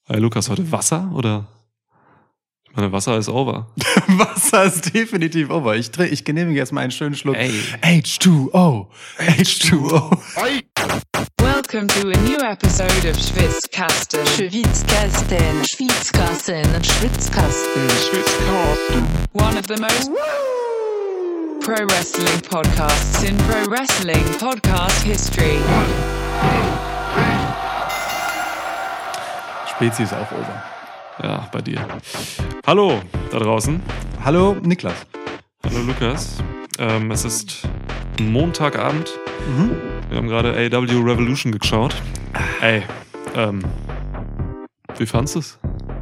Hey Lukas, heute Wasser oder? Ich meine, Wasser ist over. Wasser ist definitiv over. Ich genehmige jetzt mal einen schönen Schluck. H2O. H2O. Welcome to a new episode of Schwitzkasten. Schwitzkasten. Schwitzkasten. Schwitzkasten. One of the most pro wrestling podcasts in pro wrestling podcast history. Spezi ist auch over. Ja, bei dir. Hallo da draußen. Hallo Niklas. Hallo Lukas. Es ist Montagabend. Wir haben gerade AEW Revolution geschaut. Ey, wie fandest du es?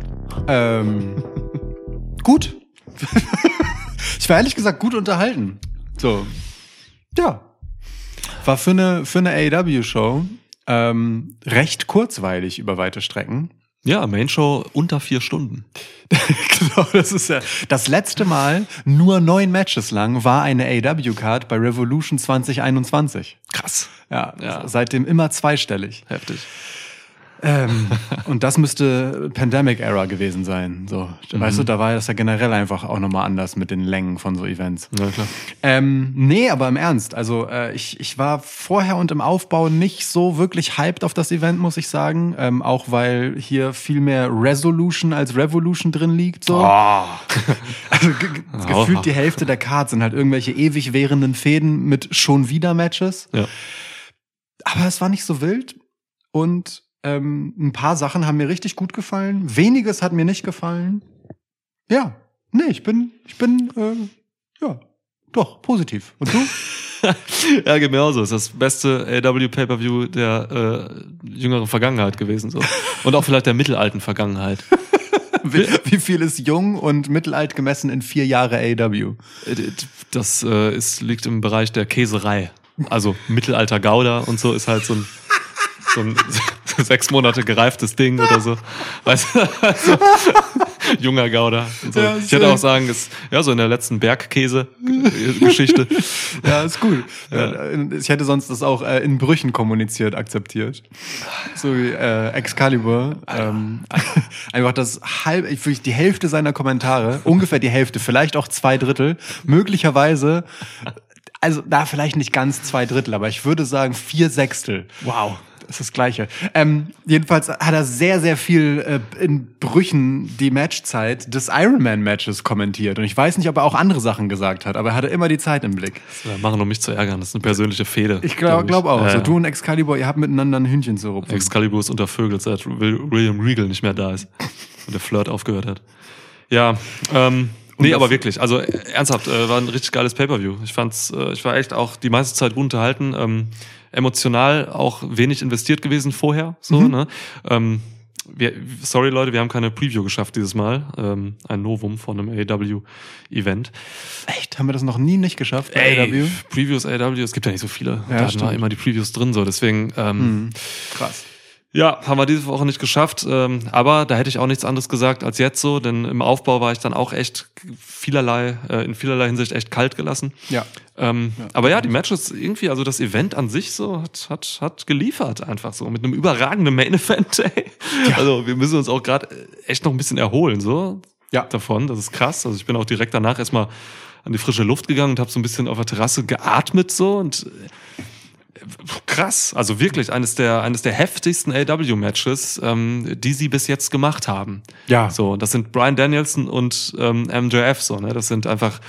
Gut. Ich war ehrlich gesagt gut unterhalten. So. Ja. War für eine AEW-Show recht kurzweilig über weite Strecken. Ja, Main-Show unter 4 Stunden. Genau, das ist ja das letzte Mal, nur 9 Matches lang, war eine AEW-Card bei Revolution 2021. Krass. Ja. Seitdem immer zweistellig. Heftig. Und das müsste Pandemic-Era gewesen sein. So, weißt du, da war das ja generell einfach auch nochmal anders mit den Längen von so Events. Ja, klar. Nee, aber im Ernst. Also ich war vorher und im Aufbau nicht so wirklich hyped auf das Event, muss ich sagen. Auch weil hier viel mehr Resolution als Revolution drin liegt. So. Oh. Also gefühlt die Hälfte der Cards sind halt irgendwelche ewig währenden Fäden mit schon wieder Matches. Ja. Aber es war nicht so wild. Und ein paar Sachen haben mir richtig gut gefallen. Weniges hat mir nicht gefallen. Ja, nee, ich bin doch, positiv. Und du? Ja, genauso. Ist das beste AEW Pay-Per-View der jüngeren Vergangenheit gewesen. So. Und auch vielleicht der mittelalten Vergangenheit. Wie viel ist jung und mittelalt gemessen in 4 Jahre AEW? Das liegt im Bereich der Käserei. Also Mittelalter Gouda und so ist halt so ein 6 Monate gereiftes Ding oder so. Weißt du? Also, junger Gouda. Und so. Ja, ich hätte auch sagen, ist ja so in der letzten Bergkäse-Geschichte. Ja, ist cool. Ja. Ich hätte sonst das auch in Brüchen akzeptiert. So wie Excalibur. Einfach die Hälfte seiner Kommentare, ungefähr die Hälfte, vielleicht auch 2/3, möglicherweise, also da vielleicht nicht ganz 2/3, aber ich würde sagen 4/6. Wow. Das ist das Gleiche. Jedenfalls hat er sehr, sehr viel in Brüchen die Matchzeit des Ironman-Matches kommentiert. Und ich weiß nicht, ob er auch andere Sachen gesagt hat, aber er hatte immer die Zeit im Blick. Das machen, um mich zu ärgern. Das ist eine persönliche Fehde. Ich glaube auch. Also du und Excalibur, ihr habt miteinander ein Hühnchen zu rupfen. Excalibur ist untervögelt, seit William Regal nicht mehr da ist. Und der Flirt aufgehört hat. Ja, nee, aber wirklich, also ernsthaft, war ein richtig geiles Pay-Per-View. Ich war echt auch die meiste Zeit gut unterhalten. Emotional auch wenig investiert gewesen vorher. So, ne? Sorry Leute, wir haben keine Preview geschafft dieses Mal. Ein Novum von einem AEW-Event. Echt? Haben wir das noch nie nicht geschafft bei AEW? Previews AEW, es gibt ja nicht so viele. Ja, da hatten wir immer die Previews drin, so deswegen. Krass. Ja, haben wir diese Woche nicht geschafft, aber da hätte ich auch nichts anderes gesagt als jetzt so, denn im Aufbau war ich dann auch echt in vielerlei Hinsicht echt kalt gelassen. Ja. Aber ja, die Matches irgendwie, also das Event an sich so hat geliefert einfach so mit einem überragenden Main-Event. Ja. Also wir müssen uns auch gerade echt noch ein bisschen erholen so davon, das ist krass. Also ich bin auch direkt danach erstmal an die frische Luft gegangen und habe so ein bisschen auf der Terrasse geatmet so und krass, also wirklich eines der heftigsten AEW-Matches, die sie bis jetzt gemacht haben. Ja. So, das sind Bryan Danielson und MJF so, ne? Das sind einfach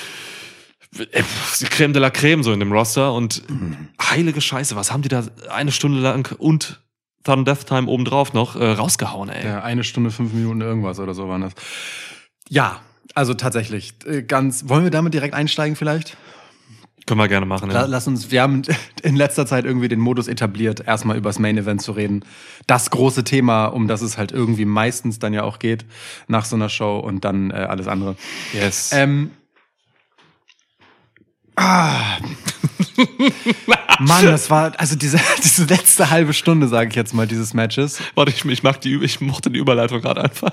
die Creme de la Creme so in dem Roster und heilige Scheiße, was haben die da 1 Stunde lang und Sudden Death Time obendrauf noch rausgehauen, ey. Ja, 1 Stunde 5 Minuten irgendwas oder so waren das. Ja, also tatsächlich. Wollen wir damit direkt einsteigen vielleicht? Können wir gerne machen, ja. Lass uns, wir haben in letzter Zeit irgendwie den Modus etabliert, erstmal über das Main Event zu reden. Das große Thema, um das es halt irgendwie meistens dann ja auch geht, nach so einer Show und dann alles andere. Yes. Mann, das war, also diese letzte halbe Stunde, sage ich jetzt mal, dieses Matches. Warte, ich mochte die Überleitung gerade einfach.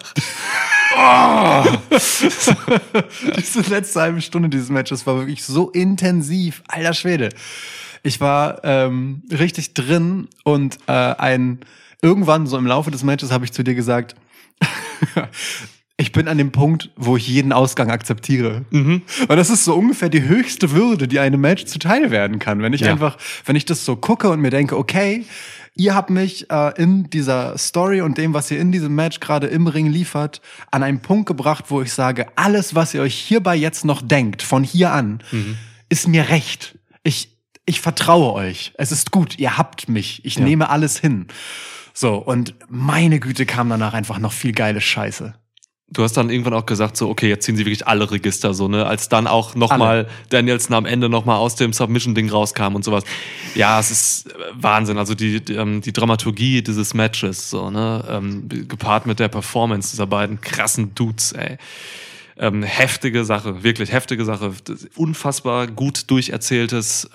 Diese letzte halbe Stunde dieses Matches war wirklich so intensiv. Alter Schwede. Ich war richtig drin und irgendwann so im Laufe des Matches habe ich zu dir gesagt, ich bin an dem Punkt, wo ich jeden Ausgang akzeptiere. Und das ist so ungefähr die höchste Würde, die einem Match zuteil werden kann. Wenn ich wenn ich das so gucke und mir denke, okay, ihr habt mich in dieser Story und dem, was ihr in diesem Match gerade im Ring liefert, an einen Punkt gebracht, wo ich sage, alles, was ihr euch hierbei jetzt noch denkt, von hier an, ist mir recht. Ich vertraue euch. Es ist gut. Ihr habt mich. Ich nehme alles hin. So, und meine Güte kam danach einfach noch viel geile Scheiße. Du hast dann irgendwann auch gesagt, so, okay, jetzt ziehen sie wirklich alle Register, so, ne, als dann auch nochmal Danielson am Ende nochmal aus dem Submission-Ding rauskam und sowas. Ja, es ist Wahnsinn, also die Dramaturgie dieses Matches, so, ne, gepaart mit der Performance dieser beiden krassen Dudes, ey. Heftige Sache, wirklich heftige Sache. Unfassbar gut durcherzähltes,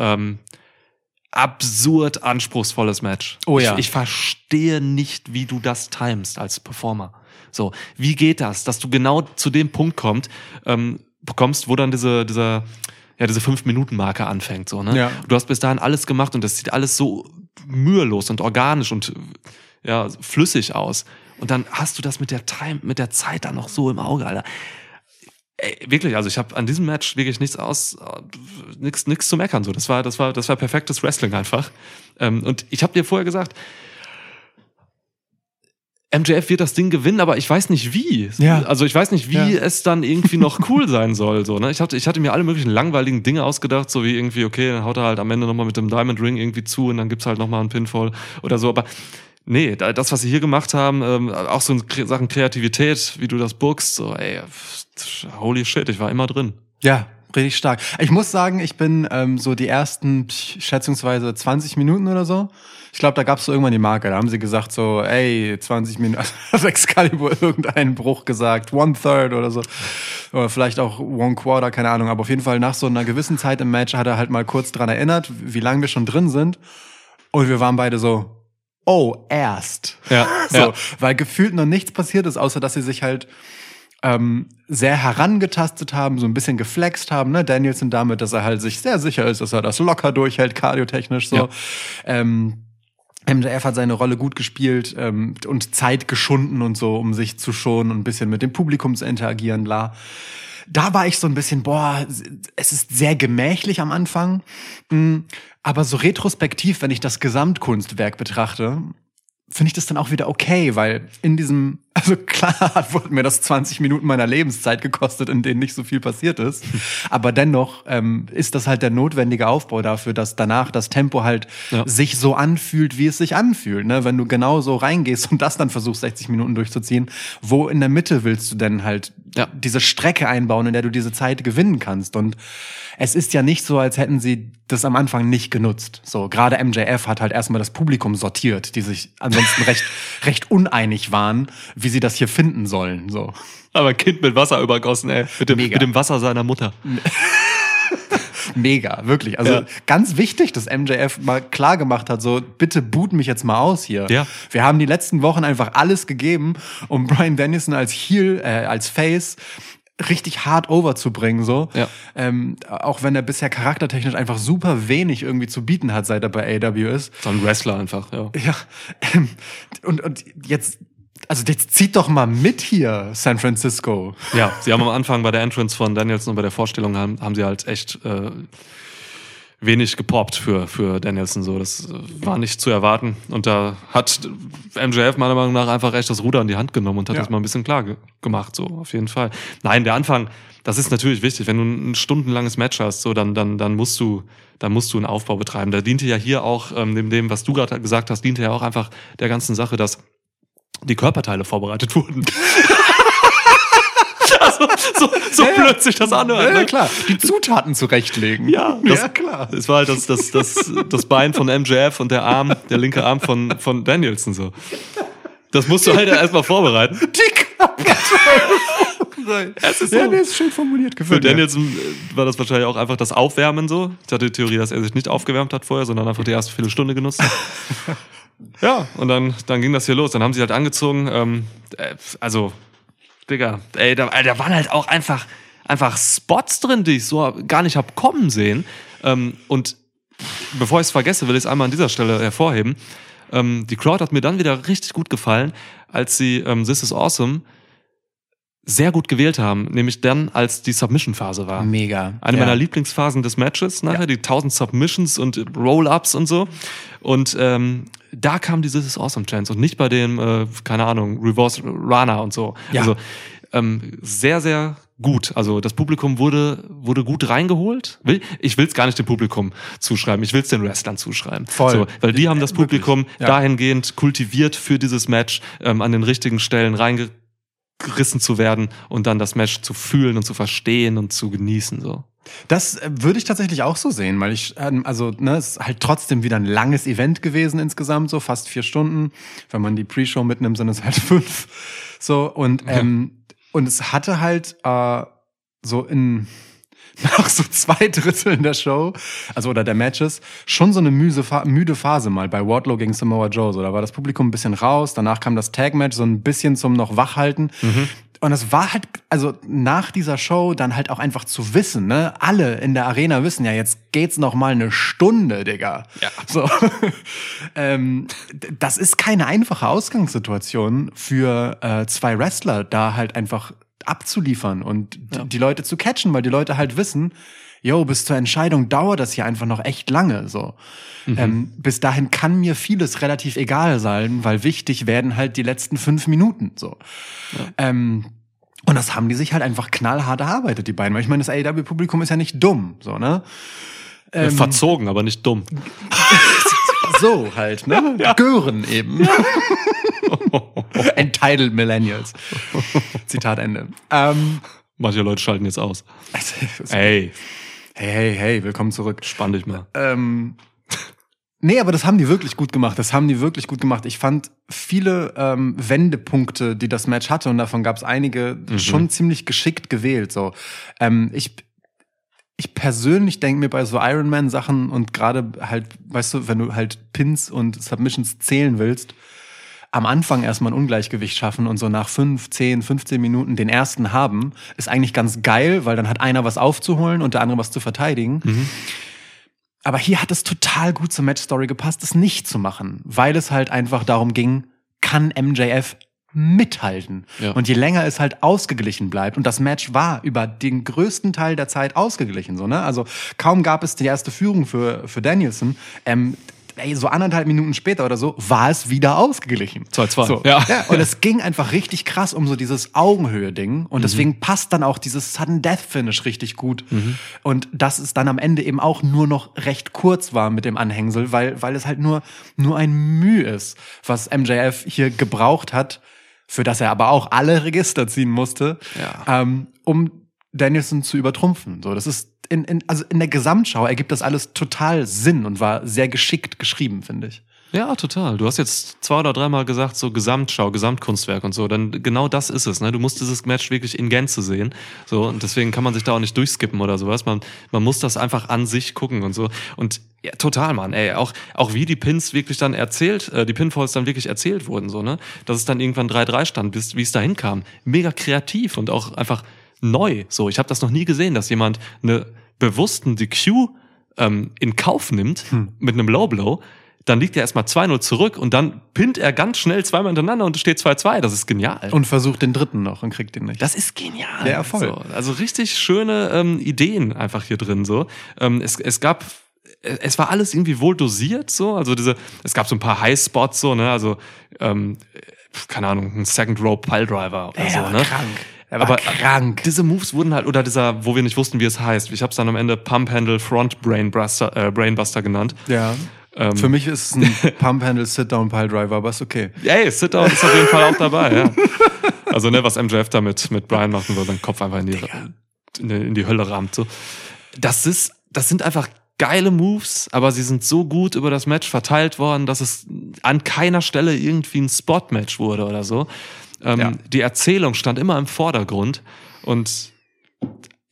absurd anspruchsvolles Match. Oh ja. Ich verstehe nicht, wie du das timest als Performer. So, wie geht das, dass du genau zu dem Punkt bekommst, wo dann diese 5-Minuten-Marke anfängt, so, ne? Ja. Du hast bis dahin alles gemacht und das sieht alles so mühelos und organisch und flüssig aus. Und dann hast du das mit der Zeit dann noch so im Auge, Alter. Ey, wirklich, also ich habe an diesem Match wirklich nichts zu meckern, so. Das war perfektes Wrestling einfach. Und ich habe dir vorher gesagt, MJF wird das Ding gewinnen, aber ich weiß nicht wie. Ja. Also ich weiß nicht, wie es dann irgendwie noch cool sein soll. So, ne? Ich hatte mir alle möglichen langweiligen Dinge ausgedacht, so wie irgendwie, okay, dann haut er halt am Ende nochmal mit dem Diamond Ring irgendwie zu und dann gibt's halt nochmal einen Pinfall oder so. Aber nee, das, was sie hier gemacht haben, auch so in Sachen Kreativität, wie du das bookst, so, ey, holy shit, ich war immer drin. Ja, richtig stark. Ich muss sagen, ich bin so die ersten schätzungsweise 20 Minuten oder so. Ich glaube, da gab es so irgendwann die Marke. Da haben sie gesagt so, ey, 20 Minuten, also Excalibur irgendeinen Bruch gesagt, 1/3 oder so. Oder vielleicht auch 1/4, keine Ahnung. Aber auf jeden Fall nach so einer gewissen Zeit im Match hat er halt mal kurz dran erinnert, wie lange wir schon drin sind. Und wir waren beide so, oh, erst. Ja, so, weil gefühlt noch nichts passiert ist, außer dass sie sich halt sehr herangetastet haben, so ein bisschen geflext haben, ne? Danielson damit, dass er halt sich sehr sicher ist, dass er das locker durchhält, kardiotechnisch so. Ja. MJF hat seine Rolle gut gespielt und Zeit geschunden und so, um sich zu schonen und ein bisschen mit dem Publikum zu interagieren, bla. Da war ich so ein bisschen, es ist sehr gemächlich am Anfang, aber so retrospektiv, wenn ich das Gesamtkunstwerk betrachte, finde ich das dann auch wieder okay, weil in diesem, also klar wurde mir das 20 Minuten meiner Lebenszeit gekostet, in denen nicht so viel passiert ist, aber dennoch ist das halt der notwendige Aufbau dafür, dass danach das Tempo halt sich so anfühlt, wie es sich anfühlt, ne? Wenn du genau so reingehst und das dann versuchst, 60 Minuten durchzuziehen, wo in der Mitte willst du denn halt diese Strecke einbauen, in der du diese Zeit gewinnen kannst? Und es ist ja nicht so, als hätten sie das am Anfang nicht genutzt. So, gerade MJF hat halt erstmal das Publikum sortiert, die sich ansonsten recht uneinig waren, wie sie das hier finden sollen. So. Aber Kind mit Wasser übergossen, ey. Mit dem Wasser seiner Mutter. Mega, wirklich. Also ganz wichtig, dass MJF mal klar gemacht hat, so, bitte boot mich jetzt mal aus hier. Ja. Wir haben die letzten Wochen einfach alles gegeben, um Bryan Danielson als Heel, als Face richtig hart overzubringen, so. Ja. Auch wenn er bisher charaktertechnisch einfach super wenig irgendwie zu bieten hat, seit er bei AEW ist. So ein Wrestler einfach, ja. Ja. Und jetzt zieht doch mal mit hier, San Francisco. Ja, sie haben am Anfang bei der Entrance von Danielson und bei der Vorstellung haben sie halt echt wenig gepoppt für Danielson, so. Das war nicht zu erwarten. Und da hat MJF meiner Meinung nach einfach echt das Ruder in die Hand genommen und hat das mal ein bisschen klar gemacht, so, auf jeden Fall. Nein, der Anfang, das ist natürlich wichtig. Wenn du ein stundenlanges Match hast, so, dann musst du einen Aufbau betreiben. Da diente ja hier auch, neben dem, was du gerade gesagt hast, diente ja auch einfach der ganzen Sache, dass die Körperteile vorbereitet wurden. Also, so blöd sich das anhört. Ja, klar. Die Zutaten zurechtlegen. Ja, klar. Es war halt das Bein von MJF und der linke Arm von Danielson, so. Das musst du halt erstmal vorbereiten. Es ist so. Ja, der ist schön formuliert gefunden. Für Danielson war das wahrscheinlich auch einfach das Aufwärmen so. Ich hatte die Theorie, dass er sich nicht aufgewärmt hat vorher, sondern einfach die erste Viertelstunde genutzt hat. Ja, und dann ging das hier los. Dann haben sie halt angezogen, Digga, ey, da waren halt auch einfach Spots drin, die ich so gar nicht hab kommen sehen. Und bevor ich es vergesse, will ich es einmal an dieser Stelle hervorheben. Die Crowd hat mir dann wieder richtig gut gefallen, als sie This is Awesome sehr gut gewählt haben, nämlich dann, als die Submission-Phase war. Mega. Eine meiner Lieblingsphasen des Matches, nachher die 1000 Submissions und Roll-Ups und so. Und da kam die This is Awesome Chance und nicht bei dem, keine Ahnung, Reverse Rana und so. Ja. Also sehr, sehr gut. Also das Publikum wurde gut reingeholt. Ich will es gar nicht dem Publikum zuschreiben, ich will es den Wrestlern zuschreiben. Voll. So, weil die haben das Publikum Ja. dahingehend kultiviert für dieses Match, an den richtigen Stellen reingerissen zu werden und dann das Match zu fühlen und zu verstehen und zu genießen. So. Das würde ich tatsächlich auch so sehen, weil es ist halt trotzdem wieder ein langes Event gewesen insgesamt, so fast 4 Stunden. Wenn man die Pre-Show mitnimmt, sind es halt 5. So, und es hatte halt so nach so 2 Dritteln der Show, also oder der Matches, schon so eine müde Phase mal bei Wardlow gegen Samoa Joe. So, da war das Publikum ein bisschen raus, danach kam das Tag-Match so ein bisschen zum noch Wachhalten. Und es war halt, also nach dieser Show dann halt auch einfach zu wissen, ne, alle in der Arena wissen ja, jetzt geht's noch mal 1 Stunde, Digga. Ja. So. Das ist keine einfache Ausgangssituation für 2 Wrestler, da halt einfach abzuliefern und die Leute zu catchen, weil die Leute halt wissen, bis zur Entscheidung dauert das hier einfach noch echt lange, so. Bis dahin kann mir vieles relativ egal sein, weil wichtig werden halt die letzten 5 Minuten, so. Ja. Und das haben die sich halt einfach knallhart erarbeitet, die beiden. Weil ich meine, das AEW-Publikum ist ja nicht dumm, so, ne? Verzogen, aber nicht dumm. So halt, ne? Ja. Gören eben. Ja. Entitled Millennials. Zitat Ende. Manche Leute schalten jetzt aus. Hey, willkommen zurück. Spann dich mal. Nee, aber das haben die wirklich gut gemacht. Ich fand viele Wendepunkte, die das Match hatte, und davon gab es einige, schon ziemlich geschickt gewählt. So, ich persönlich denke mir bei so Ironman-Sachen und gerade halt, weißt du, wenn du halt Pins und Submissions zählen willst, am Anfang erstmal ein Ungleichgewicht schaffen und so nach 5, 10, 15 Minuten den ersten haben, ist eigentlich ganz geil, weil dann hat einer was aufzuholen und der andere was zu verteidigen. Aber hier hat es total gut zur Matchstory gepasst, es nicht zu machen, weil es halt einfach darum ging, kann MJF mithalten. Ja. Und je länger es halt ausgeglichen bleibt, und das Match war über den größten Teil der Zeit ausgeglichen, so, ne? Also kaum gab es die erste Führung für Danielson, so 1,5 Minuten später oder so, war es wieder ausgeglichen. 2-2. So. Ja. Und es ging einfach richtig krass um so dieses Augenhöhe-Ding. Und deswegen passt dann auch dieses Sudden-Death-Finish richtig gut. Und dass es dann am Ende eben auch nur noch recht kurz war mit dem Anhängsel, weil es halt nur ein Mühe ist, was MJF hier gebraucht hat, für das er aber auch alle Register ziehen musste, um Danielson zu übertrumpfen. So, das ist also in der Gesamtschau ergibt das alles total Sinn und war sehr geschickt geschrieben, finde ich. Ja, total. Du hast jetzt 2 oder 3 Mal gesagt, so Gesamtschau, Gesamtkunstwerk und so. Dann genau das ist es, ne? Du musst dieses Match wirklich in Gänze sehen. So, und deswegen kann man sich da auch nicht durchskippen oder sowas. Man muss das einfach an sich gucken und so. Und ja, total, Mann, ey. Auch wie die Pins wirklich dann die Pinfalls dann wirklich erzählt wurden, so, ne? Dass es dann irgendwann 3-3 stand, wie es dahin kam. Mega kreativ und auch einfach neu. So, ich habe das noch nie gesehen, dass jemand eine bewussten DQ in Kauf nimmt mit einem Low Blow. Dann liegt er erstmal 2-0 zurück und dann pinnt er ganz schnell 2-mal hintereinander und es steht 2-2. Das ist genial. Und versucht den dritten noch und kriegt den nicht. Das ist genial. Der Erfolg. So, also richtig schöne Ideen einfach hier drin. So, es war alles irgendwie wohl dosiert. So, also es gab so ein paar Highspots so, ne, also keine Ahnung, ein Second Row Piledriver oder so, ne. Krank. Aber krank. Diese Moves wurden halt, oder wo wir nicht wussten, wie es heißt. Ich habe es dann am Ende Pump Handle Front Brainbuster genannt. Ja. Für mich ist es ein Pump Handle Sit Down Pile Driver, aber ist okay. Ey, Sit Down ist auf jeden Fall auch dabei, ja. Also, ne, was MJF da mit Brian machen will, seinen Kopf einfach in die Hölle rammt, so. Das sind einfach geile Moves, aber sie sind so gut über das Match verteilt worden, dass es an keiner Stelle irgendwie ein Spot-Match wurde oder so. Die Erzählung stand immer im Vordergrund und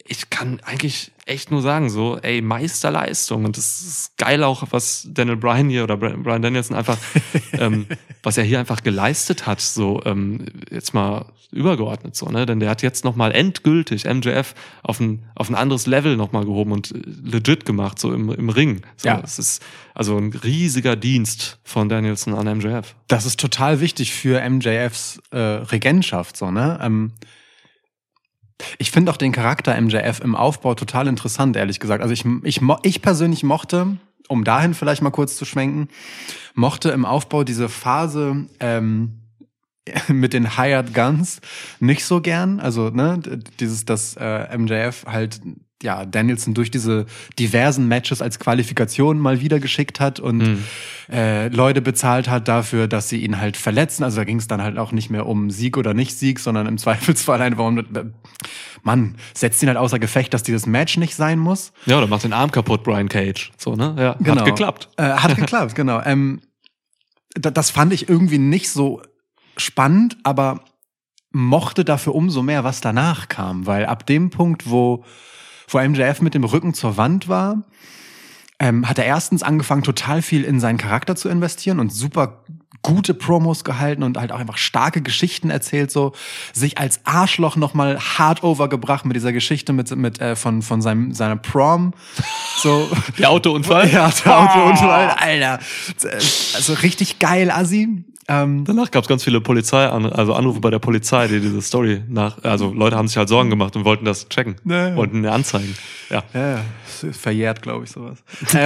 ich kann eigentlich echt nur sagen, so, ey, Meisterleistung. Und das ist geil auch, was Daniel Bryan hier oder Bryan Danielson einfach, was er hier einfach geleistet hat, so, jetzt mal übergeordnet, so, ne? Denn der hat jetzt nochmal endgültig MJF auf ein anderes Level nochmal gehoben und legit gemacht, so im Ring. So, ja. Es ist also ein riesiger Dienst von Danielson an MJF. Das ist total wichtig für MJFs Regentschaft, so, ne? Ich finde auch den Charakter MJF im Aufbau total interessant, ehrlich gesagt. Also ich persönlich mochte, um dahin vielleicht mal kurz zu schwenken, mochte im Aufbau diese Phase mit den Hired Guns nicht so gern. Also, ne, dass MJF halt Danielson durch diese diversen Matches als Qualifikation mal wieder geschickt hat und Leute bezahlt hat dafür, dass sie ihn halt verletzen. Also da ging es dann halt auch nicht mehr um Sieg oder nicht-Sieg, sondern im Zweifelsfall einfach setzt ihn halt außer Gefecht, dass dieses Match nicht sein muss. Ja, oder macht den Arm kaputt, Brian Cage. So, ne? Ja, genau. Hat geklappt. Hat geklappt, genau. Das fand ich irgendwie nicht so spannend, aber mochte dafür umso mehr, was danach kam. Weil ab dem Punkt, wo MJF mit dem Rücken zur Wand war, hat er erstens angefangen, total viel in seinen Charakter zu investieren und super gute Promos gehalten und halt auch einfach starke Geschichten erzählt, so sich als Arschloch nochmal hart overgebracht mit dieser Geschichte von seiner Prom. So. Der Autounfall? Ja, der Autounfall, Alter. Also richtig geil, Assi. Danach gab es ganz viele Anrufe bei der Polizei, die diese Story also Leute haben sich halt Sorgen gemacht und wollten das checken, wollten eine Anzeigen. Ja, verjährt, glaube ich, sowas.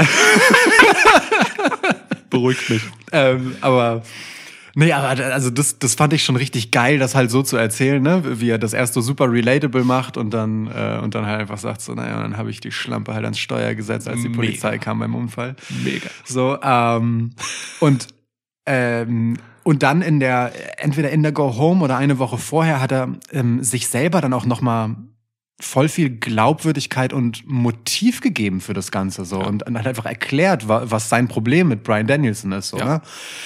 Beruhigt mich. Aber also das fand ich schon richtig geil, das halt so zu erzählen, ne, wie er das erst so super relatable macht und dann halt einfach sagt so, naja, dann habe ich die Schlampe halt ans Steuer gesetzt, als die Polizei kam beim Unfall. Mega. So, und dann entweder in der Go Home oder eine Woche vorher hat er sich selber dann auch nochmal voll viel Glaubwürdigkeit und Motiv gegeben für das Ganze so und hat einfach erklärt, was sein Problem mit Bryan Danielson ist, so, ne?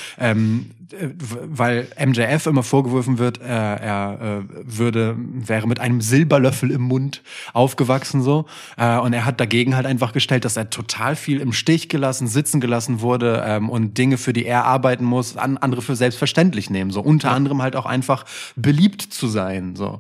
Weil MJF immer vorgeworfen wird, er wäre mit einem Silberlöffel im Mund aufgewachsen so, und er hat dagegen halt einfach gestellt, dass er total viel im Stich sitzen gelassen wurde und Dinge, für die er arbeiten muss, andere für selbstverständlich nehmen, so unter anderem halt auch einfach beliebt zu sein, so.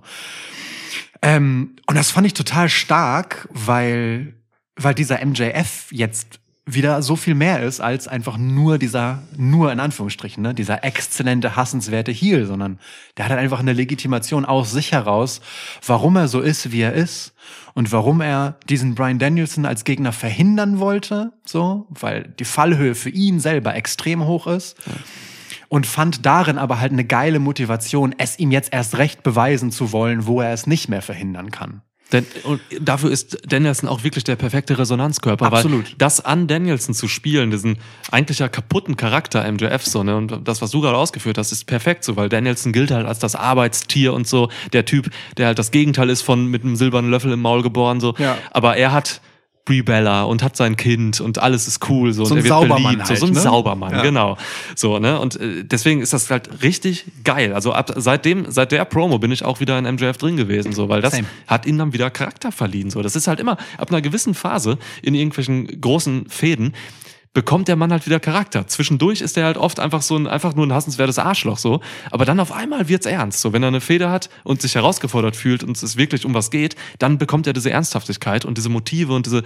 Und das fand ich total stark, weil dieser MJF jetzt wieder so viel mehr ist als einfach nur in Anführungsstrichen, ne, dieser exzellente, hassenswerte Heel, sondern der hat halt einfach eine Legitimation aus sich heraus, warum er so ist, wie er ist und warum er diesen Bryan Danielson als Gegner verhindern wollte, so, weil die Fallhöhe für ihn selber extrem hoch ist. Ja. Und fand darin aber halt eine geile Motivation, es ihm jetzt erst recht beweisen zu wollen, wo er es nicht mehr verhindern kann. Und dafür ist Danielson auch wirklich der perfekte Resonanzkörper. Absolut. Weil das an Danielson zu spielen, diesen eigentlich ja kaputten Charakter MJF so, ne, und das, was du gerade ausgeführt hast, ist perfekt so, weil Danielson gilt halt als das Arbeitstier und so, der Typ, der halt das Gegenteil ist von mit einem silbernen Löffel im Maul geboren, so. Ja. Aber er hat Brie Bella und hat sein Kind und alles ist cool, so, so und er wird beliebt, halt, so ein Saubermann, genau. So, ne, und deswegen ist das halt richtig geil. Also seit der Promo bin ich auch wieder in MJF drin gewesen, so, weil das hat ihm dann wieder Charakter verliehen, so. Das ist halt immer ab einer gewissen Phase in irgendwelchen großen Fäden bekommt der Mann halt wieder Charakter. Zwischendurch ist er halt oft einfach nur ein hassenswertes Arschloch, so. Aber dann auf einmal wird's ernst, so. Wenn er eine Fehde hat und sich herausgefordert fühlt und es wirklich um was geht, dann bekommt er diese Ernsthaftigkeit und diese Motive und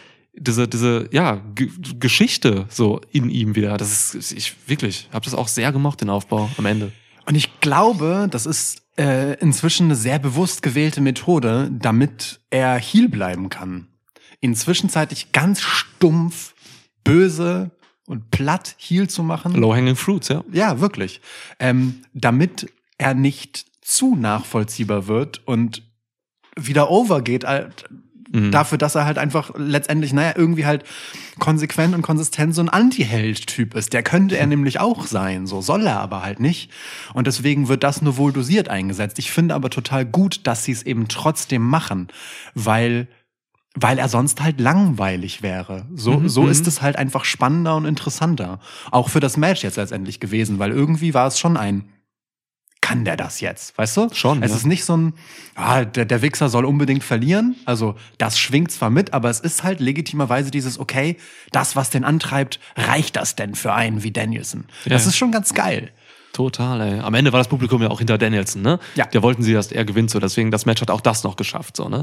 diese Geschichte so in ihm wieder. Ich habe das auch sehr gemocht, den Aufbau am Ende. Und ich glaube, das ist inzwischen eine sehr bewusst gewählte Methode, damit er Heel bleiben kann. Ihn zwischenzeitlich ganz stumpf, böse und platt Heel zu machen. Low-hanging fruits, ja. Ja, wirklich. Damit er nicht zu nachvollziehbar wird und wieder overgeht dafür, dass er halt einfach letztendlich, irgendwie halt konsequent und konsistent so ein Anti-Held-Typ ist. Der könnte er nämlich auch sein, so soll er aber halt nicht. Und deswegen wird das nur wohl dosiert eingesetzt. Ich finde aber total gut, dass sie es eben trotzdem machen, weil er sonst halt langweilig wäre. So ist es halt einfach spannender und interessanter. Auch für das Match jetzt letztendlich gewesen, weil irgendwie war es schon ein kann der das jetzt, weißt du? Schon, Es ja. ist nicht so ein, der Wichser soll unbedingt verlieren. Also das schwingt zwar mit, aber es ist halt legitimerweise dieses, okay, das, was den antreibt, reicht das denn für einen wie Danielson? Das ist schon ganz geil. Total, ey. Am Ende war das Publikum ja auch hinter Danielson, ne? Ja. Der wollten sie, dass er gewinnt, so. Deswegen, das Match hat auch das noch geschafft, so, ne?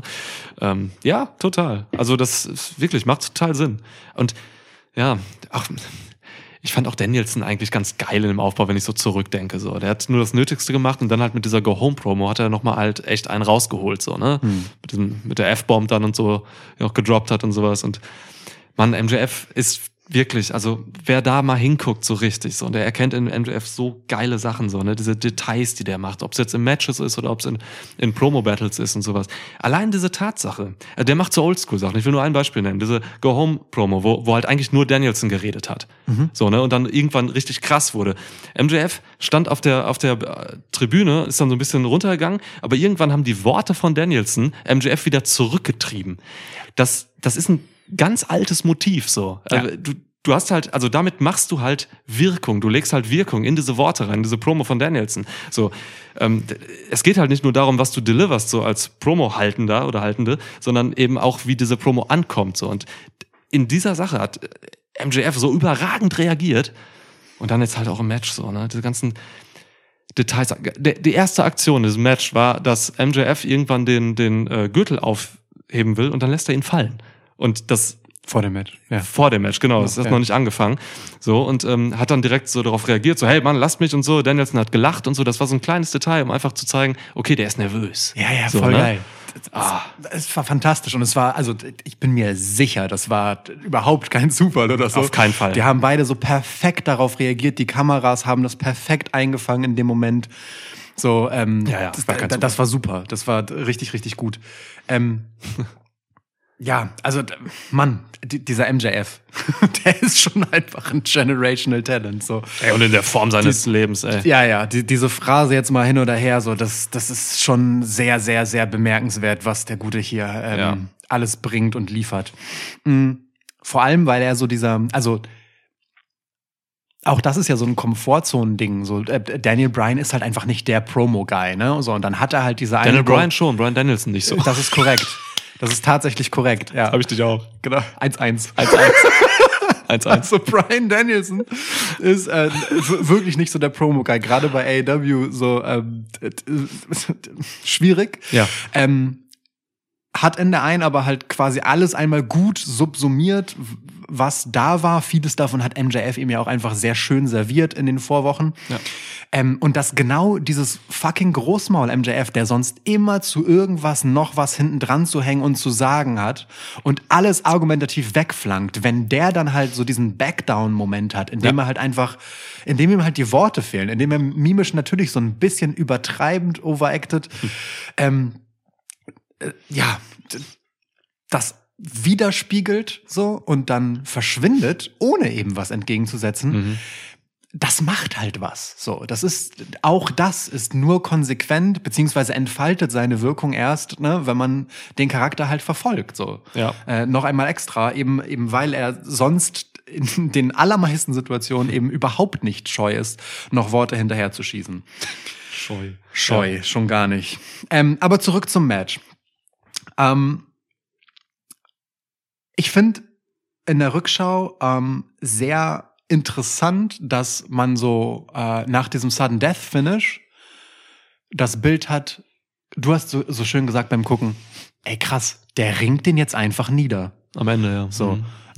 Ja, total. Also, das ist wirklich, macht total Sinn. Und, ja, auch, ich fand auch Danielson eigentlich ganz geil in dem Aufbau, wenn ich so zurückdenke, so. Der hat nur das Nötigste gemacht und dann halt mit dieser Go-Home-Promo hat er nochmal halt echt einen rausgeholt, so, ne? Mit der F-Bomb dann und so, die auch gedroppt hat und sowas. Und, Mann, MJF ist wirklich, also wer da mal hinguckt so richtig so, und der erkennt in MJF so geile Sachen so, ne, diese Details, die der macht, ob es jetzt in Matches ist oder ob es in Promo-Battles ist und sowas. Allein diese Tatsache, der macht so Oldschool-Sachen. Ich will nur ein Beispiel nennen, diese Go-Home-Promo, wo halt eigentlich nur Danielson geredet hat. So, ne, und dann irgendwann richtig krass wurde. MJF stand auf der Tribüne, ist dann so ein bisschen runtergegangen, aber irgendwann haben die Worte von Danielson MJF wieder zurückgetrieben. Das ist ein ganz altes Motiv, so. Ja. Du hast halt, also damit machst du halt Wirkung. Du legst halt Wirkung in diese Worte rein, diese Promo von Danielson. So, es geht halt nicht nur darum, was du deliverst, so als Promo-Haltender oder Haltende, sondern eben auch, wie diese Promo ankommt, so. Und in dieser Sache hat MJF so überragend reagiert. Und dann jetzt halt auch im Match, so, ne, diese ganzen Details. Die erste Aktion dieses Match war, dass MJF irgendwann den Gürtel aufheben will und dann lässt er ihn fallen. Und das Vor dem Match. Ja. vor dem Match, genau. Das hat noch nicht angefangen. So, und hat dann direkt so darauf reagiert, so, hey Mann, lasst mich und so. Danielson hat gelacht und so. Das war so ein kleines Detail, um einfach zu zeigen, okay, der ist nervös. Ja, so, voll ne? geil. Es war fantastisch und es war, also ich bin mir sicher, das war überhaupt kein Zufall oder so. Auf keinen Fall. Die haben beide so perfekt darauf reagiert, die Kameras haben das perfekt eingefangen in dem Moment. So, das war super, das war richtig, richtig gut. Ja, also, Mann, dieser MJF, der ist schon einfach ein generational Talent, so. Ey, und in der Form seines Lebens, ey. Ja, diese Phrase jetzt mal hin oder her, so, das ist schon sehr, sehr, sehr bemerkenswert, was der Gute hier alles bringt und liefert. Vor allem, weil er so auch das ist ja so ein Komfortzonen-Ding. So, Daniel Bryan ist halt einfach nicht der Promo-Guy, ne? So, und dann hat er halt diese Daniel Bryan schon, Bryan Danielson nicht so. Das ist korrekt. Das ist tatsächlich korrekt, ja. Hab ich dich auch. Genau. 1-1. 1-1. Also Bryan Danielson ist wirklich nicht so der Promo-Guy. Gerade bei AEW so schwierig. Ja. Hat in der einen aber halt quasi alles einmal gut subsumiert, was da war. Vieles davon hat MJF ihm ja auch einfach sehr schön serviert in den Vorwochen. Ja. Und dass genau dieses fucking Großmaul MJF, der sonst immer zu irgendwas noch was hinten dran zu hängen und zu sagen hat und alles argumentativ wegflankt, wenn der dann halt so diesen Backdown-Moment hat, in dem er halt einfach, in dem ihm halt die Worte fehlen, in dem er mimisch natürlich so ein bisschen übertreibend overacted, das widerspiegelt so und dann verschwindet, ohne eben was entgegenzusetzen. Das macht halt was. So, das ist nur konsequent, beziehungsweise entfaltet seine Wirkung erst, ne, wenn man den Charakter halt verfolgt. So. Ja. Noch einmal extra, eben weil er sonst in den allermeisten Situationen eben überhaupt nicht scheu ist, noch Worte hinterher zu schießen. Scheu, ja. Schon gar nicht. Aber zurück zum Match. Ich finde in der Rückschau sehr interessant, dass man so nach diesem Sudden Death Finish das Bild hat, du hast so schön gesagt beim Gucken, ey krass, der ringt den jetzt einfach nieder. Am Ende, ja. So.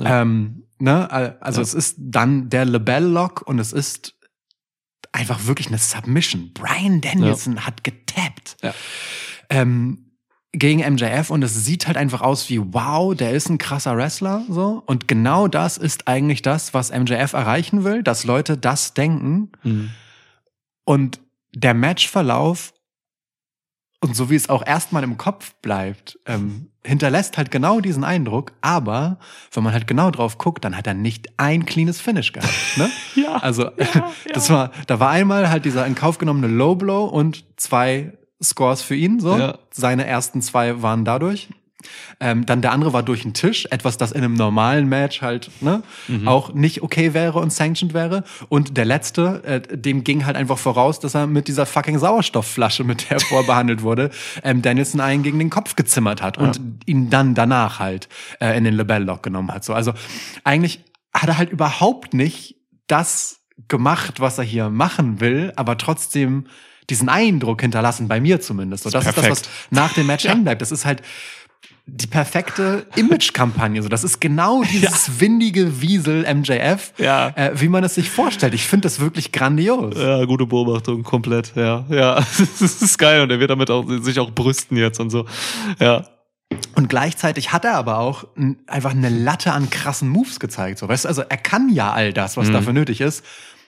Es ist dann der Lebell-Lock und es ist einfach wirklich eine Submission. Bryan Danielson hat getappt. Ja. Gegen MJF und es sieht halt einfach aus wie, wow, der ist ein krasser Wrestler, so. Und genau das ist eigentlich das, was MJF erreichen will, dass Leute das denken. Und der Matchverlauf und so wie es auch erstmal im Kopf bleibt, hinterlässt halt genau diesen Eindruck, aber wenn man halt genau drauf guckt, dann hat er nicht ein cleanes Finish gehabt, ne? Ja. Also, da war einmal halt dieser in Kauf genommene Low Blow und 2 Scores für ihn, so. Ja. Seine ersten 2 waren dadurch. Dann der andere war durch den Tisch, etwas, das in einem normalen Match halt auch nicht okay wäre und sanctioned wäre. Und der letzte, dem ging halt einfach voraus, dass er mit dieser fucking Sauerstoffflasche, mit der er vorbehandelt wurde, Danielson einen gegen den Kopf gezimmert hat und ihn dann danach halt in den Labell-Lock genommen hat. So, also eigentlich hat er halt überhaupt nicht das gemacht, was er hier machen will, aber trotzdem diesen Eindruck hinterlassen, bei mir zumindest. So, das ist das, was nach dem Match hängen bleibt. Das ist halt die perfekte Image-Kampagne. So, das ist genau dieses windige Wiesel MJF, wie man es sich vorstellt. Ich finde das wirklich grandios. Ja, gute Beobachtung, komplett. Ja. Das ist geil und er wird damit auch sich auch brüsten jetzt und so. Ja. Und gleichzeitig hat er aber auch einfach eine Latte an krassen Moves gezeigt. So, weißt du, also er kann ja all das, was dafür nötig ist.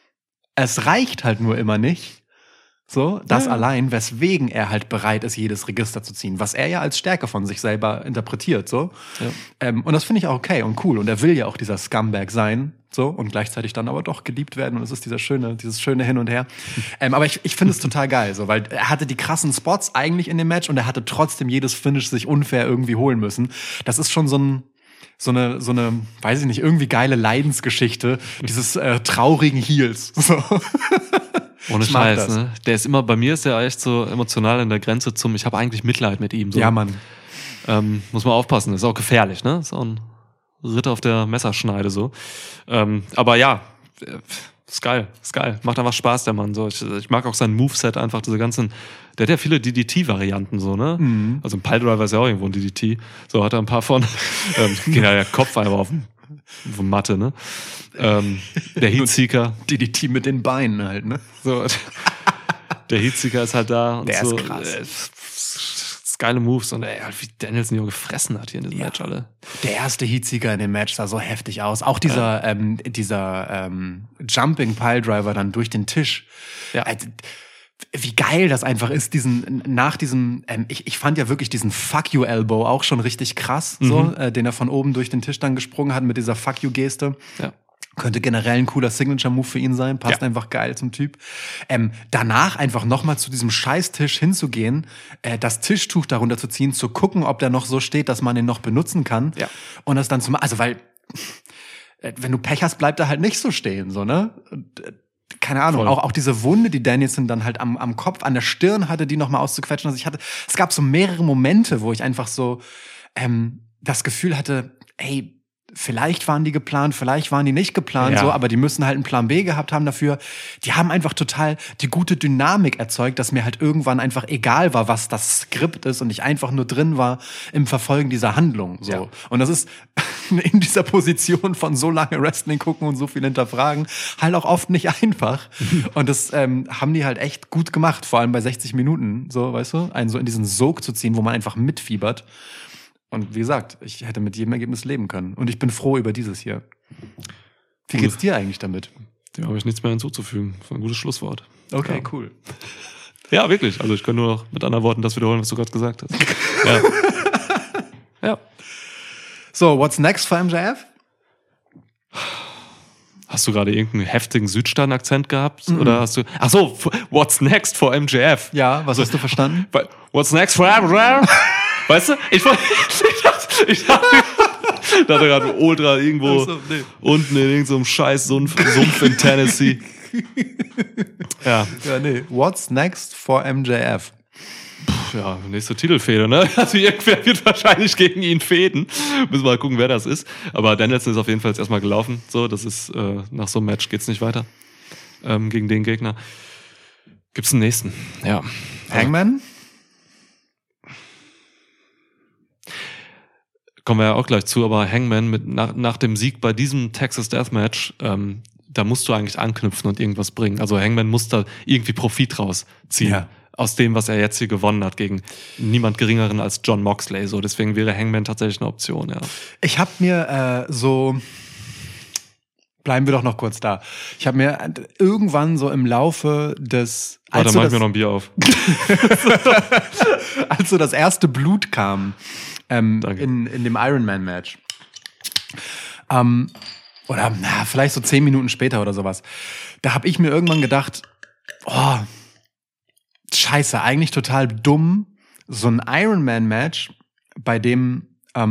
Es reicht halt nur immer nicht. So, das allein, weswegen er halt bereit ist, jedes Register zu ziehen, was er ja als Stärke von sich selber interpretiert, so. Ja. Und das finde ich auch okay und cool. Und er will ja auch dieser Scumbag sein, so, und gleichzeitig dann aber doch geliebt werden. Und es ist dieses schöne Hin und Her. Aber ich finde es total geil, so, weil er hatte die krassen Spots eigentlich in dem Match und er hatte trotzdem jedes Finish sich unfair irgendwie holen müssen. Das ist schon so eine, weiß ich nicht, irgendwie geile Leidensgeschichte dieses traurigen Heels. So. Ohne Scheiß, ne? Der ist immer, bei mir ist der echt so emotional an der Grenze zum, ich habe eigentlich Mitleid mit ihm. So. Ja, Mann. Muss man aufpassen, das ist auch gefährlich, ne? Ist auch ein Ritter auf der Messerschneide, so. Aber ja, ist geil. Macht einfach Spaß, der Mann, so. Ich mag auch sein Moveset einfach, diese ganzen, der hat ja viele DDT-Varianten, so, ne? Mhm. Also ein Piledriver ist ja auch irgendwo ein DDT. So hat er ein paar von. Geht ja der Kopf einfach auf Matte, ne? Der Heatseeker. DDT mit den Beinen halt, ne? So. Der Heatseeker ist halt da. Und der so, ist krass. Geile Moves und wie Danielson hier gefressen hat hier in diesem Match alle. Der erste Heatseeker in dem Match sah so heftig aus. Auch dieser Jumping Piledriver dann durch den Tisch. Ja. Also, wie geil das einfach ist, ich fand ja wirklich diesen Fuck You Elbow auch schon richtig krass, so, den er von oben durch den Tisch dann gesprungen hat mit dieser Fuck You Geste. Ja. Könnte generell ein cooler Signature-Move für ihn sein, passt einfach geil zum Typ. Danach einfach nochmal zu diesem Scheißtisch hinzugehen, das Tischtuch darunter zu ziehen, zu gucken, ob der noch so steht, dass man ihn noch benutzen kann. Ja. Und das dann zu machen, also weil, wenn du Pech hast, bleibt er halt nicht so stehen, so, ne? Keine Ahnung, auch diese Wunde, die Danielson dann halt am Kopf, an der Stirn hatte, die nochmal auszuquetschen. Also es gab so mehrere Momente, wo ich einfach so das Gefühl hatte, ey, vielleicht waren die geplant, vielleicht waren die nicht geplant, so, aber die müssen halt einen Plan B gehabt haben dafür. Die haben einfach total die gute Dynamik erzeugt, dass mir halt irgendwann einfach egal war, was das Skript ist und ich einfach nur drin war im Verfolgen dieser Handlung. So. Ja. Und das ist in dieser Position von so lange Wrestling gucken und so viel hinterfragen halt auch oft nicht einfach. Und das haben die halt echt gut gemacht, vor allem bei 60 Minuten, so, weißt du, einen so in diesen Sog zu ziehen, wo man einfach mitfiebert. Und wie gesagt, ich hätte mit jedem Ergebnis leben können. Und ich bin froh über dieses hier. Wie geht's dir eigentlich damit? Dem habe ich nichts mehr hinzuzufügen. Das war ein gutes Schlusswort. Okay, cool. Ja, wirklich. Also ich kann nur noch mit anderen Worten das wiederholen, was du gerade gesagt hast. Ja. So, what's next for MJF? Hast du gerade irgendeinen heftigen Südstaaten-Akzent gehabt? Oder hast du... Ach so, what's next for MJF? Ja, was hast du verstanden? What's next for MJF? Weißt du? Ich dachte gerade ultra irgendwo unten in irgendeinem scheiß Sumpf in Tennessee. Ja, nee. What's next for MJF? Ja, nächste Titelfehde, ne? Also irgendwer wird wahrscheinlich gegen ihn fäden. Müssen wir mal gucken, wer das ist. Aber Danielson ist auf jeden Fall jetzt erstmal gelaufen. So, das ist, nach so einem Match geht's nicht weiter. Gegen den Gegner. Gibt's einen nächsten? Ja. Hangman? Kommen wir ja auch gleich zu, aber Hangman nach dem Sieg bei diesem Texas Deathmatch, da musst du eigentlich anknüpfen und irgendwas bringen. Also Hangman muss da irgendwie Profit rausziehen. Ja. Aus dem, was er jetzt hier gewonnen hat, gegen niemand Geringeren als Jon Moxley. So, deswegen wäre Hangman tatsächlich eine Option, ja. Ich habe mir bleiben wir doch noch kurz da. Ich habe mir irgendwann so im Laufe des... Warte, mach mir noch ein Bier auf. Als so das erste Blut kam in dem Ironman-Match. Oder vielleicht so 10 Minuten später oder sowas. Da habe ich mir irgendwann gedacht, scheiße, eigentlich total dumm, so ein Ironman-Match bei dem,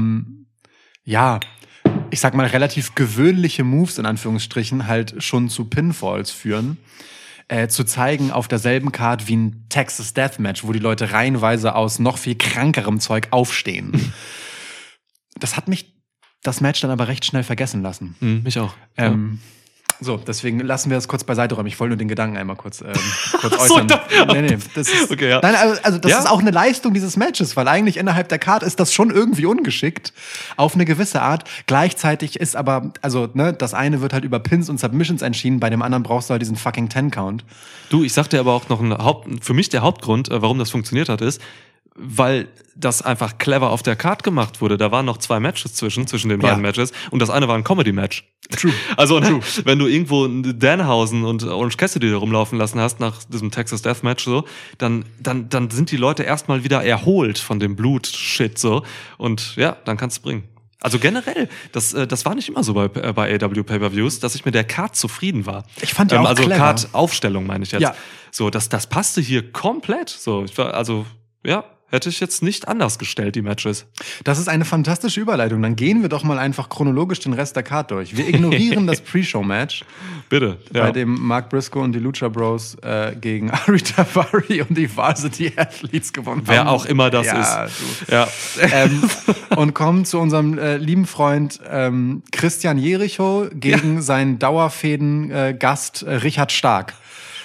ich sag mal, relativ gewöhnliche Moves in Anführungsstrichen halt schon zu Pinfalls führen, zu zeigen auf derselben Card wie ein Texas Deathmatch, wo die Leute reihenweise aus noch viel krankerem Zeug aufstehen. Das hat mich das Match dann aber recht schnell vergessen lassen. Mich auch. So, deswegen lassen wir das kurz beiseite räumen. Ich wollte nur den Gedanken einmal kurz äußern. Nee, das ist, okay, ja. Nein, also das ist auch eine Leistung dieses Matches, weil eigentlich innerhalb der Card ist das schon irgendwie ungeschickt, auf eine gewisse Art. Gleichzeitig ist aber, das eine wird halt über Pins und Submissions entschieden, bei dem anderen brauchst du halt diesen fucking 10-Count. Du, ich sag dir aber auch noch für mich der Hauptgrund, warum das funktioniert hat, ist, weil das einfach clever auf der Card gemacht wurde. Da waren noch 2 Matches zwischen den beiden Matches und das eine war ein Comedy-Match. True. Also, wenn du irgendwo Danhausen und Orange Cassidy da rumlaufen lassen hast nach diesem Texas Deathmatch so, dann sind die Leute erstmal wieder erholt von dem Blut-Shit so und ja, dann kannst du bringen. Also generell, das war nicht immer so bei AEW Pay-Per-Views, dass ich mit der Card zufrieden war. Ich fand die auch clever. Card-Aufstellung meine ich jetzt. Ja. So, das passte hier komplett. So, hätte ich jetzt nicht anders gestellt, die Matches. Das ist eine fantastische Überleitung. Dann gehen wir doch mal einfach chronologisch den Rest der Card durch. Wir ignorieren das Pre-Show-Match. Bitte. Bei dem Mark Briscoe und die Lucha Bros gegen Ari Daivari und die Varsity Athletes gewonnen haben. Wer auch immer das ist. Ja. Und kommen zu unserem lieben Freund Christian Jericho gegen seinen Dauerfäden-Gast Richard Stark.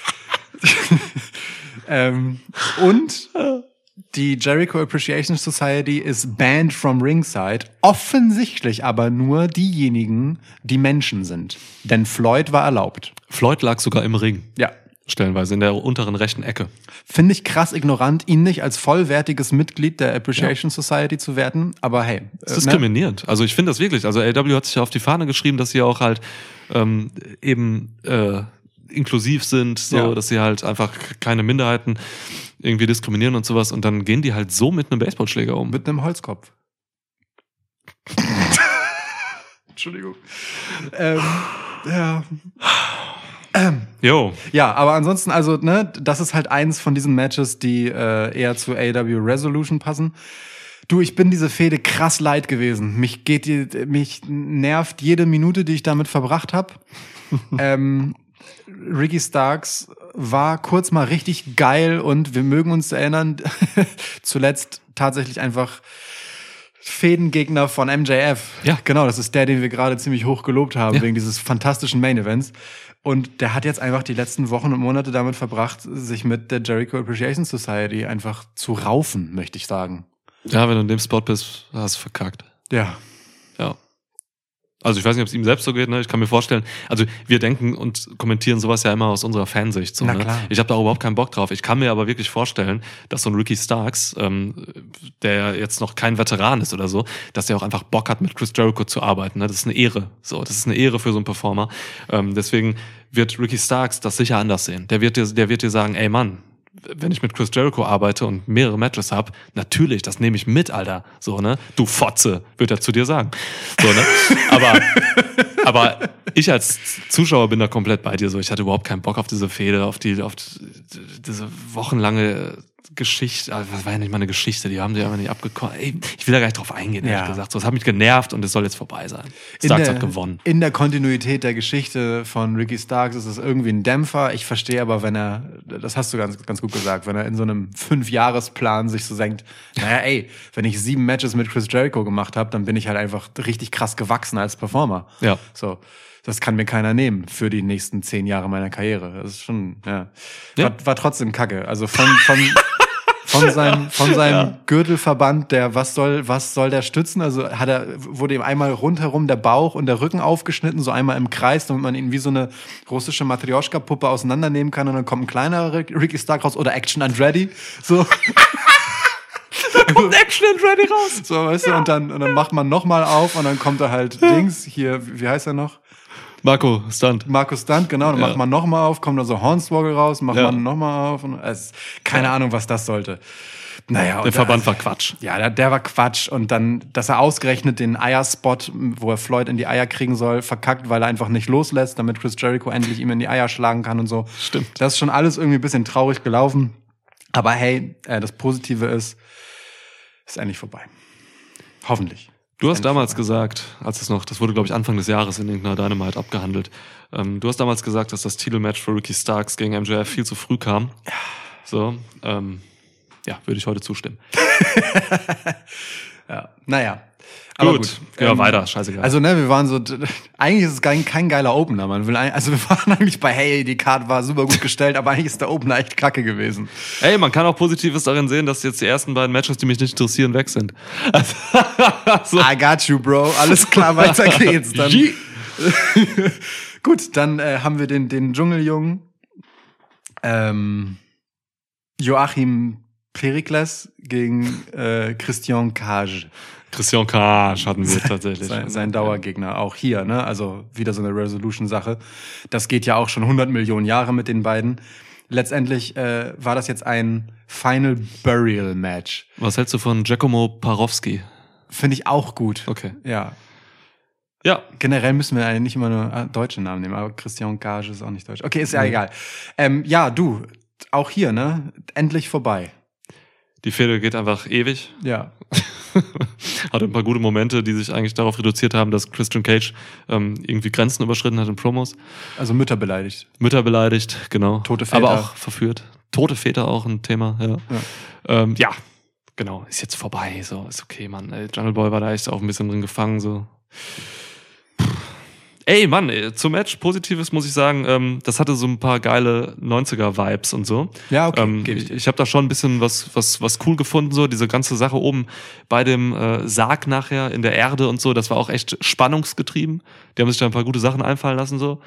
Und die Jericho Appreciation Society ist banned from ringside. Offensichtlich aber nur diejenigen, die Menschen sind. Denn Floyd war erlaubt. Floyd lag sogar im Ring. Ja. Stellenweise in der unteren rechten Ecke. Finde ich krass ignorant, ihn nicht als vollwertiges Mitglied der Appreciation Society zu werten. Aber hey. Das ist diskriminierend. Also ich finde das wirklich. Also AEW hat sich ja auf die Fahne geschrieben, dass sie auch halt inklusiv sind, so dass sie halt einfach keine Minderheiten irgendwie diskriminieren und sowas und dann gehen die halt so mit einem Baseballschläger um. Mit einem Holzkopf. Entschuldigung. Jo. Ja, aber ansonsten, das ist halt eins von diesen Matches, die eher zu AEW Resolution passen. Du, ich bin diese Fehde krass leid gewesen. Mich nervt jede Minute, die ich damit verbracht habe. Ricky Starks war kurz mal richtig geil und wir mögen uns erinnern, zuletzt tatsächlich einfach Fädengegner von MJF. Ja. Genau, das ist der, den wir gerade ziemlich hoch gelobt haben, wegen dieses fantastischen Main-Events. Und der hat jetzt einfach die letzten Wochen und Monate damit verbracht, sich mit der Jericho Appreciation Society einfach zu raufen, möchte ich sagen. Ja, wenn du in dem Spot bist, hast du verkackt. Ja. Ja. Also ich weiß nicht, ob es ihm selbst so geht, ne? Ich kann mir vorstellen, also wir denken und kommentieren sowas ja immer aus unserer Fansicht. So, Na ne? klar. Ich habe da auch überhaupt keinen Bock drauf. Ich kann mir aber wirklich vorstellen, dass so ein Ricky Starks, der jetzt noch kein Veteran ist oder so, dass der auch einfach Bock hat, mit Chris Jericho zu arbeiten. Ne? Das ist eine Ehre. So, das ist eine Ehre für so einen Performer. Deswegen wird Ricky Starks das sicher anders sehen. Der wird dir sagen, ey Mann, wenn ich mit Chris Jericho arbeite und mehrere Matches hab, natürlich, das nehme ich mit, Alter. So, ne? Du Fotze, wird er zu dir sagen. So, ne? Aber ich als Zuschauer bin da komplett bei dir so. Ich hatte überhaupt keinen Bock auf diese Fehde, auf diese wochenlange Geschichte. Also, das war ja nicht mal eine Geschichte, die haben die einfach nicht abgekommen. Ey, ich will da gar nicht drauf eingehen, ehrlich gesagt. So, es hat mich genervt und es soll jetzt vorbei sein. Starks hat gewonnen. In der Kontinuität der Geschichte von Ricky Starks ist es irgendwie ein Dämpfer. Ich verstehe aber, wenn er, das hast du ganz, ganz gut gesagt, wenn er in so einem 5-Jahresplan sich so denkt, naja, ey, wenn ich 7 Matches mit Chris Jericho gemacht habe, dann bin ich halt einfach richtig krass gewachsen als Performer. Ja. So. Das kann mir keiner nehmen für die nächsten 10 Jahre meiner Karriere. Das ist schon, war trotzdem Kacke. Also von seinem Gürtelverband, der was soll der stützen? Also wurde ihm einmal rundherum der Bauch und der Rücken aufgeschnitten, so einmal im Kreis, damit man ihn wie so eine russische Matrioschka-Puppe auseinandernehmen kann und dann kommt ein kleinerer Ricky Stark raus oder Action Andretti. So. Da kommt Action Andretti raus. So, weißt du, und dann macht man nochmal auf und dann kommt er halt Dings, hier, wie heißt er noch? Marco Stunt, genau. Dann macht man nochmal auf, kommt da so Hornswoggle raus, macht man nochmal auf. Und keine Ahnung, was das sollte. Naja, der Verband war Quatsch. Ja, der war Quatsch. Und dann, dass er ausgerechnet den Eierspot, wo er Floyd in die Eier kriegen soll, verkackt, weil er einfach nicht loslässt, damit Chris Jericho endlich ihm in die Eier schlagen kann und so. Stimmt. Das ist schon alles irgendwie ein bisschen traurig gelaufen. Aber hey, das Positive ist endlich vorbei. Hoffentlich. Du hast damals gesagt, das wurde, glaube ich, Anfang des Jahres in irgendeiner Dynamite abgehandelt. Du hast damals gesagt, dass das Titelmatch für Ricky Starks gegen MJF viel zu früh kam. So, würde ich heute zustimmen. Ja, naja. Aber gut. Weiter, scheißegal. Also, wir waren so, eigentlich ist es kein geiler Opener, man will wir waren eigentlich bei, hey, die Card war super gut gestellt, aber eigentlich ist der Opener echt kacke gewesen. Ey, man kann auch Positives darin sehen, dass jetzt die ersten beiden Matches, die mich nicht interessieren, weg sind. So. I got you, Bro. Alles klar, weiter geht's. Dann. Gut, dann haben wir den Dschungeljungen, Joachim Pericles gegen Christian Cage. Christian Cage hatten wir tatsächlich. Sein Dauergegner, auch hier, ne? Also wieder so eine Resolution-Sache. Das geht ja auch schon 100 Millionen Jahre mit den beiden. Letztendlich war das jetzt ein Final Burial Match. Was hältst du von Giacomo Parowski? Finde ich auch gut. Okay. Ja. Ja. Generell müssen wir eigentlich nicht immer nur deutsche Namen nehmen, aber Christian Cage ist auch nicht deutsch. Okay, ist ja egal. Auch hier, ne? Endlich vorbei. Die Fehde geht einfach ewig. Ja. Hatte ein paar gute Momente, die sich eigentlich darauf reduziert haben, dass Christian Cage irgendwie Grenzen überschritten hat in Promos. Also Mütter beleidigt, genau. Tote Väter. Aber auch verführt. Tote Väter auch ein Thema, ja. Genau. Ist jetzt vorbei, so. Ist okay, Mann. Jungle Boy war da echt auch ein bisschen drin gefangen, so. Ey, Mann, zum Match, Positives muss ich sagen, das hatte so ein paar geile 90er-Vibes und so. Ja, okay, ich habe da schon ein bisschen was cool gefunden, so diese ganze Sache oben bei dem Sarg nachher in der Erde und so, das war auch echt spannungsgetrieben. Die haben sich da ein paar gute Sachen einfallen lassen, so.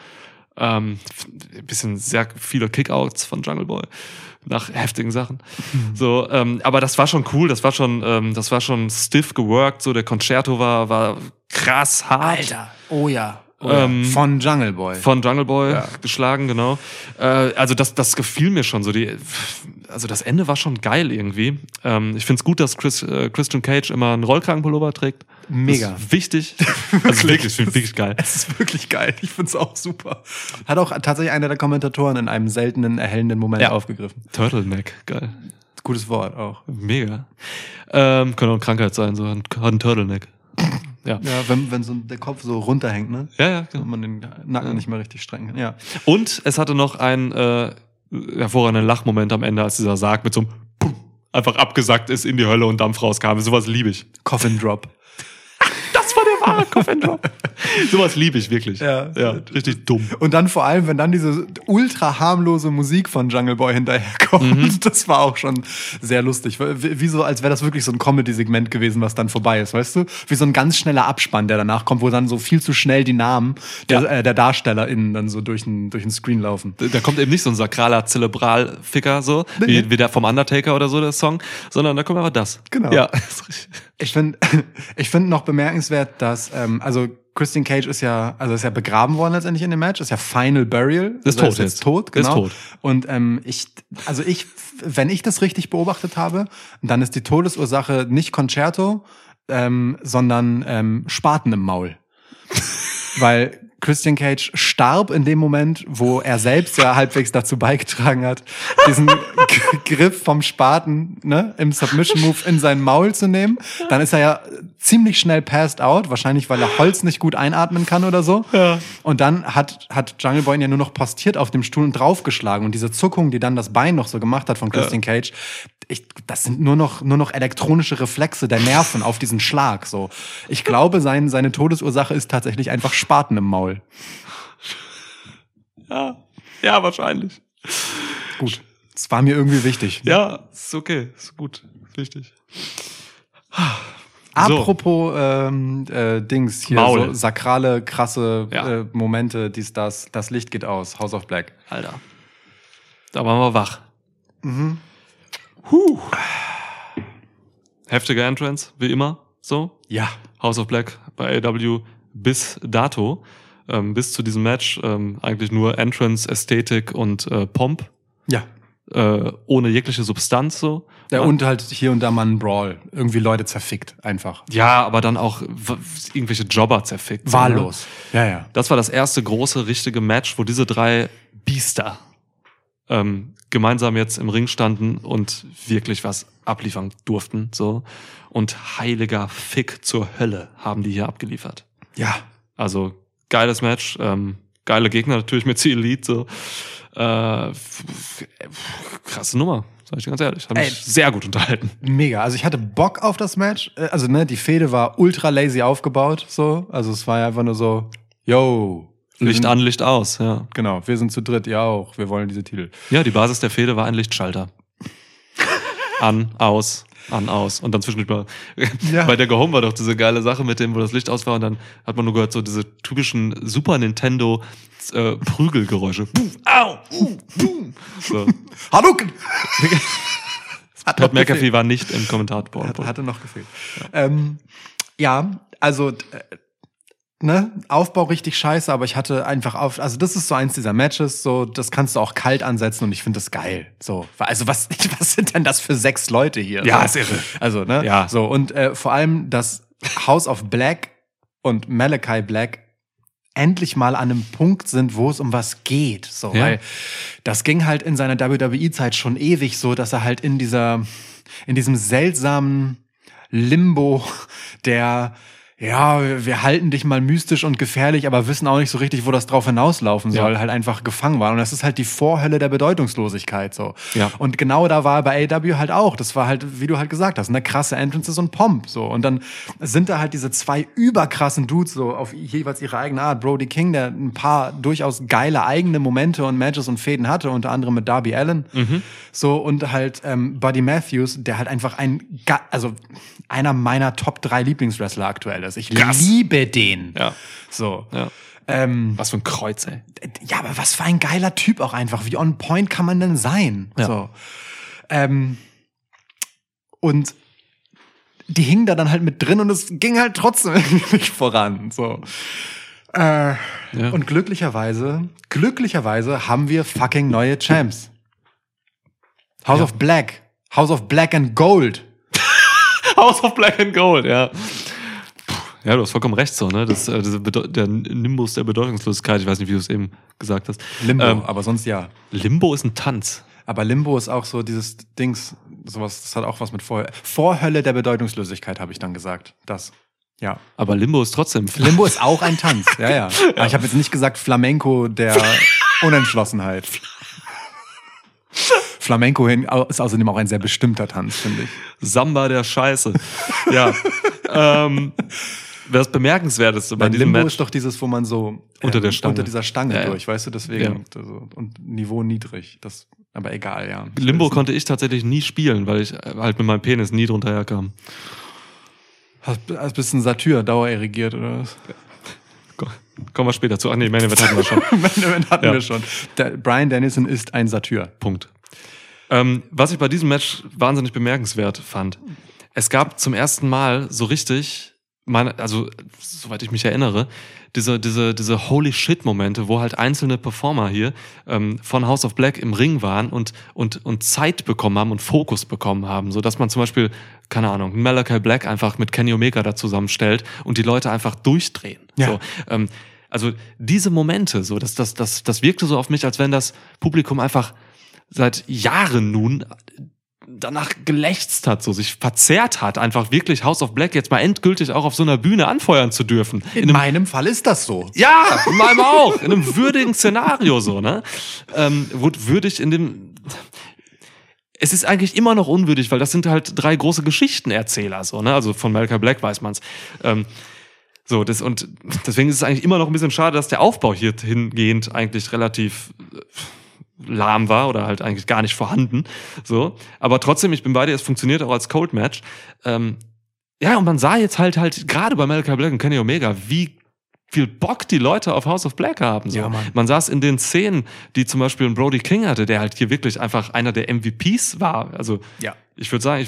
Bisschen sehr viele Kickouts von Jungle Boy nach heftigen Sachen. So, aber das war schon cool, das war schon stiff geworkt, so der Concerto war krass hart. Alter, oh ja. Von Jungle Boy. Geschlagen, genau. Also das gefiel mir schon so. Also das Ende war schon geil irgendwie. Ich find's gut, dass Christian Cage immer einen Rollkragenpullover trägt. Mega. Das ist wichtig. Also wirklich, wirklich geil. Es ist wirklich geil. Ich find's auch super. Hat auch tatsächlich einer der Kommentatoren in einem seltenen, erhellenden Moment aufgegriffen. Turtleneck, geil. Gutes Wort auch. Mega. Könnte auch eine Krankheit sein, so hat ein Turtleneck. Ja, wenn so der Kopf so runterhängt, ne? Ja. Und man den Nacken nicht mehr richtig strecken kann. Ja. Und es hatte noch einen hervorragenden Lachmoment am Ende, als dieser Sarg mit so einem Pum einfach abgesackt ist in die Hölle und Dampf rauskam. Sowas liebe ich. Coffin Drop. Das war der wahre Coffin Drop. Sowas liebe ich wirklich. Ja, richtig dumm. Und dann vor allem, wenn dann diese ultra harmlose Musik von Jungle Boy hinterherkommt, das war auch schon sehr lustig. Wie so, als wäre das wirklich so ein Comedy-Segment gewesen, was dann vorbei ist, weißt du? Wie so ein ganz schneller Abspann, der danach kommt, wo dann so viel zu schnell die Namen der DarstellerInnen dann so durch den Screen laufen. Da kommt eben nicht so ein sakraler Zelebral-Ficker so, wie der vom Undertaker oder so, der Song, sondern da kommt einfach das. Genau. Ja. Ich finde noch bemerkenswert, dass, Christian Cage ist ja begraben worden letztendlich in dem Match, ist ja Final Burial. Ist tot jetzt. Tot, genau. Ist tot. Und wenn ich das richtig beobachtet habe, dann ist die Todesursache nicht Concerto, sondern Spaten im Maul. Weil Christian Cage starb in dem Moment, wo er selbst ja halbwegs dazu beigetragen hat, diesen Griff vom Spaten, ne, im Submission-Move in sein Maul zu nehmen. Dann ist er ja ziemlich schnell passed out, wahrscheinlich weil er Holz nicht gut einatmen kann oder so. Ja. Und dann hat Jungle Boy ihn ja nur noch postiert auf dem Stuhl und draufgeschlagen. Und diese Zuckung, die dann das Bein noch so gemacht hat von Christian Cage, das sind nur noch elektronische Reflexe der Nerven auf diesen Schlag. So, ich glaube, seine Todesursache ist tatsächlich einfach Spaten im Maul. Ja, wahrscheinlich. Gut, das war mir irgendwie wichtig. Ja, ist okay, ist gut, wichtig. Apropos Dings hier, Maul. so sakrale, krasse Momente, das Licht geht aus, House of Black. Alter, da waren wir wach. Heftige Entrance, wie immer, so. Ja. House of Black bei AEW bis dato, bis zu diesem Match, eigentlich nur Entrance, Ästhetik und Pomp. Ja. Ohne jegliche Substanz, so. Ja, und halt hier und da mal ein Brawl. Irgendwie Leute zerfickt, einfach. Ja, aber dann auch irgendwelche Jobber zerfickt. Wahllos. Ja. Das war das erste große, richtige Match, wo diese drei Biester gemeinsam jetzt im Ring standen und wirklich was abliefern durften. So. Und heiliger Fick zur Hölle haben die hier abgeliefert. Ja. Also geiles Match, geile Gegner natürlich mit C Elite. So. Krasse Nummer, sag ich dir ganz ehrlich. Hat mich sehr gut unterhalten. Mega. Also ich hatte Bock auf das Match. Also die Fehde war ultra lazy aufgebaut. So. Also es war ja einfach nur so, yo. Licht an, Licht aus, ja. Genau, wir sind zu dritt, ihr auch. Wir wollen diese Titel. Ja, die Basis der Fehde war ein Lichtschalter. An, aus. Und dann zwischendurch bei der Go Home war doch diese geile Sache mit dem, wo das Licht aus war und dann hat man nur gehört, so diese typischen Super Nintendo Prügelgeräusche. Puh, au, boom. So. Hadouken! Pat McAfee war nicht im Kommentator. Hatte noch gefehlt. Ja, also Aufbau richtig scheiße, aber ich hatte einfach also das ist so eins dieser Matches, so, das kannst du auch kalt ansetzen und ich finde das geil. So, also was sind denn das für 6 Leute hier? Ja, so. ist irre. Also, Ja. So, und vor allem, dass House of Black und Malachi Black endlich mal an einem Punkt sind, wo es um was geht. So, Ja. weil das ging halt in seiner WWE-Zeit schon ewig so, dass er halt in diesem seltsamen Limbo der wir halten dich mal mystisch und gefährlich, aber wissen auch nicht so richtig, wo das drauf hinauslaufen soll, halt einfach gefangen war. Und das ist halt die Vorhölle der Bedeutungslosigkeit, so. Ja. Und genau da war bei AEW halt auch. Das war halt, wie du halt gesagt hast, krasse Entrances und Pomp, so. Und dann sind da halt diese 2 überkrassen Dudes, so, auf jeweils ihre eigene Art. Brody King, der ein paar durchaus geile eigene Momente und Matches und Fäden hatte, unter anderem mit Darby Allin. So, und halt, Buddy Matthews, der halt einfach einer meiner Top 3 Lieblingswrestler aktuell ist. Ich liebe den. Ja. So. Ja. Was für ein Kreuz, ey. Ja, aber was für ein geiler Typ auch einfach. Wie on point kann man denn sein? Ja. So. Und die hingen da dann halt mit drin und es ging halt trotzdem nicht voran. So. Und glücklicherweise haben wir fucking neue Champs. House of Black and Gold. House of Black and Gold, ja. Ja, du hast vollkommen recht, so, ne? Das, der Nimbus der Bedeutungslosigkeit, ich weiß nicht, wie du es eben gesagt hast. Limbo, aber sonst ja. Limbo ist ein Tanz. Aber Limbo ist auch so dieses Dings, sowas, das hat auch was mit Vorhölle der Bedeutungslosigkeit, habe ich dann gesagt. Das, ja. Aber Limbo ist trotzdem. Limbo ist auch ein Tanz, ja. Aber ich habe jetzt nicht gesagt Flamenco der Unentschlossenheit. Flamenco ist außerdem auch ein sehr bestimmter Tanz, finde ich. Samba der Scheiße. Ja. Das Bemerkenswerteste bei diesem Limbo Match ist doch dieses, wo man so unter dieser Stange durch, weißt du, deswegen Ja. und Niveau niedrig, das, aber egal, ja. Limbo konnte ich tatsächlich nie spielen, weil ich halt mit meinem Penis nie drunter herkam. Hast bist ein Satyr, dauererregiert oder was? Kommen wir später zu. Ach nee, Main Event hatten wir schon. Main Event hatten wir schon. Bryan Danielson ist ein Satyr. Punkt. Was ich bei diesem Match wahnsinnig bemerkenswert fand, es gab zum ersten Mal so richtig, soweit ich mich erinnere, diese Holy Shit-Momente, wo halt einzelne Performer hier von House of Black im Ring waren und Zeit bekommen haben und Fokus bekommen haben, so dass man zum Beispiel, keine Ahnung, Malachi Black einfach mit Kenny Omega da zusammenstellt und die Leute einfach durchdrehen. Ja. So, also diese Momente, so das wirkte so auf mich, als wenn das Publikum einfach seit Jahren nun danach gelächzt hat, so sich verzerrt hat, einfach wirklich House of Black jetzt mal endgültig auch auf so einer Bühne anfeuern zu dürfen. In meinem Fall ist das so. Ja, in meinem auch. In einem würdigen Szenario so, ne? Würdig in dem... Es ist eigentlich immer noch unwürdig, weil das sind halt 3 große Geschichtenerzähler, so, ne? Also von Malachi Black weiß man's. Und deswegen ist es eigentlich immer noch ein bisschen schade, dass der Aufbau hier hingehend eigentlich relativ lahm war oder halt eigentlich gar nicht vorhanden. So. Aber trotzdem, ich bin bei dir, es funktioniert auch als Cold Match. Ja, und man sah jetzt halt gerade bei Malachi Black und Kenny Omega, wie viel Bock die Leute auf House of Black haben. So. Ja, man sah es in den Szenen, die zum Beispiel ein Brody King hatte, der halt hier wirklich einfach einer der MVPs war. Also Ja. ich würde sagen,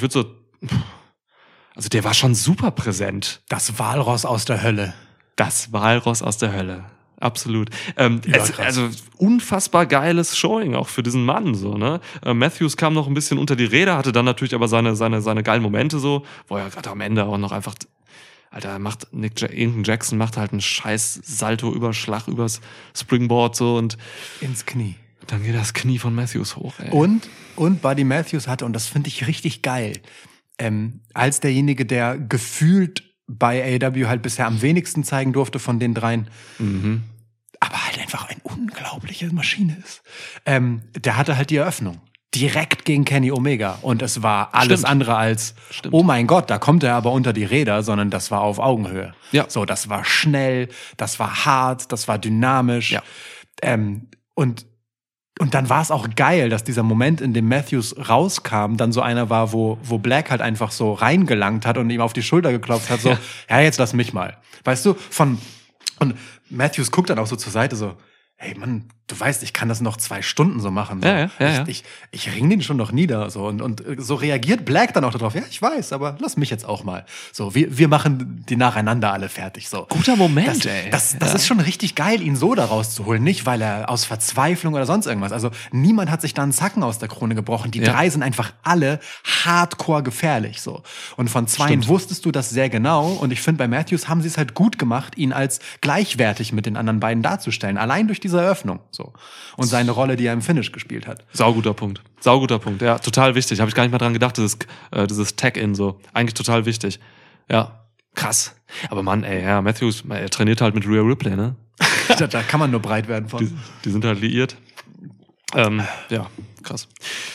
also der war schon super präsent. Das Walross aus der Hölle. Das Walross aus der Hölle. Absolut. Krass. Also unfassbar geiles Showing auch für diesen Mann, so, ne? Matthews kam noch ein bisschen unter die Räder, hatte dann natürlich aber seine geilen Momente so, wo er gerade am Ende auch noch einfach, Alter, irgendein Jackson macht halt einen scheiß Salto-Überschlag übers Springboard so und ins Knie. Dann geht das Knie von Matthews hoch, ey. Und Buddy Matthews hatte, und das finde ich richtig geil, als derjenige, der gefühlt bei AEW halt bisher am wenigsten zeigen durfte von den dreien, aber halt einfach eine unglaubliche Maschine ist. Der hatte halt die Eröffnung. Direkt gegen Kenny Omega. Und es war alles andere als, oh mein Gott, da kommt er aber unter die Räder, sondern das war auf Augenhöhe. Ja. So, das war schnell, das war hart, das war dynamisch. Ja. Und dann war es auch geil, dass dieser Moment, in dem Matthews rauskam, dann so einer war, wo Black halt einfach so reingelangt hat und ihm auf die Schulter geklopft hat, so, ja, jetzt lass mich mal. Weißt du, und Matthews guckt dann auch so zur Seite, so, hey Mann, du weißt, ich kann das noch 2 Stunden so machen. So. Ja. Ich ring den schon noch nieder. So. Und so reagiert Black dann auch darauf. Ja, ich weiß, aber lass mich jetzt auch mal. So, wir machen die nacheinander alle fertig. So. Guter Moment, ey. Das ist schon richtig geil, ihn so da rauszuholen. Nicht, weil er aus Verzweiflung oder sonst irgendwas. Also niemand hat sich da einen Zacken aus der Krone gebrochen. Die 3 sind einfach alle hardcore gefährlich. So. Und von 2 wusstest du das sehr genau. Und ich finde, bei Matthews haben sie es halt gut gemacht, ihn als gleichwertig mit den anderen beiden darzustellen. Allein durch diese Eröffnung. So. Und seine Rolle, die er im Finish gespielt hat. Sauguter Punkt. Ja, total wichtig. Habe ich gar nicht mal dran gedacht, dieses Tag-In so. Eigentlich total wichtig. Ja, krass. Aber Mann, ey, ja, Matthews, er trainiert halt mit Rhea Ripley, ne? Da kann man nur breit werden von. Die sind halt liiert. Ja, krass.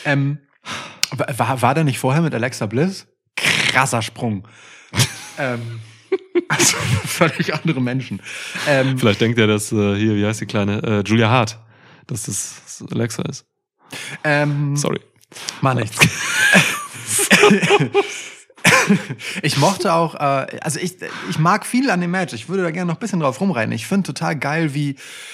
War der nicht vorher mit Alexa Bliss? Krasser Sprung. Also völlig andere Menschen. Vielleicht denkt er, dass hier, wie heißt die kleine, Julia Hart, dass das Alexa ist. Sorry. Mach nichts. Ich mochte auch, also ich mag viel an dem Match. Ich würde da gerne noch ein bisschen drauf rumreiten. Ich finde total geil, wie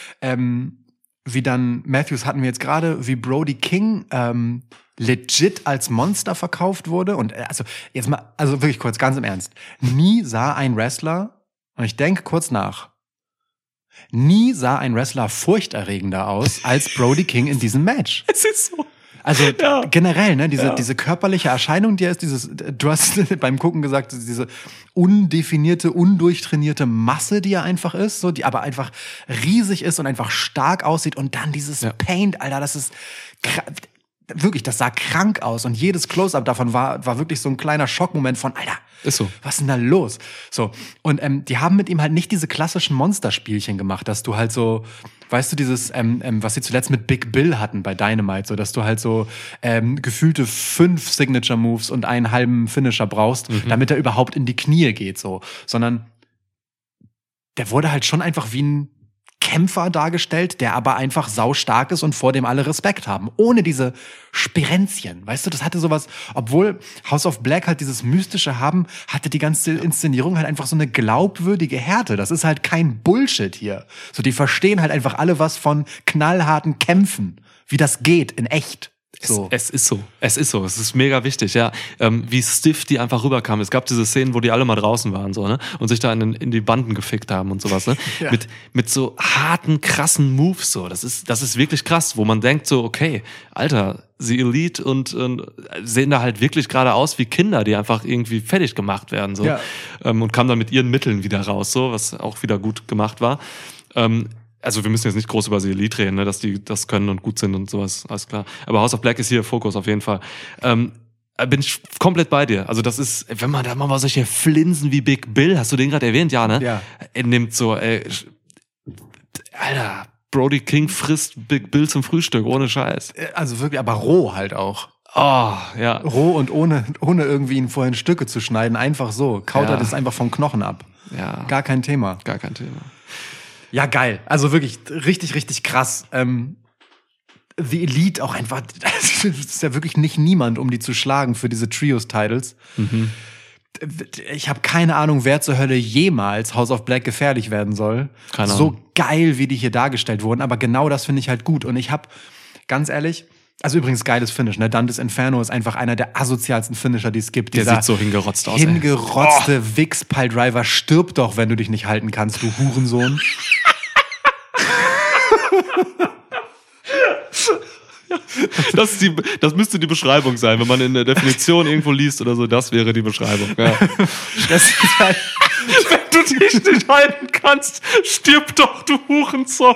dann Matthews hatten wir jetzt gerade, wie Brody King legit als Monster verkauft wurde. Und also jetzt mal, also wirklich kurz, ganz im Ernst. Nie sah ein Wrestler, und ich denke kurz nach, nie sah ein Wrestler furchterregender aus als Brody King in diesem Match. Es ist so. Also generell, ne, diese körperliche Erscheinung, die er ist, du hast beim Gucken gesagt, diese undefinierte, undurchtrainierte Masse, die er einfach ist, so, die aber einfach riesig ist und einfach stark aussieht, und dann dieses Paint, Alter, das ist wirklich, das sah krank aus, und jedes Close-Up davon war wirklich so ein kleiner Schockmoment von, Alter, ist so. Was ist denn da los? So, und die haben mit ihm halt nicht diese klassischen Monsterspielchen gemacht, dass du halt so, weißt du, dieses, was sie zuletzt mit Big Bill hatten bei Dynamite, so, dass du halt so gefühlte 5 Signature-Moves und einen halben Finisher brauchst, damit er überhaupt in die Knie geht, so. Sondern der wurde halt schon einfach wie ein Kämpfer dargestellt, der aber einfach saustark ist und vor dem alle Respekt haben. Ohne diese Spirenzchen. Weißt du, das hatte sowas, obwohl House of Black halt dieses Mystische haben, hatte die ganze Inszenierung halt einfach so eine glaubwürdige Härte. Das ist halt kein Bullshit hier. So, die verstehen halt einfach alle was von knallharten Kämpfen. Wie das geht, in echt. So. Es ist so. Es ist mega wichtig, ja. Wie stiff die einfach rüberkamen. Es gab diese Szenen, wo die alle mal draußen waren, so, ne? Und sich da in die Banden gefickt haben und sowas, ne? Ja. Mit so harten, krassen Moves, so. Das ist wirklich krass, wo man denkt so, okay, Alter, sie Elite und sehen da halt wirklich gerade aus wie Kinder, die einfach irgendwie fertig gemacht werden, so. Ja. Und kamen dann mit ihren Mitteln wieder raus, so, was auch wieder gut gemacht war. Also wir müssen jetzt nicht groß über sie Elite reden, ne, dass die das können und gut sind und sowas, alles klar. Aber House of Black ist hier Fokus auf jeden Fall. Bin ich komplett bei dir. Also das ist, wenn man da mal solche Flinsen wie Big Bill, hast du den gerade erwähnt, ja, ne? Ja. Er nimmt so, Alter, Brody King frisst Big Bill zum Frühstück, ohne Scheiß. Also wirklich, aber roh halt auch. Oh, ja. Roh und ohne irgendwie ihn vorher in Stücke zu schneiden, einfach so. Kaut er das einfach vom Knochen ab. Ja. Gar kein Thema. Gar kein Thema. Ja, geil. Also wirklich richtig, richtig krass. The Elite auch einfach, das ist ja wirklich nicht niemand, um die zu schlagen für diese Trios-Titles. Ich habe keine Ahnung, wer zur Hölle jemals House of Black gefährlich werden soll. Keine Ahnung. So geil, wie die hier dargestellt wurden. Aber genau das finde ich halt gut. Und ich habe, ganz ehrlich, also übrigens geiles Finish, ne? Dantes Inferno ist einfach einer der asozialsten Finisher, die es gibt. Der sieht so hingerotzt aus. Hingerotzte Wix-Pile-Driver, stirb doch, wenn du dich nicht halten kannst, du Hurensohn. Das müsste die Beschreibung sein, wenn man in der Definition irgendwo liest oder so, das wäre die Beschreibung. Ja. Das ist halt, Wenn du dich nicht halten kannst, stirb doch, du Hurensohn.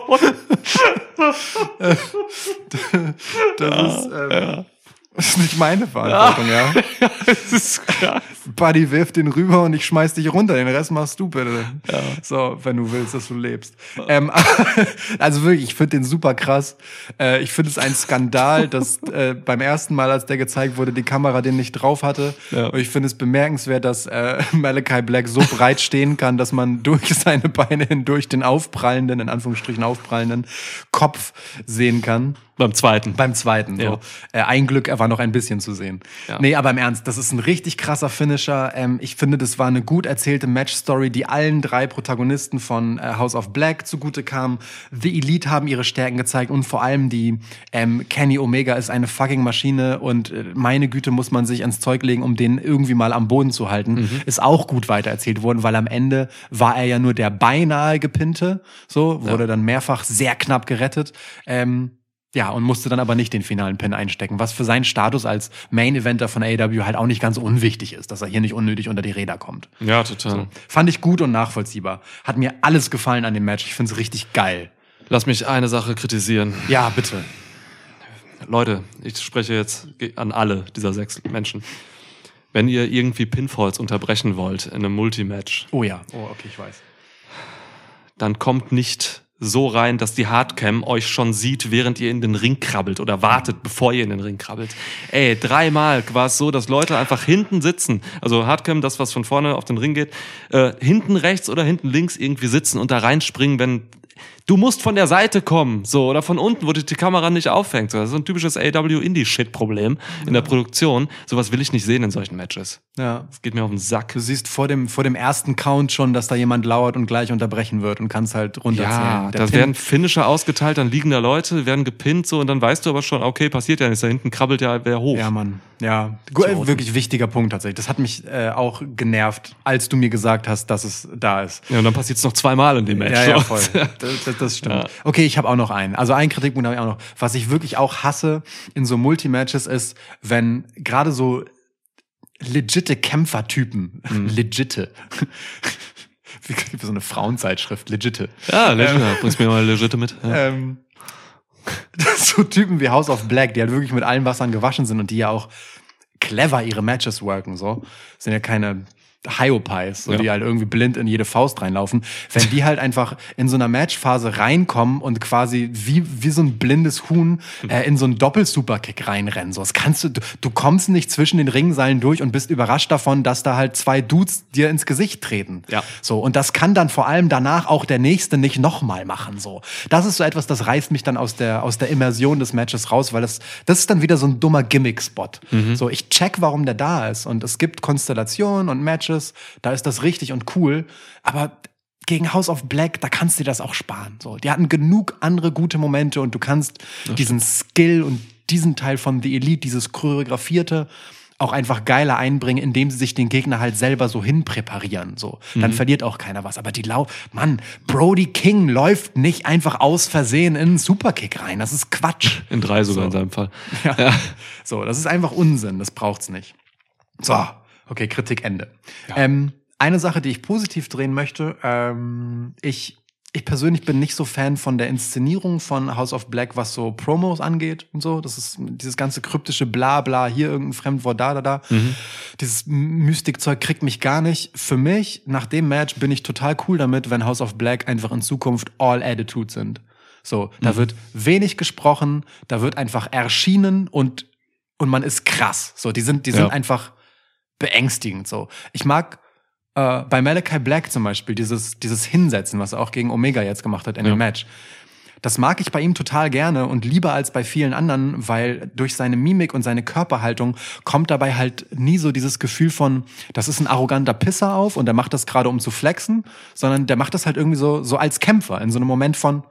Das ist nicht meine Verantwortung, ja. Das ist krass. Buddy wirft den rüber und ich schmeiß dich runter. Den Rest machst du bitte. Ja. So, wenn du willst, dass du lebst. Also wirklich, ich finde den super krass. Ich finde es ein Skandal, dass beim ersten Mal, als der gezeigt wurde, die Kamera den nicht drauf hatte. Ja. Und ich finde es bemerkenswert, dass Malachi Black so breit stehen kann, dass man durch seine Beine hindurch den aufprallenden, in Anführungsstrichen aufprallenden Kopf sehen kann. Beim zweiten. So. Ein Glück, er war noch ein bisschen zu sehen. Ja. Nee, aber im Ernst, das ist ein richtig krasser Finisher. Ich finde, das war eine gut erzählte Match-Story, die allen 3 Protagonisten von House of Black zugute kam. The Elite haben ihre Stärken gezeigt und vor allem die Kenny Omega ist eine fucking Maschine und meine Güte, muss man sich ans Zeug legen, um den irgendwie mal am Boden zu halten. Ist auch gut weitererzählt worden, weil am Ende war er ja nur der beinahe Gepinte. So, wurde dann mehrfach sehr knapp gerettet. Ja, und musste dann aber nicht den finalen Pin einstecken, was für seinen Status als Main-Eventer von AEW halt auch nicht ganz unwichtig ist, dass er hier nicht unnötig unter die Räder kommt. Ja, total. So. Fand ich gut und nachvollziehbar. Hat mir alles gefallen an dem Match. Ich find's richtig geil. Lass mich eine Sache kritisieren. Ja, bitte. Leute, ich spreche jetzt an alle dieser 6 Menschen. Wenn ihr irgendwie Pinfalls unterbrechen wollt in einem Multimatch. Oh ja, okay, ich weiß. Dann kommt nicht so rein, dass die Hardcam euch schon sieht, während ihr in den Ring krabbelt oder wartet, bevor ihr in den Ring krabbelt. 3-mal war es so, dass Leute einfach hinten sitzen, also Hardcam, das, was von vorne auf den Ring geht, hinten rechts oder hinten links irgendwie sitzen und da reinspringen, wenn du musst von der Seite kommen, so, oder von unten, wo die Kamera nicht auffängt. Das ist ein typisches AEW-Indie-Shit-Problem in der Produktion. Sowas will ich nicht sehen in solchen Matches. Ja. Das geht mir auf den Sack. Du siehst vor dem ersten Count schon, dass da jemand lauert und gleich unterbrechen wird und kannst halt runterzählen. Ja, da werden Finisher ausgeteilt an liegender Leute, werden gepinnt so und dann weißt du aber schon, okay, passiert ja nichts, da hinten krabbelt ja wer hoch. Ja, Mann. Ja, wirklich wichtiger Punkt tatsächlich. Das hat mich auch genervt, als du mir gesagt hast, dass es da ist. Ja, und dann passiert es noch 2-mal in dem Match. Ja, voll. Das stimmt. Ja. Okay, ich habe auch noch einen. Also einen Kritikpunkt habe ich auch noch. Was ich wirklich auch hasse in so Multimatches ist, wenn gerade so legitte Kämpfertypen, legitte, wie so eine Frauenzeitschrift, legitte. Ja, legitte, bringst mir mal legitte mit. Ja. So Typen wie House of Black, die halt wirklich mit allen Wassern gewaschen sind und die ja auch clever ihre Matches worken, so. Sind ja keine Hyopies, so, die halt irgendwie blind in jede Faust reinlaufen. Wenn die halt einfach in so einer Matchphase reinkommen und quasi wie so ein blindes Huhn in so einen Doppel-Superkick reinrennen. So, das kannst du kommst nicht zwischen den Ringseilen durch und bist überrascht davon, dass da halt 2 Dudes dir ins Gesicht treten. Ja. So, und das kann dann vor allem danach auch der Nächste nicht nochmal machen. So, das ist so etwas, das reißt mich dann aus der Immersion des Matches raus, weil das ist dann wieder so ein dummer Gimmick-Spot. So, ich check, warum der da ist und es gibt Konstellationen und Matches, da ist das richtig und cool, aber gegen House of Black, da kannst du dir das auch sparen. So, die hatten genug andere gute Momente und du kannst diesen Skill und diesen Teil von The Elite, dieses Choreografierte, auch einfach geiler einbringen, indem sie sich den Gegner halt selber so hinpräparieren. So, dann verliert auch keiner was. Aber Brody King läuft nicht einfach aus Versehen in einen Superkick rein. Das ist Quatsch. In 3 sogar in seinem Fall. Ja. So, das ist einfach Unsinn. Das braucht's nicht. So. Okay, Kritik Ende. Ja. Eine Sache, die ich positiv drehen möchte, ich persönlich bin nicht so Fan von der Inszenierung von House of Black, was so Promos angeht und so. Das ist dieses ganze kryptische Blabla, hier irgendein Fremdwort, da. Dieses Mystikzeug kriegt mich gar nicht. Für mich, nach dem Match, bin ich total cool damit, wenn House of Black einfach in Zukunft all Attitude sind. So, da wird wenig gesprochen, da wird einfach erschienen und man ist krass. So, die sind einfach beängstigend, so. Ich mag bei Malachi Black zum Beispiel dieses Hinsetzen, was er auch gegen Omega jetzt gemacht hat in dem Match. Das mag ich bei ihm total gerne und lieber als bei vielen anderen, weil durch seine Mimik und seine Körperhaltung kommt dabei halt nie so dieses Gefühl von, das ist ein arroganter Pisser auf und der macht das gerade, um zu flexen, sondern der macht das halt irgendwie so als Kämpfer, in so einem Moment von,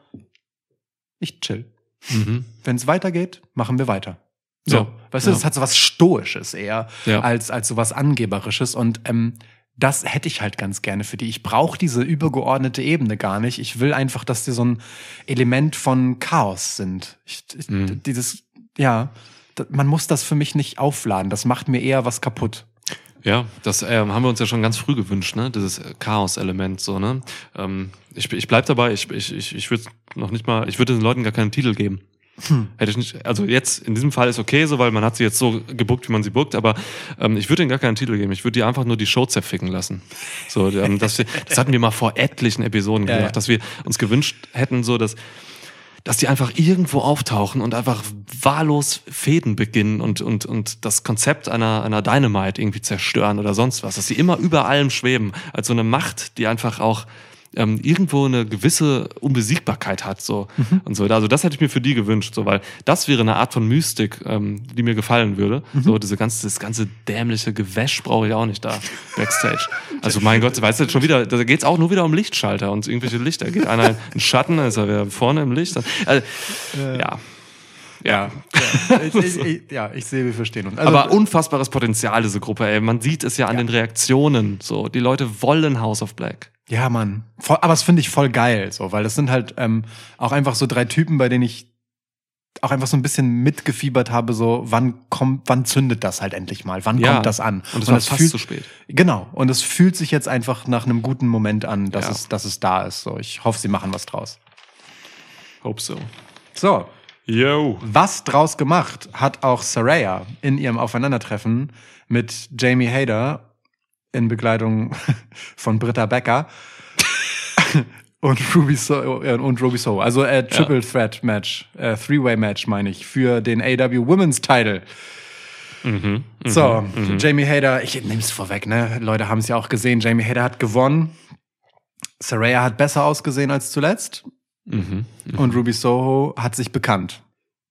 ich chill. Wenn es weitergeht, machen wir weiter. So, ja. Weißt du, das hat so was Stoisches eher als so was Angeberisches und das hätte ich halt ganz gerne für die. Ich brauche diese übergeordnete Ebene gar nicht. Ich will einfach, dass die so ein Element von Chaos sind. Man muss das für mich nicht aufladen. Das macht mir eher was kaputt. Ja, das haben wir uns ja schon ganz früh gewünscht, ne? Dieses Chaos-Element, so, ne? Ich bleib dabei, ich würde noch nicht mal, ich würde den Leuten gar keinen Titel geben. Hätte ich nicht, also jetzt, in diesem Fall ist okay so, weil man hat sie jetzt so gebuckt, wie man sie buckt, aber ich würde ihnen gar keinen Titel geben. Ich würde die einfach nur die Show zerficken lassen. So, das hatten wir mal vor etlichen Episoden gemacht, dass wir uns gewünscht hätten, so, dass die einfach irgendwo auftauchen und einfach wahllos Fäden beginnen und das Konzept einer Dynamite irgendwie zerstören oder sonst was. Dass sie immer über allem schweben, als so eine Macht, die einfach auch irgendwo eine gewisse Unbesiegbarkeit hat, so und so. Also das hätte ich mir für die gewünscht, so, weil das wäre eine Art von Mystik, die mir gefallen würde. So das ganze dämliche Gewäsch brauche ich auch nicht da Backstage. Also mein Gott, weißt du schon wieder, da geht's auch nur wieder um Lichtschalter und irgendwelche Lichter. Geht einer in Schatten, dann ist er wieder vorne im Licht. Also, Ja, ich sehe, wir verstehen uns. Also, aber unfassbares Potenzial, diese Gruppe, ey. Man sieht es ja an den Reaktionen, so. Die Leute wollen House of Black. Ja, Mann. Aber das finde ich voll geil, so, weil das sind halt auch einfach so 3 Typen, bei denen ich auch einfach so ein bisschen mitgefiebert habe, so, wann zündet das halt endlich mal? Wann kommt das an? Und es war fast zu spät. Genau. Und es fühlt sich jetzt einfach nach einem guten Moment an, dass es da ist, so. Ich hoffe, sie machen was draus. Hope so. So. Yo. Was draus gemacht hat auch Saraya in ihrem Aufeinandertreffen mit Jamie Hayter in Begleitung von Britta Becker und Ruby Soho. Also Triple Threat Match, Three-Way Match meine ich, für den AEW Women's Title. Jamie Hayter, ich nehme es vorweg, ne? Leute haben es ja auch gesehen, Jamie Hayter hat gewonnen. Saraya hat besser ausgesehen als zuletzt. Und Ruby Soho hat sich bekannt.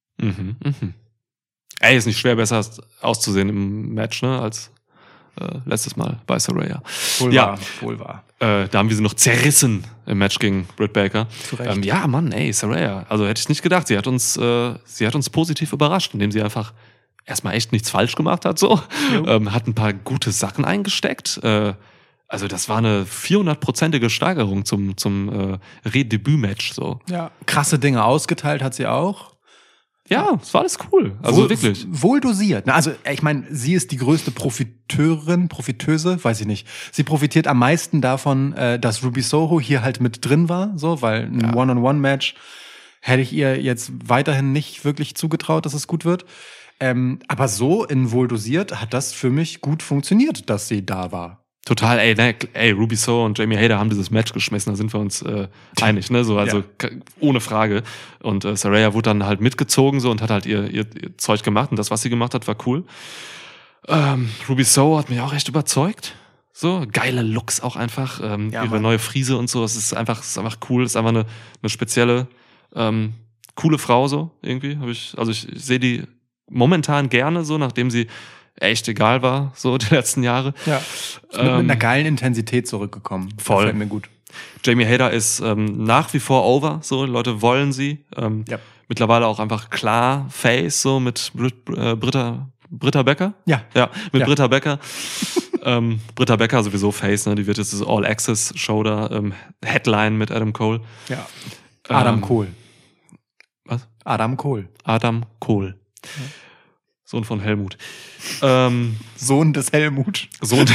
Ey, ist nicht schwer, besser auszusehen im Match, ne, als letztes Mal bei Saraya. Wohl wahr. Da haben wir sie noch zerrissen im Match gegen Britt Baker. Ja, Mann, ey, Saraya. Also hätte ich nicht gedacht. Sie hat uns positiv überrascht, indem sie einfach erstmal echt nichts falsch gemacht hat, so. Hat ein paar gute Sachen eingesteckt. Also das war eine 400%ige Steigerung zum Redebüt-Match, so. Ja. Krasse Dinge ausgeteilt hat sie auch. Ja, es war alles cool. Also wirklich. Wohl dosiert. Also ich meine, sie ist die größte Profiteuse, weiß ich nicht. Sie profitiert am meisten davon, dass Ruby Soho hier halt mit drin war, so, weil ein One-on-One-Match hätte ich ihr jetzt weiterhin nicht wirklich zugetraut, dass es gut wird. Aber so in wohl dosiert hat das für mich gut funktioniert, dass sie da war. Total, ey, Ruby Soho und Jamie Hayter haben dieses Match geschmissen, da sind wir uns einig, ne? So, also ohne Frage. Und Saraya wurde dann halt mitgezogen so und hat halt ihr Zeug gemacht und das, was sie gemacht hat, war cool. Ruby Soho hat mich auch echt überzeugt. So, geile Looks auch einfach. Ihre neue Frise und so, es ist einfach cool, es ist einfach eine spezielle, coole Frau so irgendwie. Ich sehe die momentan gerne so, nachdem sie echt egal war, so die letzten Jahre. Ja. Mit einer geilen Intensität zurückgekommen. Voll. Das gefällt mir gut. Jamie Hayter ist nach wie vor over, so, die Leute wollen sie. Mittlerweile auch einfach klar Face, so mit Britta Becker? Ja. Ja, mit Britta Becker. Britta Becker sowieso Face, ne? Die wird jetzt das All-Access-Show da, Headline mit Adam Cole. Ja. Adam Cole. Was? Adam Cole. Adam Cole. Ja. Sohn von Helmut. Sohn des Helmut.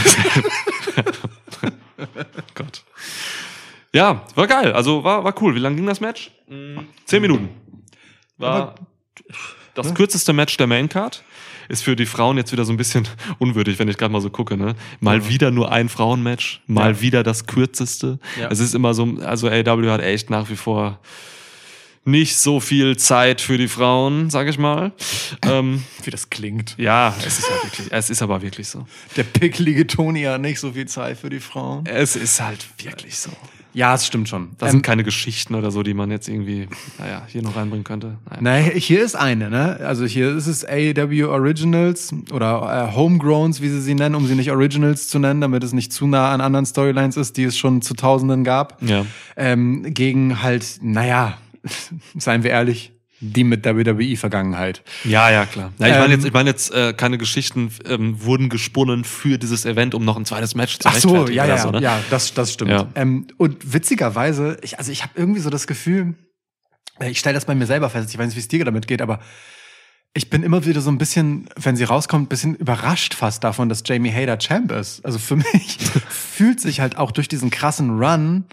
Gott. Ja, war geil. Also war cool. Wie lang ging das Match? 10 Minuten. War das kürzeste Match der Maincard. Ist für die Frauen jetzt wieder so ein bisschen unwürdig, wenn ich gerade mal so gucke, ne? Mal wieder nur ein Frauenmatch, mal wieder das kürzeste. Ja. Es ist immer so, also AEW hat echt nach wie vor nicht so viel Zeit für die Frauen, sag ich mal. Wie das klingt. Ja, es ist aber wirklich so. Der picklige Tony hat nicht so viel Zeit für die Frauen. Es ist halt wirklich so. Ja, es stimmt schon. Das sind keine Geschichten oder so, die man jetzt irgendwie, hier noch reinbringen könnte. Hier ist eine, ne? Also hier ist es AEW Originals oder Homegrowns, wie sie nennen, um sie nicht Originals zu nennen, damit es nicht zu nah an anderen Storylines ist, die es schon zu Tausenden gab. Ja. Gegen halt, seien wir ehrlich, die mit WWE-Vergangenheit. Ja, klar. Ja, ich meine jetzt, keine Geschichten wurden gesponnen für dieses Event, um noch ein zweites Match zu rechtfertigen. Ach so, so, ne? Ja, das stimmt. Ja. Und witzigerweise, ich habe irgendwie so das Gefühl, ich stelle das bei mir selber fest, ich weiß nicht, wie es dir damit geht, aber ich bin immer wieder so ein bisschen, wenn sie rauskommt, ein bisschen überrascht fast davon, dass Jamie Hayter Champ ist. Also für mich fühlt sich halt auch durch diesen krassen Run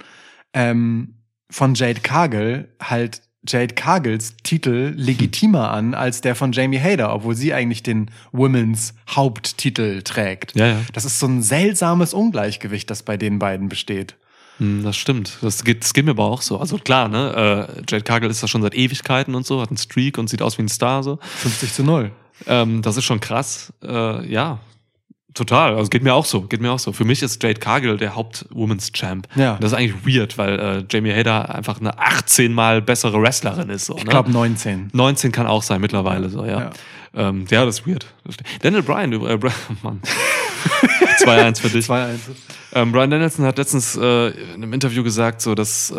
von Jade Cargill halt Jade Cargills Titel legitimer an als der von Jamie Hayter, obwohl sie eigentlich den Women's Haupttitel trägt. Ja. Das ist so ein seltsames Ungleichgewicht, das bei den beiden besteht. Das stimmt. Das geht mir aber auch so. Also klar, ne, Jade Cargill ist da schon seit Ewigkeiten und so, hat einen Streak und sieht aus wie ein Star so. 50-0. Das ist schon krass. Ja, total. Also geht mir auch so. Für mich ist Jade Cargill der Haupt-Women's Champ. Ja. Und das ist eigentlich weird, weil Jamie Hayter einfach eine 18-mal bessere Wrestlerin ist. So, Ich glaube 19. 19 kann auch sein mittlerweile so, ja. Ja, das ist weird. Daniel Bryan, Mann. 2-1 für dich. 2-1. Bryan Danielson hat letztens in einem Interview gesagt, so dass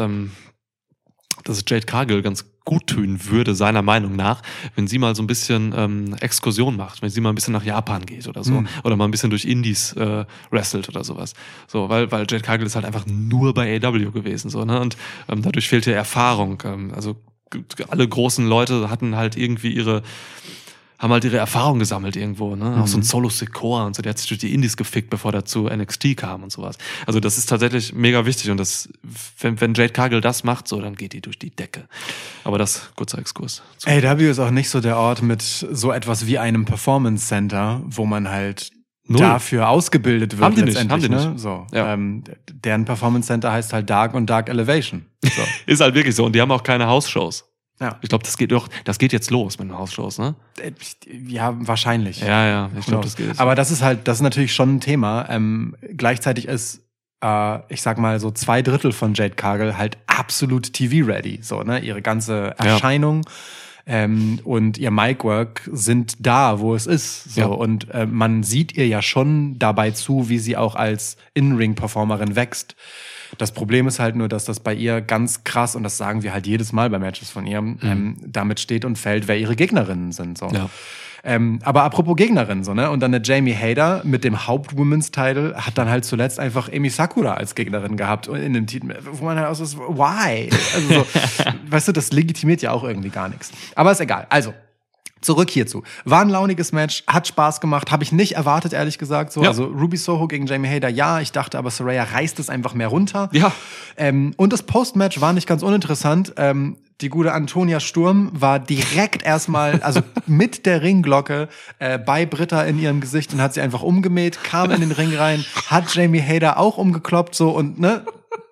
es Jade Cargill ganz gut tun würde, seiner Meinung nach, wenn sie mal so ein bisschen Exkursion macht, wenn sie mal ein bisschen nach Japan geht oder so. Oder mal ein bisschen durch Indies wrestelt oder sowas. So, weil Jade Cargill ist halt einfach nur bei AEW gewesen. So, ne? Und dadurch fehlt ihr Erfahrung. Also alle großen Leute hatten halt irgendwie haben halt ihre Erfahrung gesammelt irgendwo, ne? Auch so ein Solo Sikoa und so, der hat sich durch die Indies gefickt, bevor der zu NXT kam und sowas. Also das ist tatsächlich mega wichtig und das, wenn Jade Cargill das macht, so, dann geht die durch die Decke. Aber das, kurzer Exkurs. AEW ist auch nicht so der Ort mit so etwas wie einem Performance Center, wo man halt dafür ausgebildet wird. Haben die letztendlich, nicht. Ne? So, Ja. deren Performance Center heißt halt Dark und Dark Elevation. So. Ist halt wirklich so und die haben auch keine Hausshows. Ja. Ich glaube, das geht jetzt los mit den Hausshows, ne? Ja, wahrscheinlich. Ja, ich glaube, das geht jetzt. Aber das ist natürlich schon ein Thema. Gleichzeitig ist, ich sag mal, so 2/3 von Jade Cargill halt absolut TV-ready. So, ne? Ihre ganze Erscheinung und ihr Micwork sind da, wo es ist. So. Ja. Und man sieht ihr ja schon dabei zu, wie sie auch als In-Ring-Performerin wächst. Das Problem ist halt nur, dass das bei ihr ganz krass, und das sagen wir halt jedes Mal bei Matches von ihr, damit steht und fällt, wer ihre Gegnerinnen sind. So. Ja. Aber apropos Gegnerinnen, so, ne? Und dann der Jamie Hayter mit dem Haupt-Women's-Title hat dann halt zuletzt einfach Emi Sakura als Gegnerin gehabt in dem Titel, wo man halt auch so ist, why? Also so, weißt du, das legitimiert ja auch irgendwie gar nichts. Aber ist egal. Also, zurück hierzu. War ein launiges Match, hat Spaß gemacht, habe ich nicht erwartet, ehrlich gesagt. So. Ja. Also Ruby Soho gegen Jamie Hayter, ja, ich dachte aber, Saraya reißt es einfach mehr runter. Ja. Und das Post-Match war nicht ganz uninteressant. Die gute Antonia Sturm war direkt erstmal, also mit der Ringglocke bei Britta in ihrem Gesicht und hat sie einfach umgemäht, kam in den Ring rein, hat Jamie Hayter auch umgekloppt so und ne,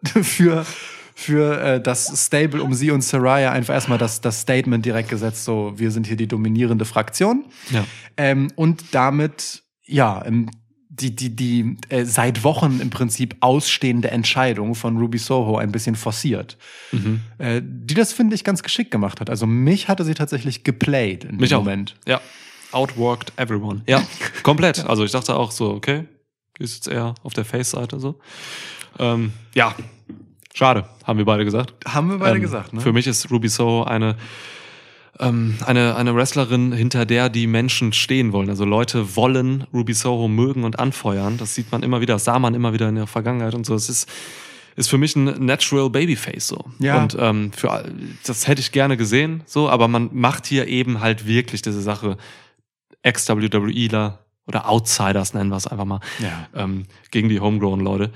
für das Stable um sie und Saraya einfach erstmal das Statement direkt gesetzt, so, wir sind hier die dominierende Fraktion. Ja. Und damit, ja, die seit Wochen im Prinzip ausstehende Entscheidung von Ruby Soho ein bisschen forciert. Die das, finde ich, ganz geschickt gemacht hat. Also mich hatte sie tatsächlich geplayed in dem Moment. Ja, outworked everyone. Ja, komplett. Also ich dachte auch so, okay, ist jetzt eher auf der Face-Seite so. Ja, schade, haben wir beide gesagt. Haben wir beide gesagt, ne? Für mich ist Ruby Soho eine Wrestlerin, hinter der die Menschen stehen wollen. Also Leute wollen Ruby Soho mögen und anfeuern. Das sieht man immer wieder, das sah man immer wieder in der Vergangenheit und so. Es ist für mich ein natural Babyface so. Ja. Und das hätte ich gerne gesehen, so, aber man macht hier eben halt wirklich diese Sache Ex-WWEler oder Outsiders nennen wir es einfach mal, gegen die Homegrown-Leute.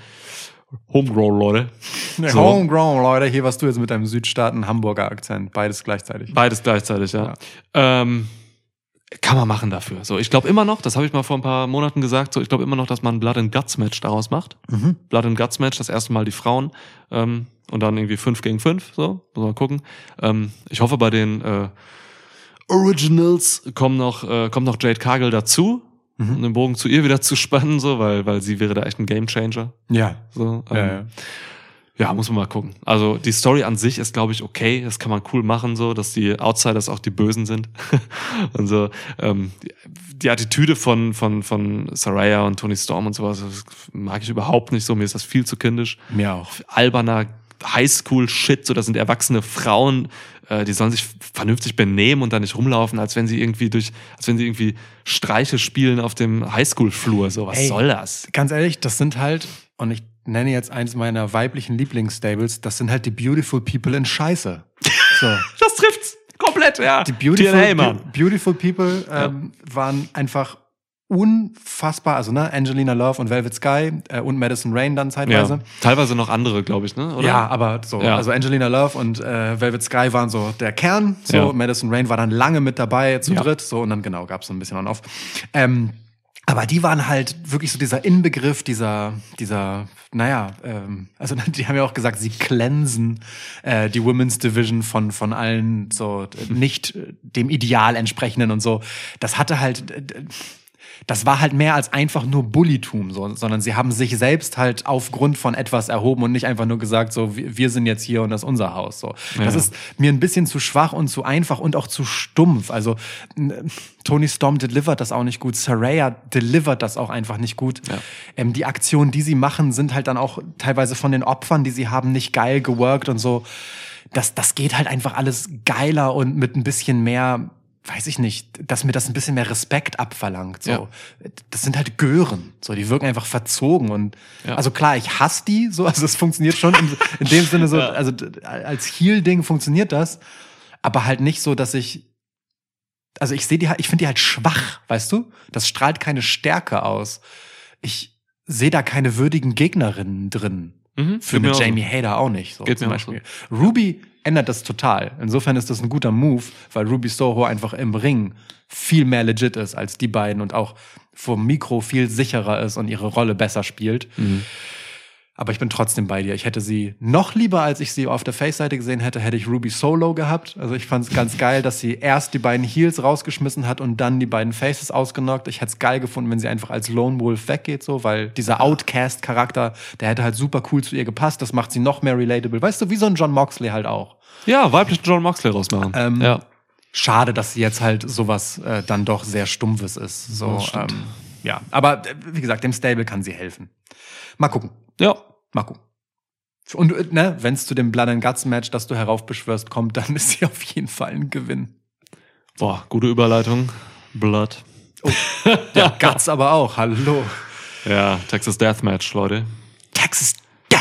So. Homegrown, Leute. Hier warst du jetzt mit deinem Südstaaten-Hamburger-Akzent. Beides gleichzeitig. Beides gleichzeitig, ja. Kann man machen dafür. So, ich glaube immer noch, das habe ich mal vor ein paar Monaten gesagt, so, ich glaube immer noch, dass man ein Blood and Guts Match daraus macht. Blood and Guts Match, das erste Mal die Frauen und dann irgendwie 5 gegen 5, so, muss man gucken. Ich hoffe, bei den Originals kommt noch Jade Cargill dazu. Um den Bogen zu ihr wieder zu spannen, so, weil sie wäre da echt ein Gamechanger. Ja. So, ja, muss man mal gucken. Also die Story an sich ist, glaube ich, okay. Das kann man cool machen, so, dass die Outsiders auch die Bösen sind. Und so, die Attitüde von Saraya und Toni Storm und sowas, das mag ich überhaupt nicht so. Mir ist das viel zu kindisch. Mir auch. Alberner Highschool-Shit, so, das sind erwachsene Frauen, die sollen sich vernünftig benehmen und da nicht rumlaufen, als wenn sie irgendwie Streiche spielen auf dem Highschool-Flur. So, was soll das? Ganz ehrlich, das sind halt, und ich nenne jetzt eins meiner weiblichen Lieblingsstables, das sind halt die Beautiful People in Scheiße. So. Das trifft's. Komplett, ja. Die Beautiful, TNA, Mann. Beautiful People waren einfach unfassbar, also Angelina Love und Velvet Sky und Madison Rain dann zeitweise. Ja. Teilweise noch andere, glaube ich, ne? Oder? Ja, aber so, also Angelina Love und Velvet Sky waren so der Kern, so Madison Rain war dann lange mit dabei zu dritt, so und dann gab's so ein bisschen on-off. Aber die waren halt wirklich so dieser Inbegriff dieser, also die haben ja auch gesagt, sie cleansen die Women's Division von allen so nicht dem Ideal entsprechenden und so. Das war halt mehr als einfach nur Bullytum, so, sondern sie haben sich selbst halt aufgrund von etwas erhoben und nicht einfach nur gesagt, so, wir sind jetzt hier und das ist unser Haus. So. Das ist mir ein bisschen zu schwach und zu einfach und auch zu stumpf. Also Toni Storm delivert das auch nicht gut, Saraya delivert das auch einfach nicht gut. Ja. Die Aktionen, die sie machen, sind halt dann auch teilweise von den Opfern, die sie haben, nicht geil geworkt und so. Das geht halt einfach alles geiler und mit ein bisschen mehr, weiß ich nicht, dass mir das ein bisschen mehr Respekt abverlangt. So. Ja. Das sind halt Gören. So, die wirken einfach verzogen. Und also klar, ich hasse die, so, also es funktioniert schon in dem Sinne so, also als Heel-Ding funktioniert das, aber halt nicht so, dass ich sehe die halt, ich finde die halt schwach, weißt du? Das strahlt keine Stärke aus. Ich sehe da keine würdigen Gegnerinnen drin. Für eine Jamie Hader auch nicht. So, geht zum mir Beispiel. So. Ruby ändert das total. Insofern ist das ein guter Move, weil Ruby Soho einfach im Ring viel mehr legit ist als die beiden und auch vom Mikro viel sicherer ist und ihre Rolle besser spielt. Aber ich bin trotzdem bei dir. Ich hätte sie noch lieber, als ich sie auf der Face-Seite gesehen hätte, hätte ich Ruby Solo gehabt. Also ich fand es ganz geil, dass sie erst die beiden Heels rausgeschmissen hat und dann die beiden Faces ausgenockt. Ich hätte es geil gefunden, wenn sie einfach als Lone Wolf weggeht, so, weil dieser Outcast-Charakter, der hätte halt super cool zu ihr gepasst. Das macht sie noch mehr relatable. Weißt du, wie so ein John Moxley halt auch. Ja, weiblichen John Moxley rausmachen. Schade, dass sie jetzt halt sowas dann doch sehr Stumpfes ist. So, ja, aber wie gesagt, dem Stable kann sie helfen. Mal gucken. Ja. Mal gucken. Und wenn es zu dem Blood and Guts Match, das du heraufbeschwörst, kommt, dann ist sie auf jeden Fall ein Gewinn. Boah, gute Überleitung. Blood. Oh, ja, Guts aber auch. Hallo. Ja, Texas Deathmatch, Leute. Texas Death.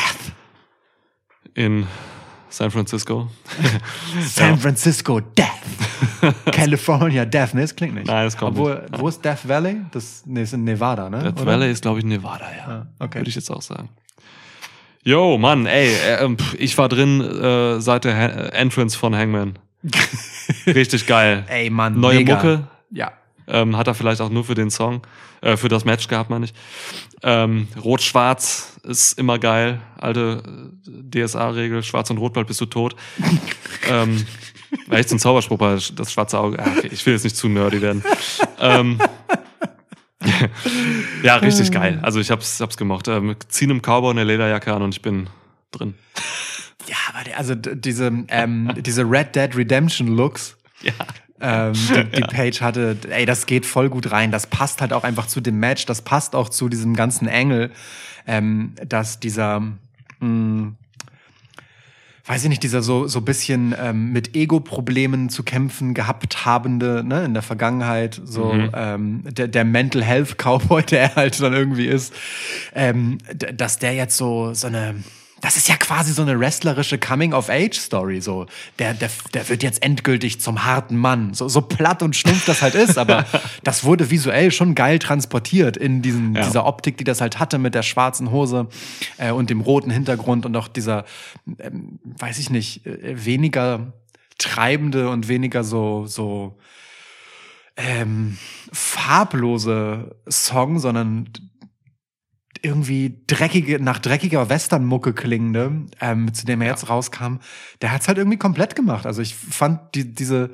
In San Francisco. San Francisco Death. California Death. Ne, das klingt nicht. Nein, das kommt nicht. Wo ist Death Valley? Das ist in Nevada, ne? Death Valley ist, glaube ich, in Nevada, ja. Ah, okay. Würde ich jetzt auch sagen. Yo, Mann, ey, ich war drin seit der Entrance von Hangman. Richtig geil. Ey, Mann, neue mega. Mucke. Ja. Hat er vielleicht auch nur für den Song, für das Match gehabt, meine ich. Rot-Schwarz ist immer geil. Alte DSA-Regel, Schwarz und Rot, bald bist du tot. Echt so ein Zauberspruch bei das schwarze Auge. Okay, ich will jetzt nicht zu nerdy werden. Ja, richtig geil. Also ich hab's gemocht. Ziehen im Cowboy eine Lederjacke an und ich bin drin. Ja, aber diese Red Dead Redemption Looks, die Paige hatte, ey, das geht voll gut rein. Das passt halt auch einfach zu dem Match. Das passt auch zu diesem ganzen Angle, dass dieser, weiß ich nicht, dieser so bisschen mit Ego-Problemen zu kämpfen gehabt habende, ne, in der Vergangenheit, so der Mental Health Cowboy, der er halt dann irgendwie ist, dass der jetzt so eine, das ist ja quasi so eine wrestlerische Coming-of-Age-Story, so. Der wird jetzt endgültig zum harten Mann. So platt und stumpf das halt ist, aber das wurde visuell schon geil transportiert in dieser Optik, die das halt hatte mit der schwarzen Hose und dem roten Hintergrund und auch dieser, weiß ich nicht, weniger treibende und weniger so farblose Song, sondern irgendwie nach dreckiger Westernmucke klingende, zu dem er jetzt rauskam, der hat's halt irgendwie komplett gemacht. Also ich fand dieser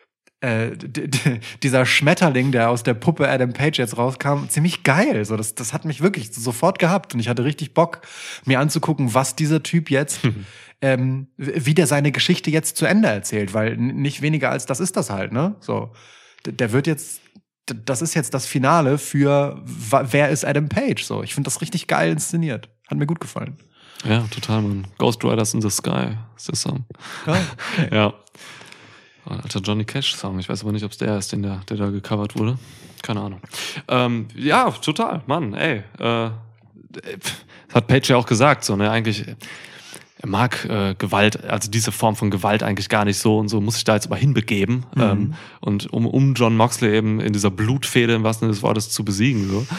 Schmetterling, der aus der Puppe Adam Page jetzt rauskam, ziemlich geil. So, das hat mich wirklich sofort gehabt und ich hatte richtig Bock, mir anzugucken, was dieser Typ jetzt, wie der seine Geschichte jetzt zu Ende erzählt, weil nicht weniger als das ist das halt, ne? So, der wird jetzt, das ist jetzt das Finale für wer ist Adam Page, so. Ich finde das richtig geil inszeniert. Hat mir gut gefallen. Ja, total, Mann. Ghost Riders in the Sky ist der Song. Okay. Ja. Alter Johnny Cash-Song. Ich weiß aber nicht, ob es der ist, der da gecovert wurde. Keine Ahnung. Ja, total. Mann, ey. Das hat Page ja auch gesagt, so, ne, eigentlich. er mag Gewalt, also diese Form von Gewalt eigentlich gar nicht so und so, muss sich da jetzt aber hinbegeben. Und um Jon Moxley eben in dieser Blutfehde im wahrsten Sinne des Wortes zu besiegen. So.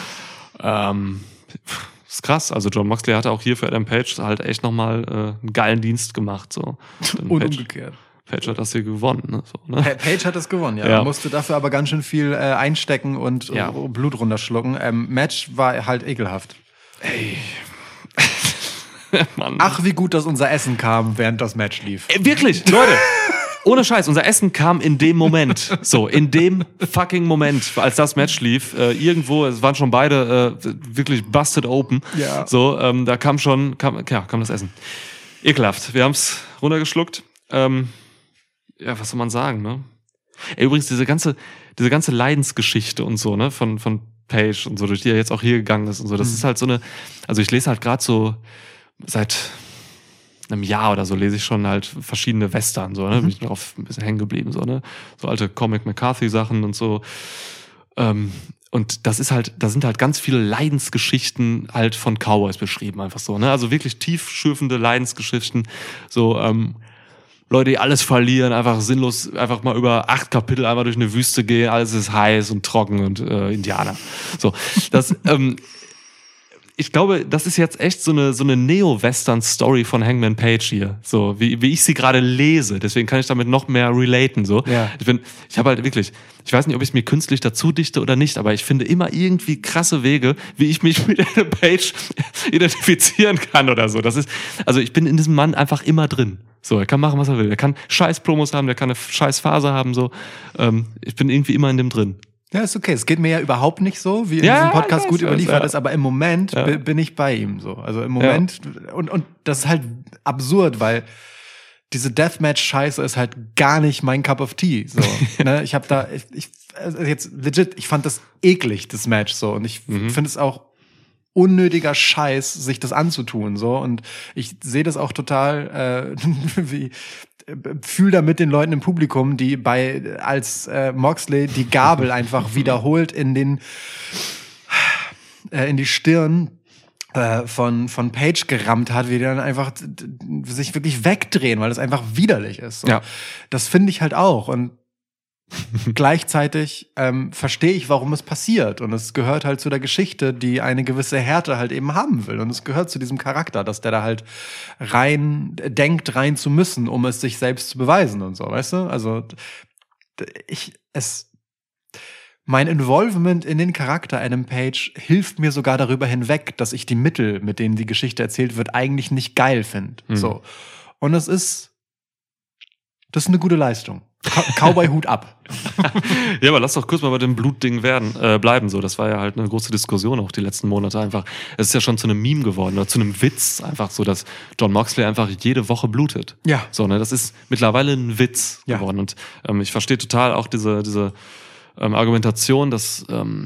Ist krass. Also Jon Moxley hatte auch hier für Adam Page halt echt nochmal einen geilen Dienst gemacht. So. Und umgekehrt. Page hat das hier gewonnen. Ne? So, ne? Page hat das gewonnen, ja. Musste dafür aber ganz schön viel einstecken und Blut runterschlucken. Match war halt ekelhaft. Ey. Mann. Ach, wie gut, dass unser Essen kam, während das Match lief. Wirklich, Leute. Ohne Scheiß, unser Essen kam in dem Moment. So, in dem fucking Moment, als das Match lief. Irgendwo, es waren schon beide wirklich busted open. Ja. So, da kam das Essen. Ekelhaft. Wir haben's runtergeschluckt. Was soll man sagen, ne? Ey, übrigens, diese ganze Leidensgeschichte und so, ne, von Page und so, durch die er jetzt auch hier gegangen ist und so, das ist halt so eine, also ich lese halt gerade so seit einem Jahr oder so lese ich schon halt verschiedene Western, so, ne, bin ich darauf ein bisschen hängen geblieben, so, ne, so alte Cormac McCarthy-Sachen und so, und da sind halt ganz viele Leidensgeschichten halt von Cowboys beschrieben, einfach so, ne, also wirklich tiefschürfende Leidensgeschichten, so, Leute, die alles verlieren, einfach sinnlos, einfach mal über 8 Kapitel einmal durch eine Wüste gehen, alles ist heiß und trocken und Indianer. So, das, ich glaube, das ist jetzt echt so eine Neo-Western-Story von Hangman Page hier, so wie ich sie gerade lese. Deswegen kann ich damit noch mehr relaten. So, ja. Ich habe halt wirklich, ich weiß nicht, ob ich es mir künstlich dazu dichte oder nicht, aber ich finde immer irgendwie krasse Wege, wie ich mich mit Hangman Page identifizieren kann oder so. Das ist, also ich bin in diesem Mann einfach immer drin. So, er kann machen, was er will. Er kann scheiß Promos haben, der kann eine scheiß Phase haben, so. Ich bin irgendwie immer in dem drin. Ja, ist okay. Es geht mir ja überhaupt nicht so, wie in diesem Podcast gut überliefert ist, aber im Moment bin ich bei ihm so. Also im Moment, und das ist halt absurd, weil diese Deathmatch-Scheiße ist halt gar nicht mein Cup of Tea. So, ne? Ich fand das eklig, das Match so. Und ich finde es auch unnötiger Scheiß, sich das anzutun, so. Und ich sehe das auch total, fühl da mit den Leuten im Publikum, die als Moxley die Gabel einfach wiederholt in die Stirn von Page gerammt hat, wie die dann einfach sich wirklich wegdrehen, weil das einfach widerlich ist. So. Ja. Das finde ich halt auch. Und gleichzeitig verstehe ich, warum es passiert. Und es gehört halt zu der Geschichte, die eine gewisse Härte halt eben haben will. Und es gehört zu diesem Charakter, dass der da halt denkt, rein zu müssen, um es sich selbst zu beweisen und so, weißt du? Also mein Involvement in den Charakter Adam Page hilft mir sogar darüber hinweg, dass ich die Mittel, mit denen die Geschichte erzählt wird, eigentlich nicht geil finde. So. Und das ist eine gute Leistung. Cowboy-Hut ab. Ja, aber lass doch kurz mal bei dem Blutding bleiben. So, das war ja halt eine große Diskussion auch die letzten Monate einfach. Es ist ja schon zu einem Meme geworden oder zu einem Witz einfach so, dass Jon Moxley einfach jede Woche blutet. Ja. So, ne, das ist mittlerweile ein Witz geworden. Und ich verstehe total auch diese Argumentation, dass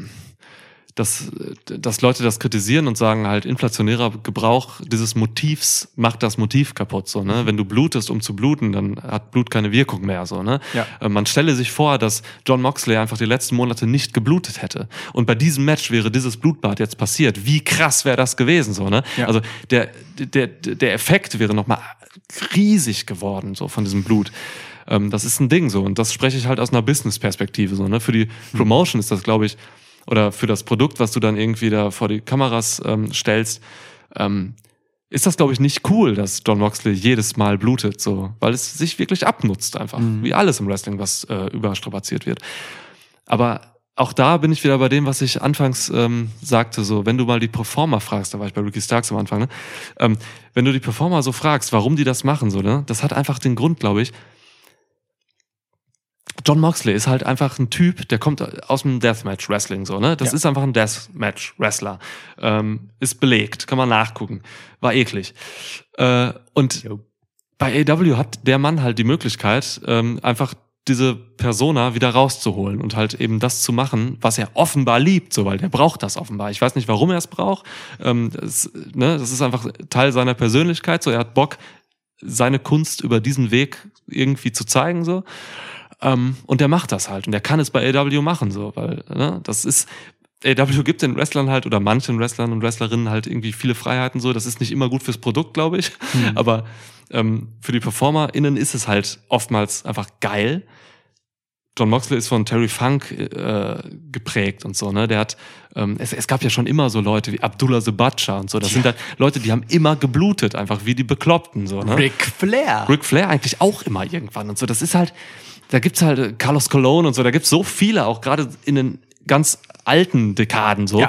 Leute das kritisieren und sagen halt, inflationärer Gebrauch dieses Motivs macht das Motiv kaputt, so, ne? Wenn du blutest, um zu bluten, dann hat Blut keine Wirkung mehr, so, ne? Ja. Man stelle sich vor, dass Jon Moxley einfach die letzten Monate nicht geblutet hätte. Und bei diesem Match wäre dieses Blutbad jetzt passiert. Wie krass wäre das gewesen, so, ne? Ja. Also, der Effekt wäre nochmal riesig geworden, so, von diesem Blut. Das ist ein Ding, so. Und das spreche ich halt aus einer Business-Perspektive, so, ne? Für die Promotion ist das, glaube ich, oder für das Produkt, was du dann irgendwie da vor die Kameras stellst, ist das, glaube ich, nicht cool, dass Jon Moxley jedes Mal blutet, so, weil es sich wirklich abnutzt einfach, wie alles im Wrestling, was überstrapaziert wird. Aber auch da bin ich wieder bei dem, was ich anfangs sagte, so, wenn du mal die Performer fragst, da war ich bei Ricky Starks am Anfang, ne? Wenn du die Performer so fragst, warum die das machen, so, ne? Das hat einfach den Grund, glaube ich. Jon Moxley ist halt einfach ein Typ, der kommt aus dem Deathmatch-Wrestling, so, ne? Das ist einfach ein Deathmatch-Wrestler. Ist belegt, kann man nachgucken. War eklig. Und bei AEW hat der Mann halt die Möglichkeit, einfach diese Persona wieder rauszuholen und halt eben das zu machen, was er offenbar liebt, so, weil der braucht das offenbar. Ich weiß nicht, warum er es braucht. Das ist einfach Teil seiner Persönlichkeit, so. Er hat Bock, seine Kunst über diesen Weg irgendwie zu zeigen, so. Und der macht das halt. Und der kann es bei AEW machen, so, weil, ne, das ist, AEW gibt den Wrestlern halt oder manchen Wrestlern und Wrestlerinnen halt irgendwie viele Freiheiten so. Das ist nicht immer gut fürs Produkt, glaube ich. Aber für die PerformerInnen ist es halt oftmals einfach geil. Jon Moxley ist von Terry Funk geprägt und so, ne? Der hat, es gab ja schon immer so Leute wie Abdullah the Butcher und so. Das sind halt Leute, die haben immer geblutet, einfach wie die Bekloppten, so, ne? Ric Flair eigentlich auch immer irgendwann und so. Das ist halt, da gibt's halt Carlos Colon und so, da gibt's so viele, auch gerade in den ganz alten Dekaden, so. Ja.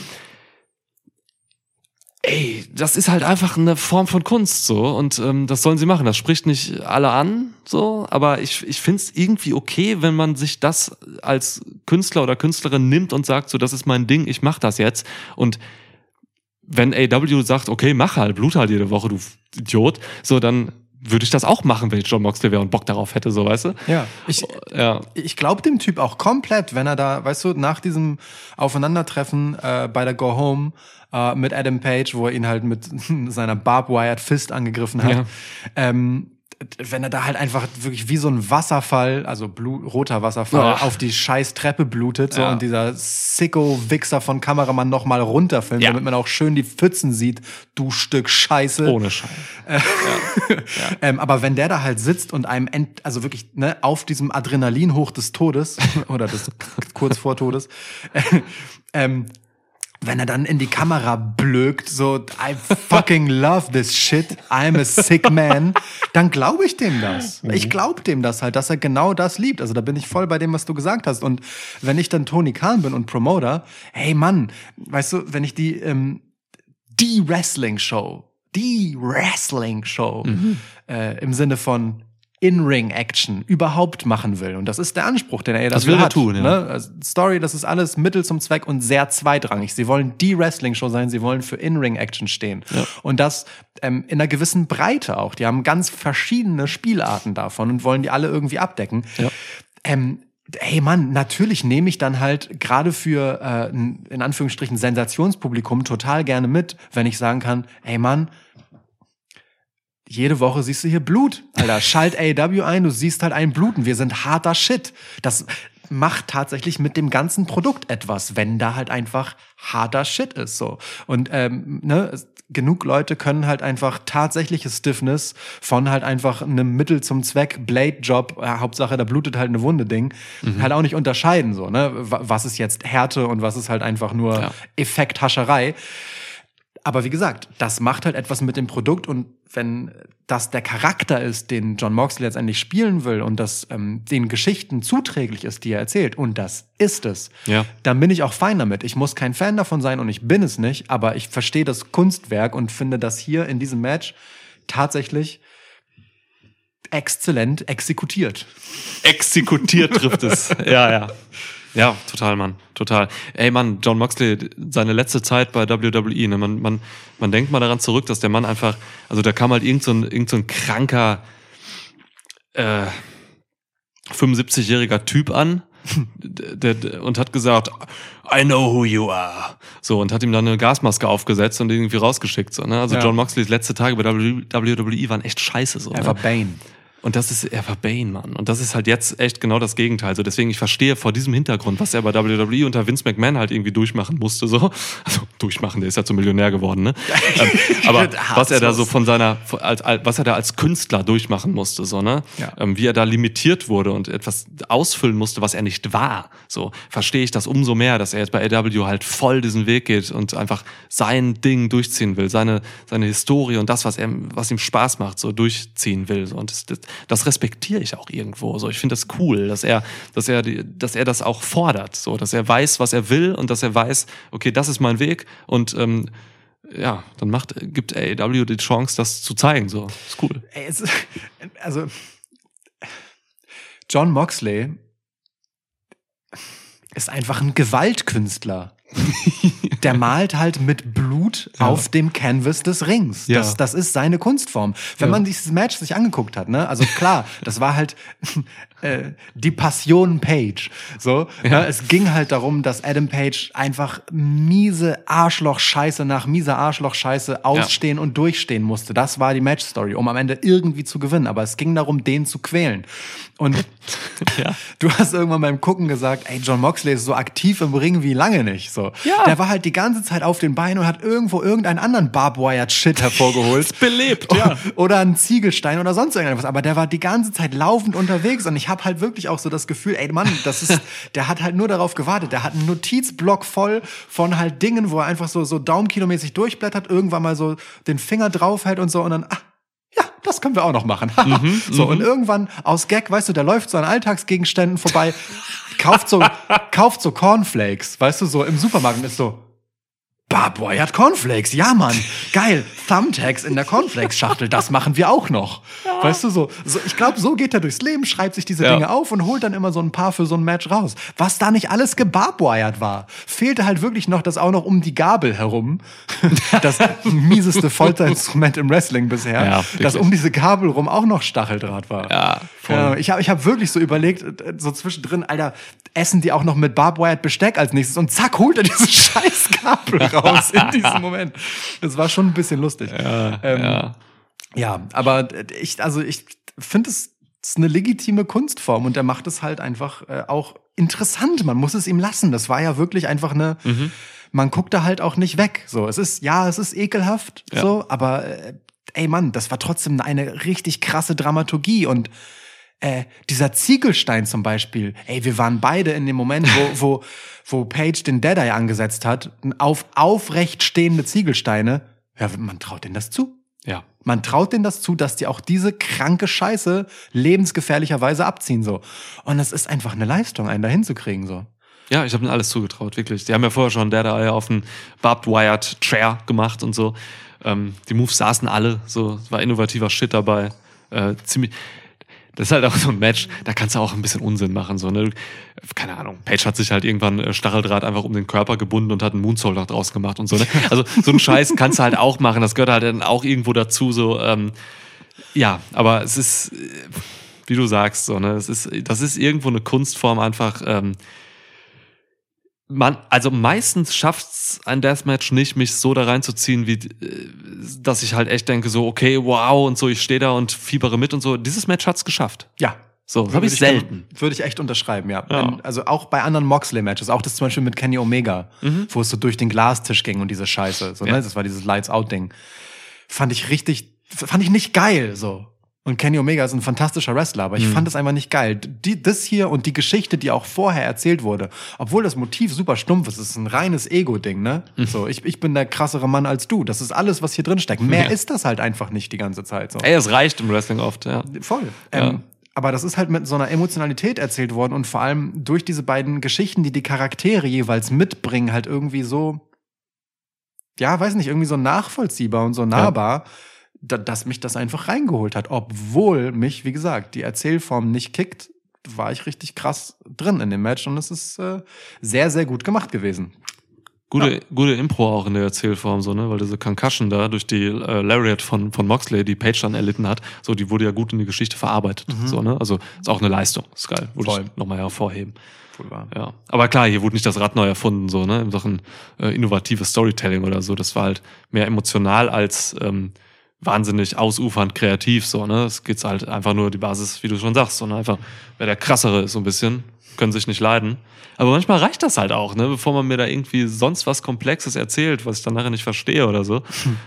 Ey, das ist halt einfach eine Form von Kunst, so, und das sollen sie machen. Das spricht nicht alle an, so, aber ich find's irgendwie okay, wenn man sich das als Künstler oder Künstlerin nimmt und sagt, so, das ist mein Ding, ich mach das jetzt. Und wenn AEW sagt, okay, mach halt, blut halt jede Woche, du Idiot, so, dann würde ich das auch machen, wenn ich Jon Moxley wäre und Bock darauf hätte, so, weißt du? Ja. Ich glaube dem Typ auch komplett, wenn er da, weißt du, nach diesem Aufeinandertreffen bei der Go Home mit Adam Page, wo er ihn halt mit seiner Barbed-Wired Fist angegriffen hat, wenn er da halt einfach wirklich wie so ein Wasserfall, also roter Wasserfall, auf die scheiß Treppe blutet, so, und dieser Sicko-Wichser von Kameramann nochmal runterfilmt, damit man auch schön die Pfützen sieht, du Stück Scheiße. Ohne Scheiße. Aber wenn der da halt sitzt und einem also wirklich, ne, auf diesem Adrenalinhoch des Todes, oder des kurz vor Todes, wenn er dann in die Kamera blökt, so, I fucking love this shit, I'm a sick man, dann glaube ich dem das. Ich glaube dem das halt, dass er genau das liebt. Also da bin ich voll bei dem, was du gesagt hast. Und wenn ich dann Tony Khan bin und Promoter, hey Mann, weißt du, wenn ich die Wrestling-Show im Sinne von In-Ring-Action überhaupt machen will. Und das ist der Anspruch, den er das will hat. Tun, ja. Ne? Also Story, das ist alles Mittel zum Zweck und sehr zweitrangig. Sie wollen die Wrestling-Show sein, sie wollen für In-Ring-Action stehen. Ja. Und das in einer gewissen Breite auch. Die haben ganz verschiedene Spielarten davon und wollen die alle irgendwie abdecken. Ja. Hey Mann, natürlich nehme ich dann halt gerade für in Anführungsstrichen Sensationspublikum total gerne mit, wenn ich sagen kann, hey Mann, jede Woche siehst du hier Blut. Alter, schalt AEW ein, du siehst halt einen bluten. Wir sind harter Shit. Das macht tatsächlich mit dem ganzen Produkt etwas, wenn da halt einfach harter Shit ist, so. Und genug Leute können halt einfach tatsächliche Stiffness von halt einfach einem Mittel zum Zweck Blade-Job, Hauptsache da blutet halt eine Wunde Ding, halt auch nicht unterscheiden, so, ne? Was ist jetzt Härte und was ist halt einfach nur Effekthascherei. Aber wie gesagt, das macht halt etwas mit dem Produkt, und wenn das der Charakter ist, den Jon Moxley letztendlich spielen will und das den Geschichten zuträglich ist, die er erzählt, und das ist es, dann bin ich auch fein damit. Ich muss kein Fan davon sein und ich bin es nicht, aber ich verstehe das Kunstwerk und finde das hier in diesem Match tatsächlich exzellent exekutiert. Exekutiert trifft es. Ja. Ja, total, Mann. Total. Ey, Mann, Jon Moxley, seine letzte Zeit bei WWE, ne, man denkt mal daran zurück, dass der Mann einfach, also da kam halt irgend so ein kranker 75-jähriger Typ an, und hat gesagt, I know who you are. So, und hat ihm dann eine Gasmaske aufgesetzt und irgendwie rausgeschickt, so, ne? Also Jon Moxleys letzte Tage bei WWE waren echt scheiße, so. Er war Bane. Und er war Bane, Mann. Und das ist halt jetzt echt genau das Gegenteil. So, deswegen, ich verstehe vor diesem Hintergrund, was er bei WWE unter Vince McMahon halt irgendwie durchmachen musste, so. Also, durchmachen, der ist ja zum Millionär geworden, ne? Aber was er da so was er da als Künstler durchmachen musste, so, ne? Ja. Wie er da limitiert wurde und etwas ausfüllen musste, was er nicht war. So, verstehe ich das umso mehr, dass er jetzt bei AEW halt voll diesen Weg geht und einfach sein Ding durchziehen will, seine Historie und das, was ihm Spaß macht, so durchziehen will, so. Und das respektiere ich auch irgendwo. So, ich finde das cool, dass er das auch fordert, so, dass er weiß, was er will und dass er weiß, okay, das ist mein Weg, und dann gibt AEW die Chance, das zu zeigen. So, ist cool. Also Jon Moxley ist einfach ein Gewaltkünstler. Der malt halt mit Blut auf dem Canvas des Rings. Das ist seine Kunstform. Wenn man dieses Match sich angeguckt hat, ne, also klar, das war halt die Passion Page. So, ne? Es ging halt darum, dass Adam Page einfach miese Arschloch-Scheiße nach mieser Arschloch-Scheiße ausstehen und durchstehen musste. Das war die Match-Story, um am Ende irgendwie zu gewinnen. Aber es ging darum, den zu quälen. Und du hast irgendwann beim Gucken gesagt, ey, Jon Moxley ist so aktiv im Ring wie lange nicht. So. so. Ja. Der war halt die ganze Zeit auf den Beinen und hat irgendwo irgendeinen anderen Barbed-Wired-Shit hervorgeholt. Belebt, ja. Oder einen Ziegelstein oder sonst irgendwas. Aber der war die ganze Zeit laufend unterwegs und ich habe halt wirklich auch so das Gefühl, ey Mann, der hat halt nur darauf gewartet. Der hat einen Notizblock voll von halt Dingen, wo er einfach so Daumenkilomäßig durchblättert, irgendwann mal so den Finger draufhält und so und dann, ja, das können wir auch noch machen. So, und irgendwann aus Gag, weißt du, der läuft so an Alltagsgegenständen vorbei, kauft so Cornflakes, weißt du, so im Supermarkt und ist so, Barbed hat Cornflakes, ja Mann, geil, Thumbtacks in der Cornflakes-Schachtel, das machen wir auch noch. Ja. Weißt du, so ich glaube, so geht er durchs Leben, schreibt sich diese Dinge auf und holt dann immer so ein paar für so ein Match raus. Was da nicht alles gebarbed war, fehlte halt wirklich noch das auch noch um die Gabel herum, das mieseste Folterinstrument im Wrestling bisher, dass um diese Gabel rum auch noch Stacheldraht war. Ja, voll. Ich hab wirklich so überlegt, so zwischendrin, Alter, essen die auch noch mit Barbed Besteck als nächstes und zack, holt er diese scheiß Gabel raus in diesem Moment. Das war schon ein bisschen lustig. Ja, aber ich finde, es ist eine legitime Kunstform und er macht es halt einfach auch interessant. Man muss es ihm lassen. Das war ja wirklich einfach man guckt da halt auch nicht weg. So, es ist ekelhaft, so, aber ey Mann, das war trotzdem eine richtig krasse Dramaturgie und dieser Ziegelstein zum Beispiel, ey, wir waren beide in dem Moment, wo Paige den Deadeye angesetzt hat, auf aufrecht stehende Ziegelsteine. Ja, man traut denen das zu. Ja. Man traut denen das zu, dass die auch diese kranke Scheiße lebensgefährlicherweise abziehen, so. Und es ist einfach eine Leistung, einen da hinzukriegen, so. Ja, ich habe ihnen alles zugetraut, wirklich. Die haben ja vorher schon Deadeye auf einen Barbed Wired Chair gemacht und so. Die Moves saßen alle, so, es war innovativer Shit dabei. Ziemlich. Das ist halt auch so ein Match, da kannst du auch ein bisschen Unsinn machen, so, ne? Keine Ahnung. Paige hat sich halt irgendwann Stacheldraht einfach um den Körper gebunden und hat einen Moonsault noch draus gemacht und so, ne? Also, so einen Scheiß kannst du halt auch machen, das gehört halt dann auch irgendwo dazu, so, ja, aber es ist, wie du sagst, so, ne? Das ist irgendwo eine Kunstform einfach, also meistens schafft's ein Deathmatch nicht, mich so da reinzuziehen, wie dass ich halt echt denke, so, okay, wow, und so, ich stehe da und fiebere mit und so. Dieses Match hat's geschafft. Ja. So, das habe ich selten. Würde ich echt unterschreiben, ja. Also auch bei anderen Moxley-Matches, auch das zum Beispiel mit Kenny Omega, wo es so durch den Glastisch ging und diese Scheiße. So, ne? Das war dieses Lights-Out-Ding. Fand ich nicht geil, so. Und Kenny Omega ist ein fantastischer Wrestler, aber ich fand es einfach nicht geil. Das hier und die Geschichte, die auch vorher erzählt wurde, obwohl das Motiv super stumpf ist, ist ein reines Ego-Ding, ne? So, ich bin der krassere Mann als du. Das ist alles, was hier drin steckt. Mehr ist das halt einfach nicht die ganze Zeit. So. Ey, es reicht im Wrestling oft, ja. Voll. Aber das ist halt mit so einer Emotionalität erzählt worden und vor allem durch diese beiden Geschichten, die Charaktere jeweils mitbringen, halt irgendwie so, ja, weiß nicht, irgendwie so nachvollziehbar und so nahbar. Ja. Dass mich das einfach reingeholt hat. Obwohl mich, wie gesagt, die Erzählform nicht kickt, war ich richtig krass drin in dem Match und es ist sehr, sehr gut gemacht gewesen. Gute Impro auch in der Erzählform, so, ne? Weil diese Concussion da durch die Lariat von Moxley, die Paige dann erlitten hat, so, die wurde ja gut in die Geschichte verarbeitet. So, ne? Also ist auch eine Leistung. Ist geil. Würde ich nochmal hervorheben. Ja. Aber klar, hier wurde nicht das Rad neu erfunden, so, ne? In Sachen innovatives Storytelling oder so. Das war halt mehr emotional als wahnsinnig ausufernd kreativ, so, ne? Es geht halt einfach nur die Basis, wie du schon sagst, sondern einfach, wer der krassere ist so ein bisschen, können sich nicht leiden. Aber manchmal reicht das halt auch, ne? Bevor man mir da irgendwie sonst was Komplexes erzählt, was ich dann nachher nicht verstehe oder so.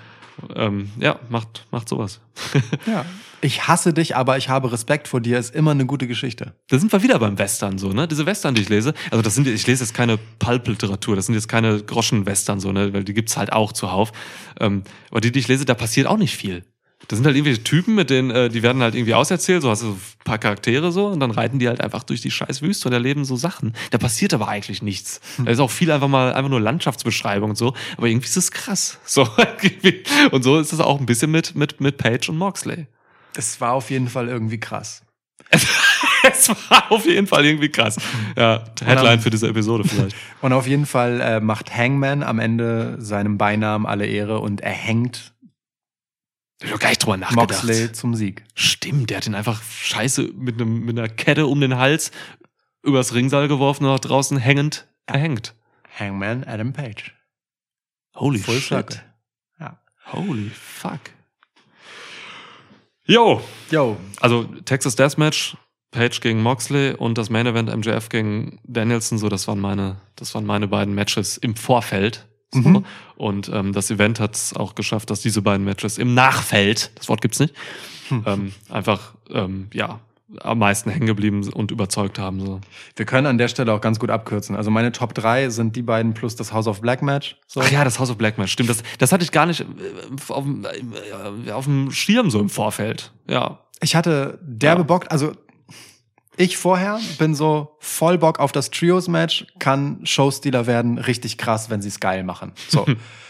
Ja, macht sowas. Ja. Ich hasse dich, aber ich habe Respekt vor dir, ist immer eine gute Geschichte. Da sind wir wieder beim Western, so, ne? Diese Western, die ich lese, also ich lese jetzt keine Pulp-Literatur, das sind jetzt keine Groschen-Western, so, ne? Weil die gibt's halt auch zuhauf. Aber die ich lese, da passiert auch nicht viel. Das sind halt irgendwelche Typen, mit denen, die werden halt irgendwie auserzählt, so hast du so ein paar Charaktere so und dann reiten die halt einfach durch die scheiß Wüste und erleben so Sachen. Da passiert aber eigentlich nichts. Da ist auch viel einfach nur Landschaftsbeschreibung und so, aber irgendwie ist es krass. So, und so ist es auch ein bisschen mit Paige und Moxley. Es war auf jeden Fall irgendwie krass. Es war auf jeden Fall irgendwie krass. Ja, Headline für diese Episode vielleicht. Und auf jeden Fall macht Hangman am Ende seinem Beinamen alle Ehre und er hängt Ich hab gar nicht drüber nachgedacht. Moxley zum Sieg. Stimmt, der hat ihn einfach scheiße mit einer Kette um den Hals übers Ringseil geworfen und draußen hängend erhängt. Hangman Adam Page. Holy Full shit. Circle. Ja. Holy fuck. Yo. Also Texas Deathmatch Page gegen Moxley und das Main Event MJF gegen Danielson, so das waren meine beiden Matches im Vorfeld. So. Mhm. Und das Event hat es auch geschafft, dass diese beiden Matches im Nachfeld, das Wort gibt's nicht, einfach am meisten hängen geblieben und überzeugt haben. So. Wir können an der Stelle auch ganz gut abkürzen. Also meine Top 3 sind die beiden plus das House of Black Match. So. Ach ja, das House of Black Match, stimmt. Das hatte ich gar nicht auf dem Schirm so im Vorfeld. Ja. Ich hatte derbe Bock, also ich vorher bin so voll Bock auf das Trios-Match, kann Showstealer werden, richtig krass, wenn sie es geil machen. So.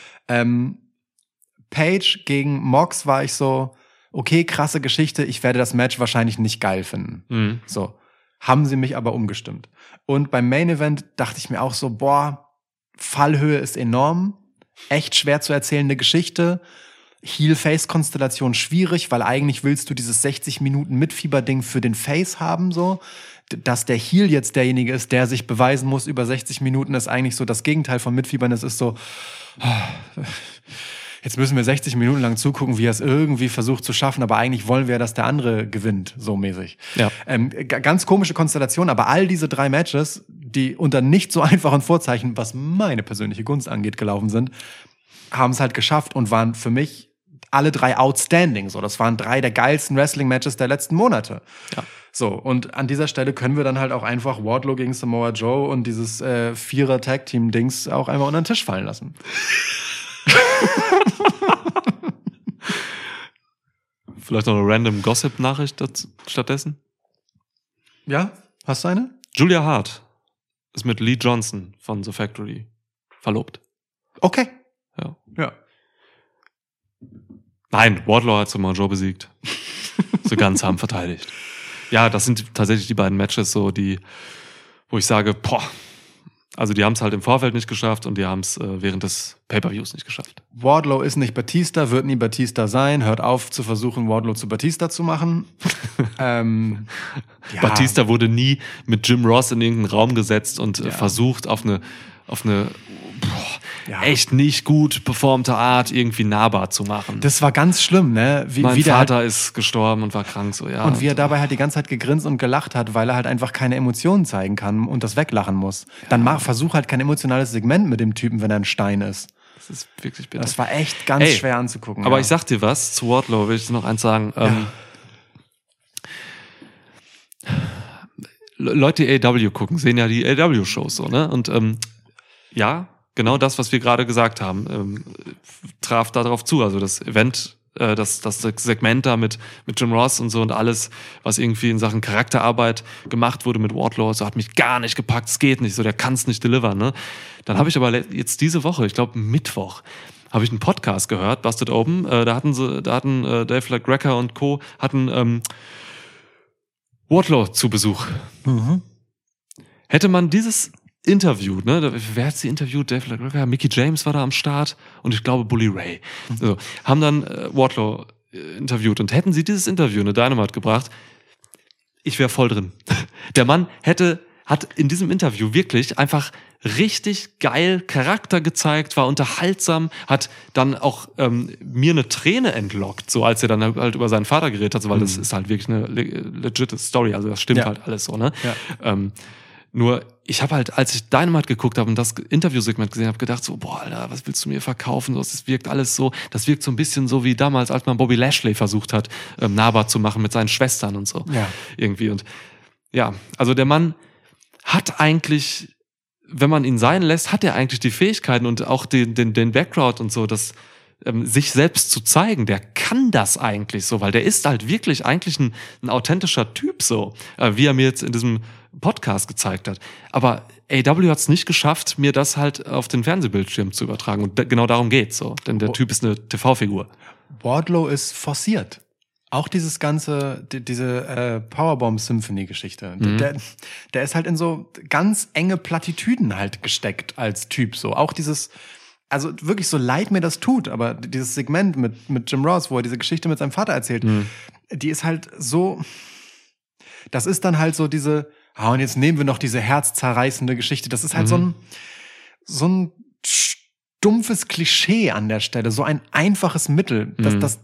Page gegen Mox war ich so, okay, krasse Geschichte, ich werde das Match wahrscheinlich nicht geil finden. Mhm. So. Haben sie mich aber umgestimmt. Und beim Main Event dachte ich mir auch so, Fallhöhe ist enorm, echt schwer zu erzählende Geschichte, Heel-Face-Konstellation schwierig, weil eigentlich willst du dieses 60 Minuten Mitfieber-Ding für den Face haben, so. Dass der Heel jetzt derjenige ist, der sich beweisen muss über 60 Minuten, ist eigentlich so das Gegenteil von Mitfiebern. Es ist so, jetzt müssen wir 60 Minuten lang zugucken, wie er es irgendwie versucht zu schaffen, aber eigentlich wollen wir, dass der andere gewinnt, so mäßig. Ja. Ganz komische Konstellation, aber all diese 3 Matches, die unter nicht so einfachen Vorzeichen, was meine persönliche Gunst angeht, gelaufen sind, haben es halt geschafft und waren für mich alle 3 outstanding. So, das waren 3 der geilsten Wrestling-Matches der letzten Monate. Ja. So, und an dieser Stelle können wir dann halt auch einfach Wardlow gegen Samoa Joe und dieses 4er-Tag-Team-Dings auch einmal unter den Tisch fallen lassen. Vielleicht noch eine random Gossip-Nachricht stattdessen? Ja? Hast du eine? Julia Hart ist mit Lee Johnson von The Factory verlobt. Okay. Ja. Nein, Wardlow hat Samoa Joe besiegt. So ganz haben verteidigt. Ja, das sind tatsächlich die beiden Matches, so wo ich sage, also die haben es halt im Vorfeld nicht geschafft und die haben es während des Pay-Per-Views nicht geschafft. Wardlow ist nicht Batista, wird nie Batista sein. Hört auf zu versuchen, Wardlow zu Batista zu machen. Batista wurde nie mit Jim Ross in irgendeinen Raum gesetzt und versucht auf eine echt nicht gut performte Art irgendwie nahbar zu machen. Das war ganz schlimm, ne? Mein Vater ist gestorben und war krank, so, ja. Und wie er dabei halt die ganze Zeit gegrinst und gelacht hat, weil er halt einfach keine Emotionen zeigen kann und das weglachen muss. Dann versuch halt kein emotionales Segment mit dem Typen, wenn er ein Stein ist. Das ist wirklich bitter. Das war echt ganz schwer anzugucken. Aber ich sag dir was, zu Wardlow will ich noch eins sagen. Leute, die AEW gucken, sehen ja die AEW-Shows so, ne? Und genau das, was wir gerade gesagt haben, traf darauf zu. Also das Event, das Segment da mit Jim Ross und so und alles, was irgendwie in Sachen Charakterarbeit gemacht wurde mit Wardlow, so hat mich gar nicht gepackt, es geht nicht, so der kann es nicht delivern. Ne? Dann habe ich aber jetzt diese Woche, ich glaube Mittwoch, habe ich einen Podcast gehört, Busted Open, da hatten Dave LaGreca und Co. hatten Wardlow zu Besuch. Mhm. Hätte man dieses Interview, ne? Wer hat sie interviewt? Dave LaGreca, Mickey James war da am Start und ich glaube Bully Ray. Also, haben dann Wardlow interviewt und hätten sie dieses Interview in eine Dynamite gebracht, ich wäre voll drin. Der Mann hat in diesem Interview wirklich einfach richtig geil Charakter gezeigt, war unterhaltsam, hat dann auch mir eine Träne entlockt, so als er dann halt über seinen Vater geredet hat, weil das ist halt wirklich eine legitime Story, also das stimmt halt alles so, ne? Ja. Nur, ich habe halt, als ich Dynamite geguckt habe und das Interviewsegment gesehen habe, gedacht so, Alter, was willst du mir verkaufen? Das wirkt alles so, das wirkt so ein bisschen so wie damals, als man Bobby Lashley versucht hat, nahbar zu machen mit seinen Schwestern und so. Ja. Irgendwie. Und ja, also der Mann hat eigentlich, wenn man ihn sein lässt, hat er eigentlich die Fähigkeiten und auch den Background und so, das sich selbst zu zeigen, der kann das eigentlich so, weil der ist halt wirklich eigentlich ein authentischer Typ so, wie er mir jetzt in diesem Podcast gezeigt hat. Aber AEW hat es nicht geschafft, mir das halt auf den Fernsehbildschirm zu übertragen. Und genau darum geht's so. Denn der Typ ist eine TV-Figur. Wardlow ist forciert. Auch dieses ganze, diese Powerbomb-Symphony-Geschichte. Der ist halt in so ganz enge Plattitüden halt gesteckt als Typ so. Auch dieses, also wirklich so leid mir das tut, aber dieses Segment mit Jim Ross, wo er diese Geschichte mit seinem Vater erzählt, die ist halt so, das ist dann halt so diese, und jetzt nehmen wir noch diese herzzerreißende Geschichte. Das ist halt so ein stumpfes Klischee an der Stelle, so ein einfaches Mittel. Das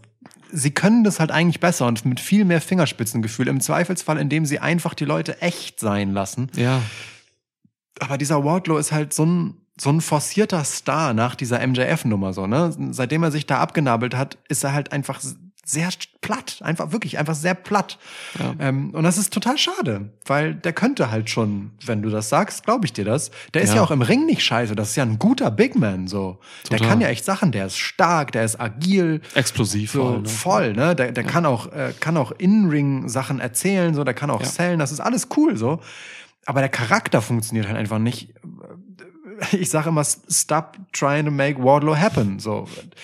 sie können das halt eigentlich besser und mit viel mehr Fingerspitzengefühl. Im Zweifelsfall, indem sie einfach die Leute echt sein lassen. Ja. Aber dieser Wardlow ist halt so ein forcierter Star nach dieser MJF-Nummer, so, ne? Seitdem er sich da abgenabelt hat, ist er halt einfach sehr platt. Einfach sehr platt. Ja. Und das ist total schade, weil der könnte halt schon, wenn du das sagst, glaube ich dir das. Der ist ja auch im Ring nicht scheiße. Das ist ja ein guter Big Man, so. Total. Der kann ja echt Sachen. Der ist stark, der ist agil. Explosiv. So, voll, ne? Der kann auch In-Ring-Sachen erzählen, so. Der kann auch sellen. Das ist alles cool, so. Aber der Charakter funktioniert halt einfach nicht. Ich sage immer, stop trying to make Wardlow happen. So.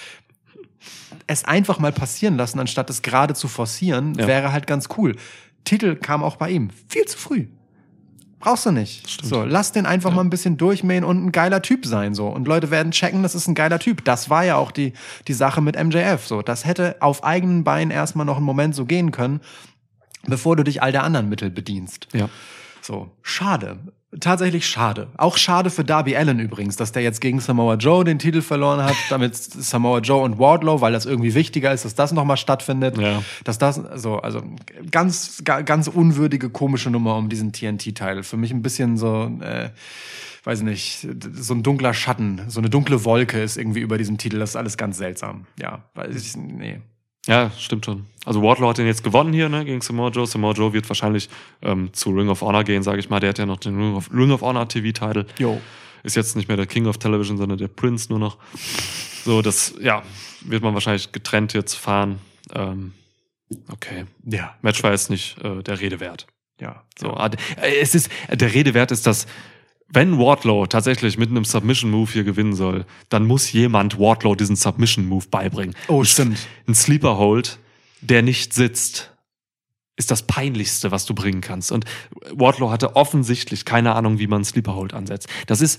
Es einfach mal passieren lassen, anstatt es gerade zu forcieren, wäre halt ganz cool. Titel kam auch bei ihm. Viel zu früh. Brauchst du nicht. Stimmt. So, lass den einfach mal ein bisschen durchmähen und ein geiler Typ sein, so. Und Leute werden checken, das ist ein geiler Typ. Das war ja auch die Sache mit MJF, so. Das hätte auf eigenen Beinen erstmal noch einen Moment so gehen können, bevor du dich all der anderen Mittel bedienst. Ja. So, schade. Tatsächlich schade. Auch schade für Darby Allin übrigens, dass der jetzt gegen Samoa Joe den Titel verloren hat, damit Samoa Joe und Wardlow, weil das irgendwie wichtiger ist, dass das nochmal stattfindet. Ja. Dass das, also ganz unwürdige, komische Nummer um diesen TNT-Titel. Für mich ein bisschen so, weiß nicht, so ein dunkler Schatten, so eine dunkle Wolke ist irgendwie über diesem Titel. Das ist alles ganz seltsam. Ja, nee. Ja, stimmt schon. Also Wardlow hat den jetzt gewonnen hier, ne, gegen Samoa Joe. Samoa Joe wird wahrscheinlich zu Ring of Honor gehen, sage ich mal. Der hat ja noch den Ring of Honor TV-Title. Jo. Ist jetzt nicht mehr der King of Television, sondern der Prince nur noch. So, das, wird man wahrscheinlich getrennt jetzt fahren. Okay. Ja. Match war jetzt nicht der Rede wert. Ja. So, der Rede wert ist, dass wenn Wardlow tatsächlich mit einem Submission-Move hier gewinnen soll, dann muss jemand Wardlow diesen Submission-Move beibringen. Oh, stimmt. Ein Sleeper-Hold, der nicht sitzt, ist das Peinlichste, was du bringen kannst. Und Wardlow hatte offensichtlich keine Ahnung, wie man einen Sleeper-Hold ansetzt. Das ist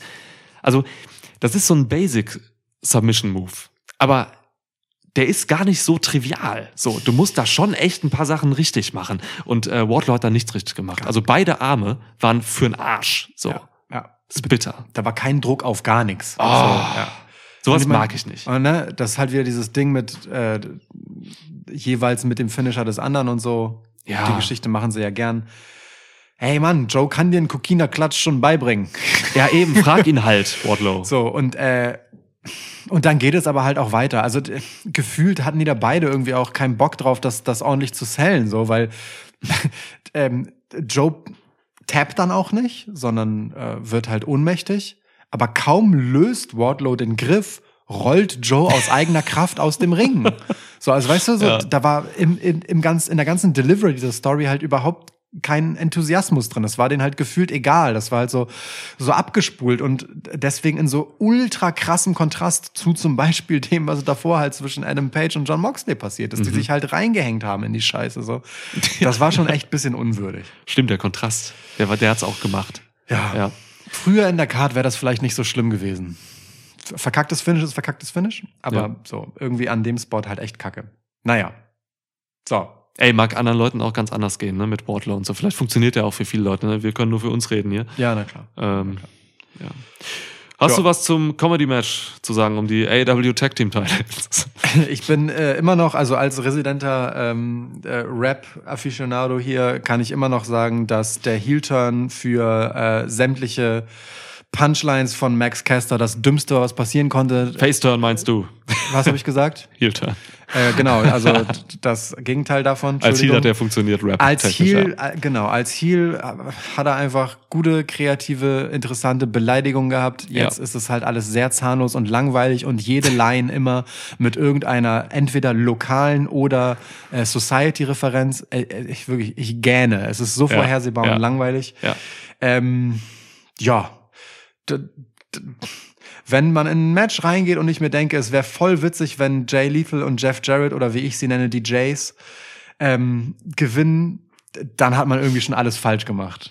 so ein Basic-Submission-Move. Aber der ist gar nicht so trivial. So, du musst da schon echt ein paar Sachen richtig machen. Und Wardlow hat da nichts richtig gemacht. Also beide Arme waren für den Arsch. So. Ja. Das ist bitter. Da war kein Druck auf gar nichts. Oh. Sowas mag ich nicht. Ne, das ist halt wieder dieses Ding mit jeweils mit dem Finisher des anderen und so. Ja. Die Geschichte machen sie ja gern. Hey Mann, Joe kann dir einen Kokina-Klatsch schon beibringen. Ja, eben, frag ihn halt, Wardlow. So, und dann geht es aber halt auch weiter. Also gefühlt hatten die da beide irgendwie auch keinen Bock drauf, das ordentlich zu sellen, so, weil Joe tappt dann auch nicht, sondern wird halt ohnmächtig. Aber kaum löst Wardlow den Griff, rollt Joe aus eigener Kraft aus dem Ring. So, also weißt du, da war in der ganzen Delivery dieser Story halt überhaupt kein Enthusiasmus drin. Das war denen halt gefühlt egal. Das war halt so abgespult und deswegen in so ultra krassem Kontrast zu zum Beispiel dem, was davor halt zwischen Adam Page und John Moxley passiert ist, die sich halt reingehängt haben in die Scheiße. So, das war schon echt ein bisschen unwürdig. Stimmt, der Kontrast. Der hat's auch gemacht. Ja. Früher in der Card wäre das vielleicht nicht so schlimm gewesen. Verkacktes Finish ist verkacktes Finish, aber so irgendwie an dem Spot halt echt kacke. Naja. So. Ey, mag anderen Leuten auch ganz anders gehen, ne, mit Wardlow und so. Vielleicht funktioniert der auch für viele Leute, ne? Wir können nur für uns reden hier. Ja, na klar. Ja. Hast du was zum Comedy-Match zu sagen, um die AEW Tag Team Titles? Ich bin immer noch, also als residenter Rap-Aficionado hier, kann ich immer noch sagen, dass der Heel-Turn für sämtliche Punchlines von Max Caster das Dümmste, was passieren konnte. Face-Turn meinst du? Was habe ich gesagt? Heel-Turn. Genau, also das Gegenteil davon. Als Heel hat er funktioniert, Rap. Als Heel hat er einfach gute, kreative, interessante Beleidigungen gehabt. Jetzt ist es halt alles sehr zahnlos und langweilig und jede Line immer mit irgendeiner entweder lokalen oder Society-Referenz. Ich gähne. Es ist so vorhersehbar und langweilig. Ja. Wenn man in ein Match reingeht und ich mir denke, es wäre voll witzig, wenn Jay Lethal und Jeff Jarrett oder wie ich sie nenne, die Jays, gewinnen, dann hat man irgendwie schon alles falsch gemacht.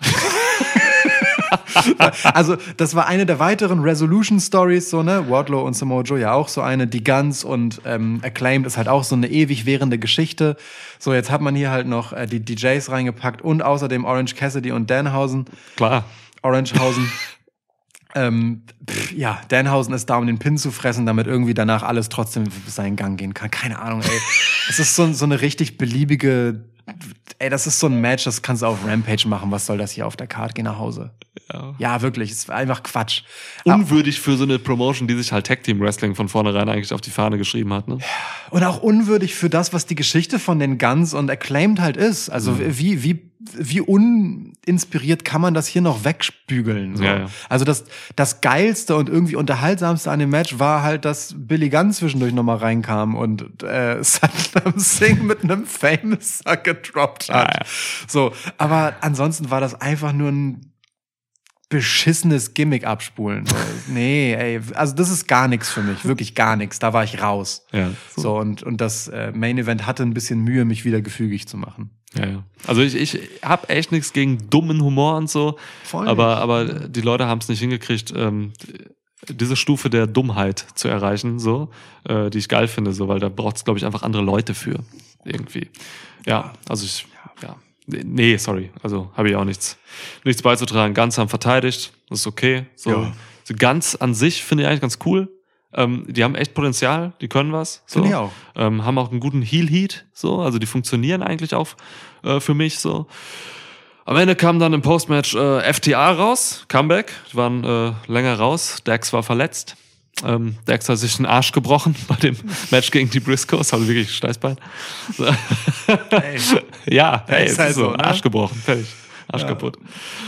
Also, das war eine der weiteren Resolution-Stories, so, ne? Wardlow und Samoa Joe ja auch so eine. Die Guns und Acclaimed ist halt auch so eine ewig währende Geschichte. So, jetzt hat man hier halt noch die DJs reingepackt und außerdem Orange Cassidy und Danhausen. Klar. Orangehausen. Danhausen ist da, um den Pin zu fressen, damit irgendwie danach alles trotzdem seinen Gang gehen kann. Keine Ahnung, ey. Es ist so eine richtig beliebige, das ist so ein Match, das kannst du auf Rampage machen. Was soll das hier auf der Card? Geh nach Hause. Ja, wirklich, es ist einfach Quatsch. Unwürdig für so eine Promotion, die sich halt Tag Team Wrestling von vornherein eigentlich auf die Fahne geschrieben hat, ne? Und auch unwürdig für das, was die Geschichte von den Guns und Acclaimed halt ist. Also wie uninspiriert kann man das hier noch wegspügeln? So. Ja. Also das Geilste und irgendwie Unterhaltsamste an dem Match war halt, dass Billy Gunn zwischendurch nochmal reinkam und Satnam Singh mit einem Famouser gedroppt hat. Ja. So, aber ansonsten war das einfach nur ein beschissenes Gimmick abspulen. Nee, ey, also das ist gar nichts für mich, wirklich gar nichts. Da war ich raus. Ja, so und das Main Event hatte ein bisschen Mühe, mich wieder gefügig zu machen. Ja. Also ich habe echt nichts gegen dummen Humor und so, Voll aber die Leute haben es nicht hingekriegt, diese Stufe der Dummheit zu erreichen, so, die ich geil finde, so, weil da braucht es, glaube ich, einfach andere Leute für irgendwie. Ja, also nee, sorry, also habe ich auch nichts beizutragen. Ganz haben verteidigt, das ist okay. So, Ja. so ganz an sich finde ich eigentlich ganz cool. Die haben echt Potenzial, die können was. So. Finde ich auch. Haben auch einen guten Heel-Heat, so, also die funktionieren eigentlich auch für mich so. Am Ende kam dann im Postmatch FTA raus, Comeback, die waren länger raus, Dax war verletzt. Dax hat sich den Arsch gebrochen bei dem Match gegen die Briscoes, also wirklich Steißbein. So. Ey. Ja, hey, Ist es halt ist so, so, ne? Arsch gebrochen, fertig, Arsch kaputt.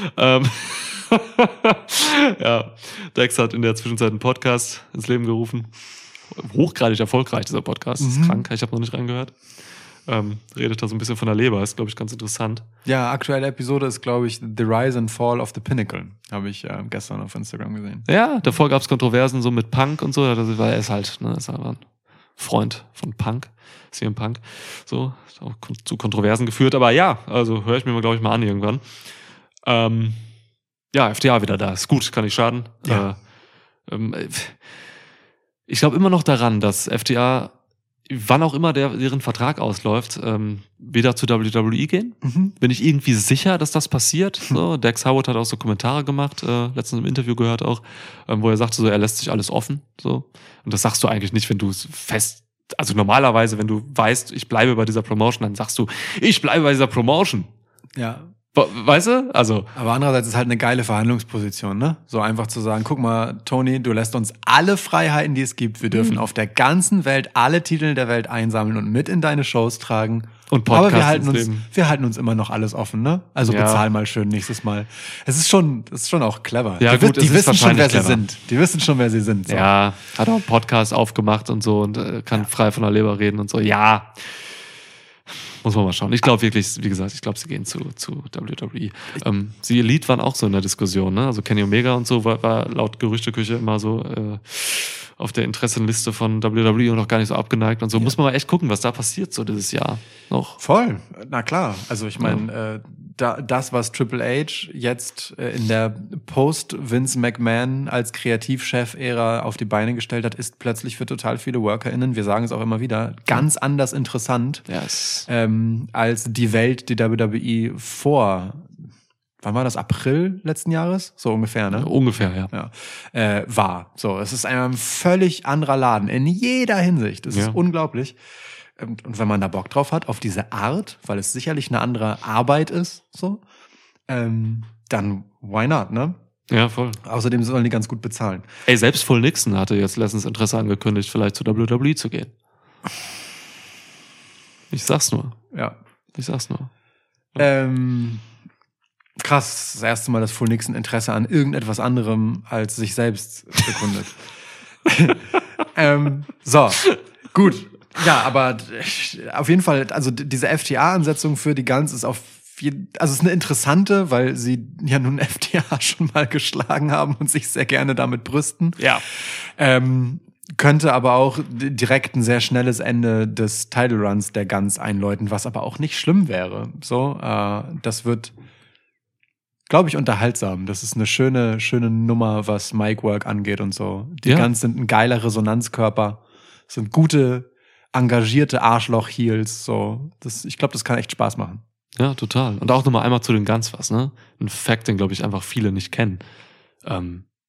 Ja, Dax hat in der Zwischenzeit einen Podcast ins Leben gerufen. Hochgradig erfolgreich, dieser Podcast. Ist krank, ich habe noch nicht reingehört. Redet da so ein bisschen von der Leber, ist, glaube ich, ganz interessant. Ja, aktuelle Episode ist, glaube ich, The Rise and Fall of the Pinnacle. Habe ich gestern auf Instagram gesehen. Ja, davor gab es Kontroversen so mit Punk und so, weil er ist halt, ne, ist einfach ein Freund von Punk, CM Punk, so, ist auch zu Kontroversen geführt, aber ja, also höre ich mir mal, glaube ich, mal an irgendwann. Ja, FDA wieder da, ist gut, kann nicht schaden. Ja. Ich glaube immer noch daran, dass FDA, wann auch immer deren Vertrag ausläuft, wieder zu WWE gehen. Bin ich irgendwie sicher, dass das passiert. So, Dax Howard hat auch so Kommentare gemacht, letztens im Interview gehört auch, wo er sagte, so, er lässt sich alles offen. So. Und das sagst du eigentlich nicht, wenn du es also normalerweise, wenn du weißt, ich bleibe bei dieser Promotion, dann sagst du, ich bleibe bei dieser Promotion. Ja. Weißt du? Also. Aber andererseits ist halt eine geile Verhandlungsposition, ne? So einfach zu sagen, guck mal, Tony, du lässt uns alle Freiheiten, die es gibt. Wir dürfen auf der ganzen Welt alle Titel der Welt einsammeln und mit in deine Shows tragen. Und Podcasts aber ins wir halten uns immer noch alles offen, ne? Also Ja. bezahl mal schön nächstes Mal. Es ist schon auch clever. Ja, gut, es die ist wissen schon, wer wahrscheinlich sie clever. sind. Die wissen schon, wer sie sind. So. Ja, hat auch einen Podcast aufgemacht und so und kann frei von der Leber reden und so. Ja, muss man mal schauen. Ich glaube wirklich, wie gesagt, sie gehen zu WWE. Die Elite waren auch so in der Diskussion, ne? Also Kenny Omega und so war laut Gerüchteküche immer so auf der Interessenliste von WWE und auch gar nicht so abgeneigt und so. Muss man mal echt gucken, was da passiert so dieses Jahr noch. Voll, na klar. Also ich meine, das, was Triple H jetzt in der Post-Vince McMahon als Kreativchef-Ära auf die Beine gestellt hat, ist plötzlich für total viele WorkerInnen, wir sagen es auch immer wieder, ganz anders interessant Yes. als die Welt, die WWE vor, wann war das, April letzten Jahres? So ungefähr, ne? Ungefähr, ja. Ja, war. So, es ist ein völlig anderer Laden in jeder Hinsicht. Es ist unglaublich. Und wenn man da Bock drauf hat, auf diese Art, weil es sicherlich eine andere Arbeit ist, so, dann why not, ne? Ja, voll. Außerdem sollen die ganz gut bezahlen. Ey, selbst Phil Nixon hatte jetzt letztens Interesse angekündigt, vielleicht zu WWE zu gehen. Ich sag's nur. Ja. Krass, das erste Mal, dass Phil Nixon Interesse an irgendetwas anderem als sich selbst bekundet. So, gut. Ja, aber auf jeden Fall, also diese FTA-Ansetzung für die Guns ist also es ist eine interessante, weil sie ja nun FTA schon mal geschlagen haben und sich sehr gerne damit brüsten. Ja. Könnte aber auch direkt ein sehr schnelles Ende des Title Runs der Guns einläuten, was aber auch nicht schlimm wäre. So, das wird, glaube ich, unterhaltsam. Das ist eine schöne Nummer, was Mic-Work angeht und so. Die Guns sind ein geiler Resonanzkörper, sind gute, engagierte Arschloch-Heels. So, ich glaube, das kann echt Spaß machen. Ja, total. Und auch nochmal einmal zu den Guns was, ne? Ein Fact, den, glaube ich, einfach viele nicht kennen.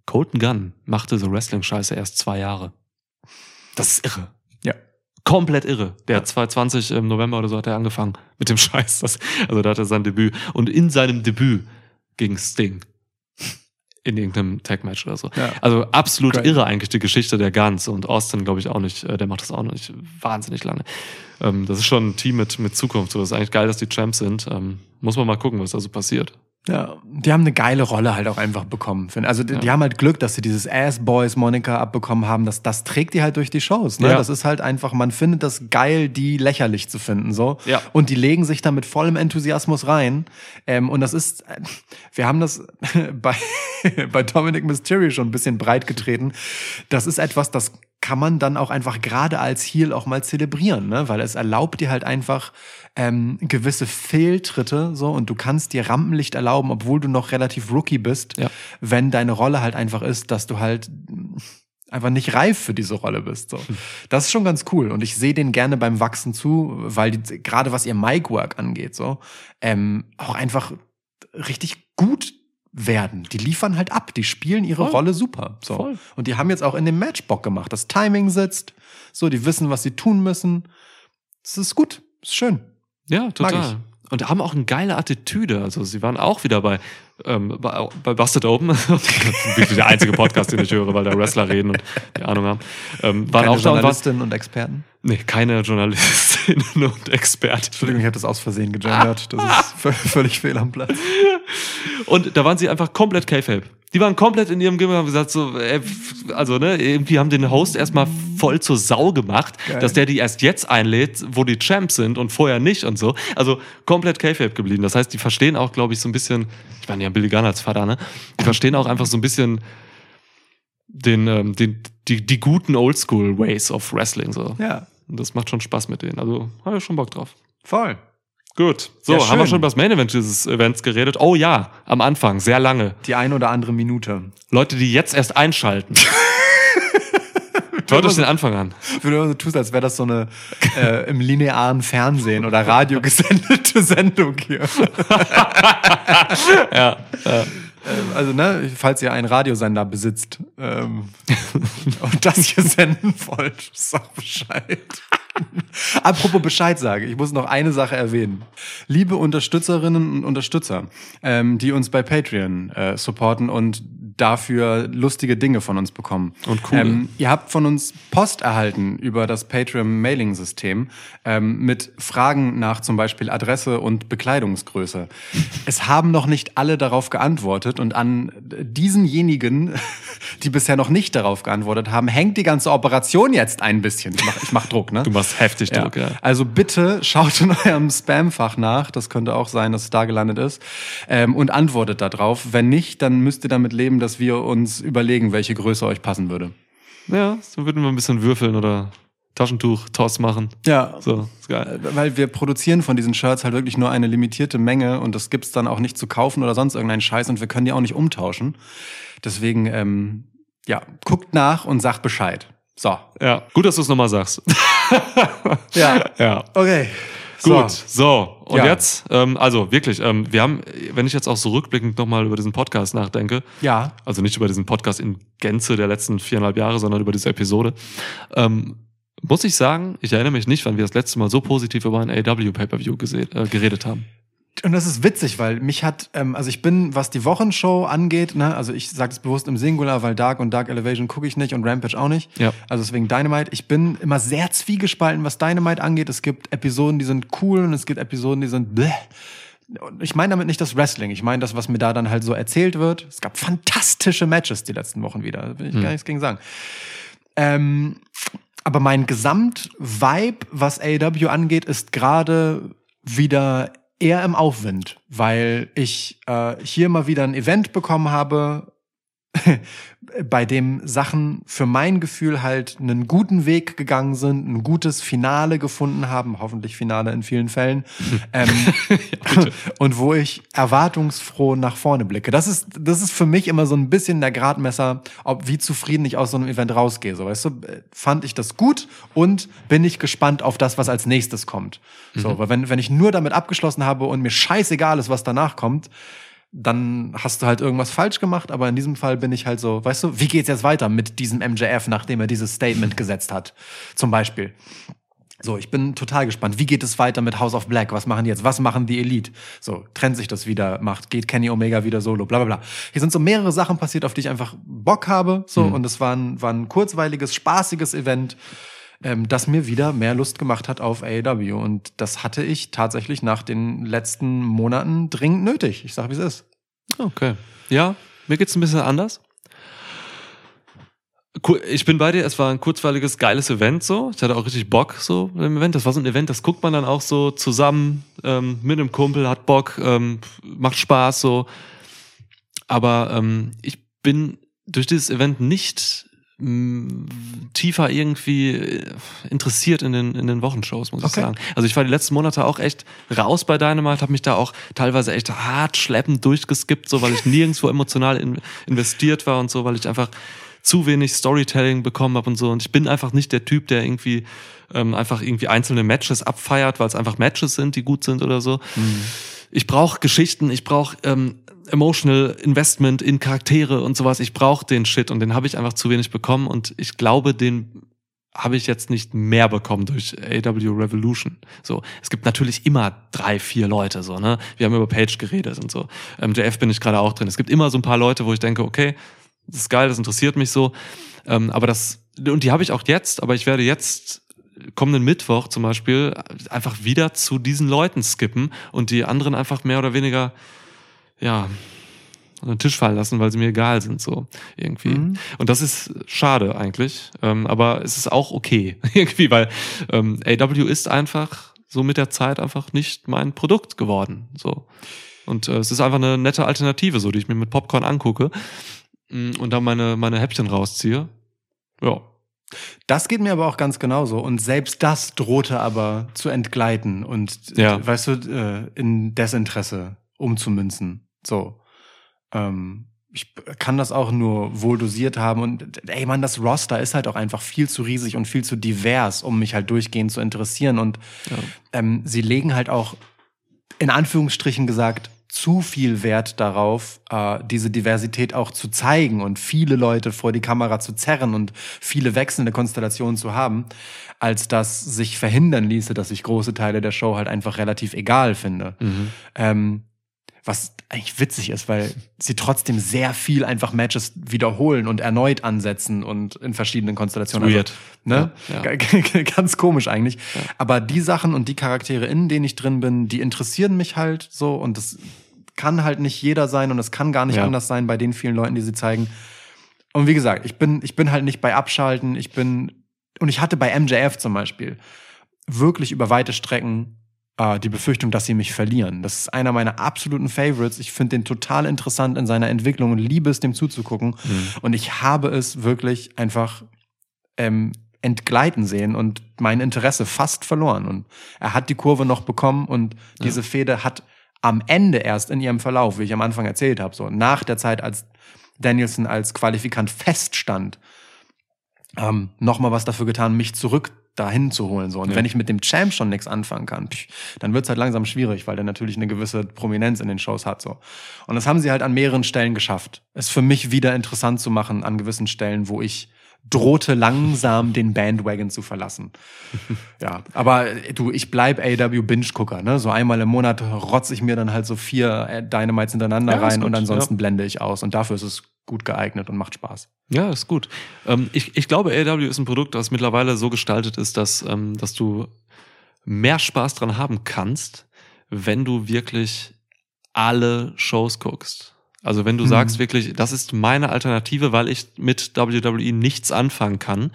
Colton Gunn machte so Wrestling-Scheiße erst 2 Jahre. Das ist irre. Ja. Komplett irre. Der hat 2020 im November oder so hat er angefangen mit dem Scheiß. Also da hat er sein Debüt. Und in seinem Debüt gegen Sting. In irgendeinem Tag-Match oder so. Ja. Also absolut irre eigentlich die Geschichte der Guns. Und Austin, glaube ich, auch nicht. Der macht das auch nicht wahnsinnig lange. Das ist schon ein Team mit Zukunft. So, das ist eigentlich geil, dass die Champs sind. Muss man mal gucken, was da so passiert. Ja, die haben eine geile Rolle halt auch einfach bekommen. Also die haben halt Glück, dass sie dieses Ass-Boys-Moniker abbekommen haben. Das trägt die halt durch die Shows. Ne? Ja. Das ist halt einfach, man findet das geil, die lächerlich zu finden. So. Ja. Und die legen sich da mit vollem Enthusiasmus rein. Und das ist, wir haben das bei Dominic Mysterio schon ein bisschen breit getreten. Das ist etwas, das kann man dann auch einfach gerade als Heel auch mal zelebrieren, ne? Weil es erlaubt dir halt einfach gewisse Fehltritte so und du kannst dir Rampenlicht erlauben, obwohl du noch relativ Rookie bist, wenn deine Rolle halt einfach ist, dass du halt einfach nicht reif für diese Rolle bist. So. Das ist schon ganz cool und ich sehe denen gerne beim Wachsen zu, weil die, gerade was ihr Mic-Work angeht, so auch einfach richtig gut werden. Die liefern halt ab, die spielen ihre Rolle super. So. Voll. Und die haben jetzt auch in dem Match Bock gemacht. Das Timing sitzt, so, die wissen, was sie tun müssen. Das ist gut, das ist schön. Ja, total. Und haben auch eine geile Attitüde. Also sie waren auch wieder bei Busted Open. Wirklich der einzige Podcast, den ich höre, weil da Wrestler reden und die Ahnung haben. Waren keine auch Journalistinnen und Experten? Nee, keine Journalistinnen und Experten. Entschuldigung, ich habe das aus Versehen gegendert. Das ist völlig fehl am Platz. Und da waren sie einfach komplett K-Fape. Die waren komplett in ihrem Gimmick und haben gesagt, so, also, ne, irgendwie haben den Host erstmal voll zur Sau gemacht, geil, dass der die erst jetzt einlädt, wo die Champs sind und vorher nicht und so. Also komplett K-Fape geblieben. Das heißt, die verstehen auch, glaube ich, so ein bisschen, ich meine, die haben Billy Gunn als Vater, ne? Die verstehen auch einfach so ein bisschen die guten Oldschool-Ways of Wrestling, so. Ja. Und das macht schon Spaß mit denen. Also, habe ich schon Bock drauf. Voll. Gut, so, ja, haben wir schon über das Main Event dieses Events geredet? Oh ja, am Anfang, sehr lange. Die ein oder andere Minute. Leute, die jetzt erst einschalten. Hört euch den Anfang an. Wenn du so tust, als wäre das so eine im linearen Fernsehen oder Radio gesendete Sendung hier. Ja. Also, ne, falls ihr einen Radiosender besitzt und das hier senden wollt, sag Bescheid. Apropos Bescheid sage, ich muss noch eine Sache erwähnen. Liebe Unterstützerinnen und Unterstützer, die uns bei Patreon supporten und dafür lustige Dinge von uns bekommen. Und cool. Ihr habt von uns Post erhalten über das Patreon-Mailing-System mit Fragen nach zum Beispiel Adresse und Bekleidungsgröße. Es haben noch nicht alle darauf geantwortet und an diesenjenigen, die bisher noch nicht darauf geantwortet haben, hängt die ganze Operation jetzt ein bisschen. Ich mach Druck, ne? Du machst heftig Druck, ja. Also bitte schaut in eurem Spamfach nach, das könnte auch sein, dass es da gelandet ist, und antwortet da drauf. Wenn nicht, dann müsst ihr damit leben, dass wir uns überlegen, welche Größe euch passen würde. Ja, so würden wir ein bisschen würfeln oder Taschentuch, Toss machen. Ja, so, ist geil. Weil wir produzieren von diesen Shirts halt wirklich nur eine limitierte Menge und das gibt's dann auch nicht zu kaufen oder sonst irgendeinen Scheiß und wir können die auch nicht umtauschen. Deswegen, guckt nach und sagt Bescheid. So. Ja, gut, dass du es nochmal sagst. Ja. Okay. Gut, so. Und jetzt, also wirklich, wir haben, wenn ich jetzt auch so rückblickend nochmal über diesen Podcast nachdenke, also nicht über diesen Podcast in Gänze der letzten 4,5 Jahre, sondern über diese Episode, muss ich sagen, ich erinnere mich nicht, wann wir das letzte Mal so positiv über ein AEW Pay-Per-View geredet haben. Und das ist witzig, weil mich hat, also ich bin, was die Wochenshow angeht, ne, also ich sage es bewusst im Singular, weil Dark und Dark Elevation gucke ich nicht und Rampage auch nicht. Ja. Also deswegen Dynamite. Ich bin immer sehr zwiegespalten, was Dynamite angeht. Es gibt Episoden, die sind cool und es gibt Episoden, die sind bleh. Ich meine damit nicht das Wrestling. Ich meine das, was mir da dann halt so erzählt wird. Es gab fantastische Matches die letzten Wochen wieder. Da will ich gar nichts gegen sagen. Aber mein Gesamt-Vibe, was AEW angeht, ist gerade wieder eher im Aufwind, weil ich hier mal wieder ein Event bekommen habe, bei dem Sachen für mein Gefühl halt einen guten Weg gegangen sind, ein gutes Finale gefunden haben, hoffentlich Finale in vielen Fällen, und wo ich erwartungsfroh nach vorne blicke. Das ist für mich immer so ein bisschen der Gradmesser, wie zufrieden ich aus so einem Event rausgehe. So, weißt du, fand ich das gut und bin ich gespannt auf das, was als nächstes kommt. So, weil wenn ich nur damit abgeschlossen habe und mir scheißegal ist, was danach kommt, dann hast du halt irgendwas falsch gemacht, aber in diesem Fall bin ich halt so, weißt du, wie geht's jetzt weiter mit diesem MJF, nachdem er dieses Statement gesetzt hat, zum Beispiel. So, ich bin total gespannt. Wie geht es weiter mit House of Black? Was machen die jetzt? Was machen die Elite? So, trennt sich das wieder? Geht Kenny Omega wieder solo? Bla, bla, bla. Hier sind so mehrere Sachen passiert, auf die ich einfach Bock habe. So, und es war ein kurzweiliges, spaßiges Event, das mir wieder mehr Lust gemacht hat auf AEW. Und das hatte ich tatsächlich nach den letzten Monaten dringend nötig. Ich sag, wie es ist. Okay. Ja, mir geht's ein bisschen anders. Ich bin bei dir, es war ein kurzweiliges, geiles Event so. Ich hatte auch richtig Bock so im Event. Das war so ein Event, das guckt man dann auch so zusammen mit einem Kumpel, hat Bock, macht Spaß so. Aber ich bin durch dieses Event nicht tiefer irgendwie interessiert in den Wochenshows, muss ich sagen. Also ich war die letzten Monate auch echt raus bei Dynamite, habe mich da auch teilweise echt hart schleppend durchgeskippt, so weil ich nirgendwo emotional investiert war und so, weil ich einfach zu wenig Storytelling bekommen habe und so. Und ich bin einfach nicht der Typ, der irgendwie einfach irgendwie einzelne Matches abfeiert, weil es einfach Matches sind, die gut sind oder so. Ich brauche Geschichten, ich brauche emotional Investment in Charaktere und sowas. Ich brauche den Shit und den habe ich einfach zu wenig bekommen. Und ich glaube, den habe ich jetzt nicht mehr bekommen durch AEW Revolution. So, es gibt natürlich immer 3-4 Leute, so, ne? Wir haben über Page geredet und so. MJF bin ich gerade auch drin. Es gibt immer so ein paar Leute, wo ich denke, okay, das ist geil, das interessiert mich so. Aber und die habe ich auch jetzt, aber ich werde jetzt kommenden Mittwoch zum Beispiel einfach wieder zu diesen Leuten skippen und die anderen einfach mehr oder weniger, ja, an den Tisch fallen lassen, weil sie mir egal sind, so irgendwie. Und das ist schade eigentlich, aber es ist auch okay, irgendwie, weil AEW ist einfach so mit der Zeit einfach nicht mein Produkt geworden, so. Und es ist einfach eine nette Alternative, so, die ich mir mit Popcorn angucke und dann meine Häppchen rausziehe. Ja. Das geht mir aber auch ganz genauso. Und selbst das drohte aber zu entgleiten und, weißt du, in Desinteresse umzumünzen. So. Ich kann das auch nur wohl dosiert haben. Und ey, Mann, das Roster ist halt auch einfach viel zu riesig und viel zu divers, um mich halt durchgehend zu interessieren. Und sie legen halt auch, in Anführungsstrichen gesagt, zu viel Wert darauf, diese Diversität auch zu zeigen und viele Leute vor die Kamera zu zerren und viele wechselnde Konstellationen zu haben, als dass sich verhindern ließe, dass ich große Teile der Show halt einfach relativ egal finde. Was eigentlich witzig ist, weil sie trotzdem sehr viel einfach Matches wiederholen und erneut ansetzen und in verschiedenen Konstellationen. Weird. Also, ne? Ja. Ganz komisch eigentlich. Ja. Aber die Sachen und die Charaktere, in denen ich drin bin, die interessieren mich halt so und das kann halt nicht jeder sein und es kann gar nicht anders sein bei den vielen Leuten, die sie zeigen. Und wie gesagt, ich bin halt nicht bei Abschalten, und ich hatte bei MJF zum Beispiel wirklich über weite Strecken die Befürchtung, dass sie mich verlieren. Das ist einer meiner absoluten Favorites. Ich finde den total interessant in seiner Entwicklung und liebe es, dem zuzugucken. Und ich habe es wirklich einfach entgleiten sehen und mein Interesse fast verloren. Und er hat die Kurve noch bekommen und diese Fehde hat am Ende erst in ihrem Verlauf, wie ich am Anfang erzählt habe, so nach der Zeit, als Danielson als Qualifikant feststand, nochmal was dafür getan, mich zurück dahin zu holen. So. Und wenn ich mit dem Champ schon nichts anfangen kann, dann wird's halt langsam schwierig, weil der natürlich eine gewisse Prominenz in den Shows hat. So. Und das haben sie halt an mehreren Stellen geschafft. Es für mich wieder interessant zu machen an gewissen Stellen, wo ich drohte langsam den Bandwagon zu verlassen. Ja, aber du, ich bleib AEW Binge-Gucker, ne? So einmal im Monat rotze ich mir dann halt so 4 Dynamites hintereinander rein und ansonsten blende ich aus. Und dafür ist es gut geeignet und macht Spaß. Ja, ist gut. Ich glaube, AEW ist ein Produkt, das mittlerweile so gestaltet ist, dass du mehr Spaß dran haben kannst, wenn du wirklich alle Shows guckst. Also wenn du sagst wirklich, das ist meine Alternative, weil ich mit WWE nichts anfangen kann,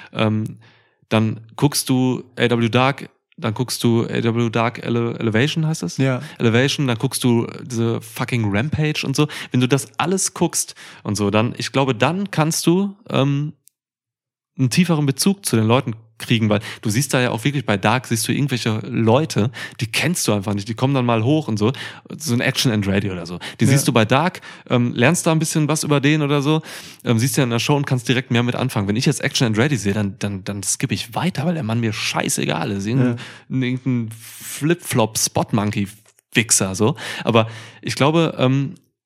dann guckst du AEW Dark, dann guckst du AEW Dark Elevation, heißt das? Ja. Elevation, dann guckst du diese fucking Rampage und so. Wenn du das alles guckst und so, dann, ich glaube, dann kannst du einen tieferen Bezug zu den Leuten kriegen, weil du siehst da ja auch wirklich bei Dark, siehst du irgendwelche Leute, die kennst du einfach nicht, die kommen dann mal hoch und so ein Action and Ready oder so. Die siehst du bei Dark, lernst da ein bisschen was über den oder so, siehst ja in der Show und kannst direkt mehr mit anfangen. Wenn ich jetzt Action and Ready sehe, dann skippe ich weiter, weil der Mann mir scheißegal ist. Irgendein Flip-Flop Spot-Monkey-Wichser, so. Aber ich glaube,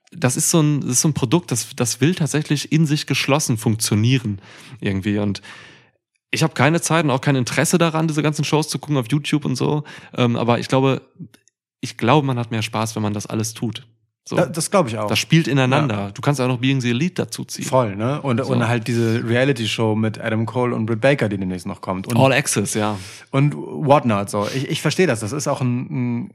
das ist so ein Produkt, das will tatsächlich in sich geschlossen funktionieren irgendwie. Und ich habe keine Zeit und auch kein Interesse daran, diese ganzen Shows zu gucken auf YouTube und so. Aber ich glaube, man hat mehr Spaß, wenn man das alles tut. So. Das glaube ich auch. Das spielt ineinander. Ja. Du kannst auch noch Being the Elite dazu ziehen. Voll, ne? Und halt diese Reality-Show mit Adam Cole und Britt Baker, die demnächst noch kommt. Und All Access, ja. Und whatnot, so. Ich verstehe das. Das ist auch ein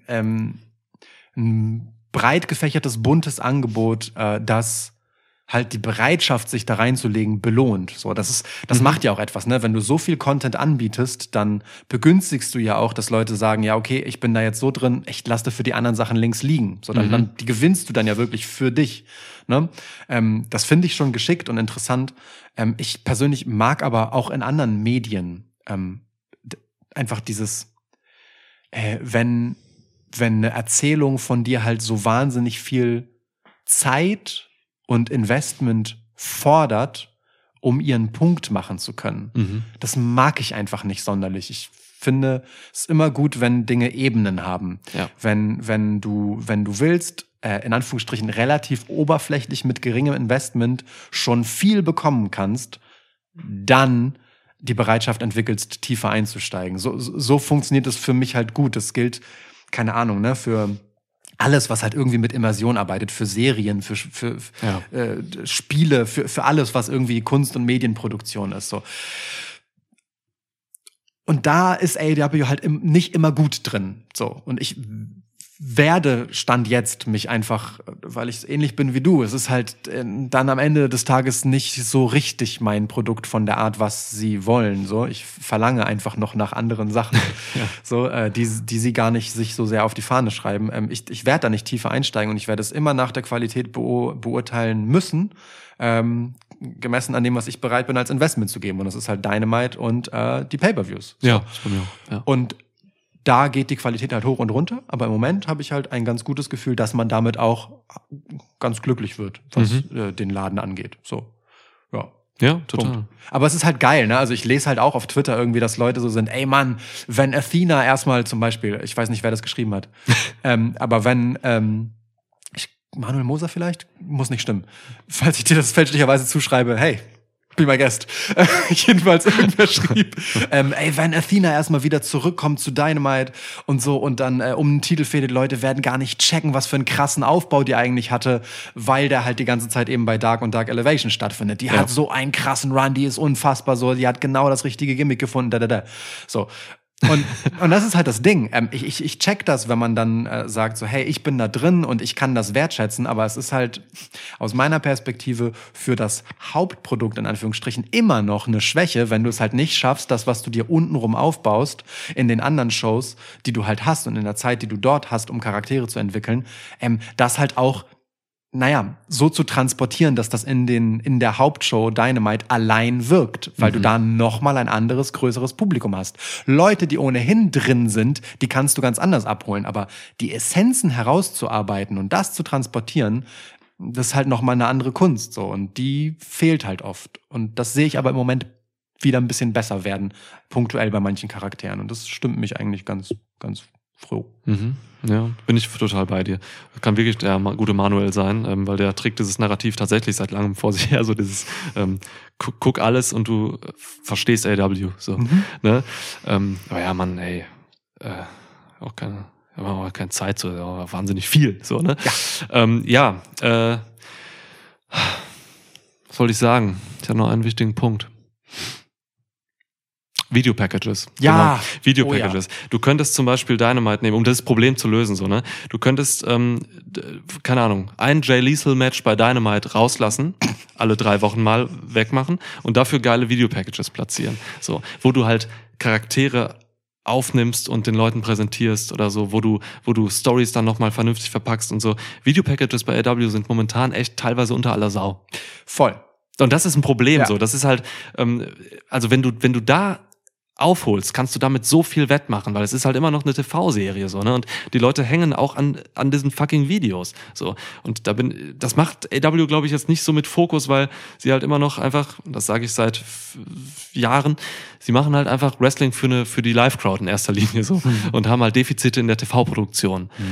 breit gefächertes, buntes Angebot, das halt die Bereitschaft, sich da reinzulegen, belohnt. So, das macht ja auch etwas, ne? Wenn du so viel Content anbietest, dann begünstigst du ja auch, dass Leute sagen, ja, okay, ich bin da jetzt so drin, ich lasse für die anderen Sachen links liegen. So, dann die gewinnst du dann ja wirklich für dich, ne? Das finde ich schon geschickt und interessant. Ich persönlich mag aber auch in anderen Medien einfach dieses, wenn eine Erzählung von dir halt so wahnsinnig viel Zeit und Investment fordert, um ihren Punkt machen zu können. Das mag ich einfach nicht sonderlich. Ich finde es immer gut, wenn Dinge Ebenen haben. Ja. Wenn du willst, in Anführungsstrichen relativ oberflächlich mit geringem Investment schon viel bekommen kannst, dann die Bereitschaft entwickelst, tiefer einzusteigen. So funktioniert es für mich halt gut. Das gilt, keine Ahnung, ne, für alles, was halt irgendwie mit Immersion arbeitet, für Serien, für Spiele, für alles, was irgendwie Kunst- und Medienproduktion ist. So. Und da ist AEW halt nicht immer gut drin. So. Und ich werde Stand jetzt mich einfach, weil ich ähnlich bin wie du, es ist halt dann am Ende des Tages nicht so richtig mein Produkt von der Art, was sie wollen. So, ich verlange einfach noch nach anderen Sachen, so die sie gar nicht sich so sehr auf die Fahne schreiben. Ich werde da nicht tiefer einsteigen und ich werde es immer nach der Qualität beurteilen müssen, gemessen an dem, was ich bereit bin, als Investment zu geben. Und das ist halt Dynamite und die Pay-Per-Views. So. Ja, das ist bei mir auch. Ja. Und da geht die Qualität halt hoch und runter, aber im Moment habe ich halt ein ganz gutes Gefühl, dass man damit auch ganz glücklich wird, was den Laden angeht. So, ja. Ja, total. Punkt. Aber es ist halt geil, ne? Also ich lese halt auch auf Twitter irgendwie, dass Leute so sind, ey Mann, wenn Athena erstmal zum Beispiel, ich weiß nicht, wer das geschrieben hat, aber wenn Manuel Moser vielleicht? Muss nicht stimmen. Falls ich dir das fälschlicherweise zuschreibe, hey, be my guest. Jedenfalls irgendwer schrieb, ey, wenn Athena erstmal wieder zurückkommt zu Dynamite und so und dann um den Titel fädelt, Leute werden gar nicht checken, was für einen krassen Aufbau die eigentlich hatte, weil der halt die ganze Zeit eben bei Dark und Dark Elevation stattfindet. Die hat so einen krassen Run, die ist unfassbar so, die hat genau das richtige Gimmick gefunden, So. Und das ist halt das Ding. Ich check das, wenn man dann sagt so, hey, ich bin da drin und ich kann das wertschätzen, aber es ist halt aus meiner Perspektive für das Hauptprodukt in Anführungsstrichen immer noch eine Schwäche, wenn du es halt nicht schaffst, das, was du dir untenrum aufbaust, in den anderen Shows, die du halt hast und in der Zeit, die du dort hast, um Charaktere zu entwickeln, das halt auch so zu transportieren, dass das in der Hauptshow Dynamite allein wirkt, weil du da nochmal ein anderes, größeres Publikum hast. Leute, die ohnehin drin sind, die kannst du ganz anders abholen, aber die Essenzen herauszuarbeiten und das zu transportieren, das ist halt nochmal eine andere Kunst, so. Und die fehlt halt oft. Und das sehe ich aber im Moment wieder ein bisschen besser werden, punktuell bei manchen Charakteren. Und das stimmt mich eigentlich ganz, ganz froh. Ja, bin ich total bei dir. Kann wirklich der gute Manuel sein, weil der trägt dieses Narrativ tatsächlich seit langem vor sich her, so dieses guck alles und du verstehst AEW, so. Ne? Aber ja, Mann, ey, auch keine Zeit, so wahnsinnig viel, so, ne? Ja, was soll ich sagen? Ich habe noch einen wichtigen Punkt. Video-Packages. Ja. Genau. Video-Packages. Oh ja. Du könntest zum Beispiel Dynamite nehmen, um das Problem zu lösen, so, ne? Du könntest, keine Ahnung, ein Jay Lethal-Match bei Dynamite rauslassen, alle 3 Wochen mal wegmachen und dafür geile Video-Packages platzieren. So, wo du halt Charaktere aufnimmst und den Leuten präsentierst oder so, wo du Stories dann nochmal vernünftig verpackst und so. Video-Packages bei AEW sind momentan echt teilweise unter aller Sau. Voll. Und das ist ein Problem, Ja. so. Das ist halt, also wenn du da aufholst, kannst du damit so viel wettmachen, weil es ist halt immer noch eine TV-Serie, so, ne? Und die Leute hängen auch an diesen fucking Videos, so. Und das macht AEW, glaube ich, jetzt nicht so mit Fokus, weil sie halt immer noch einfach, das sage ich seit Jahren, sie machen halt einfach Wrestling für die Live-Crowd in erster Linie, so. Und haben halt Defizite in der TV-Produktion.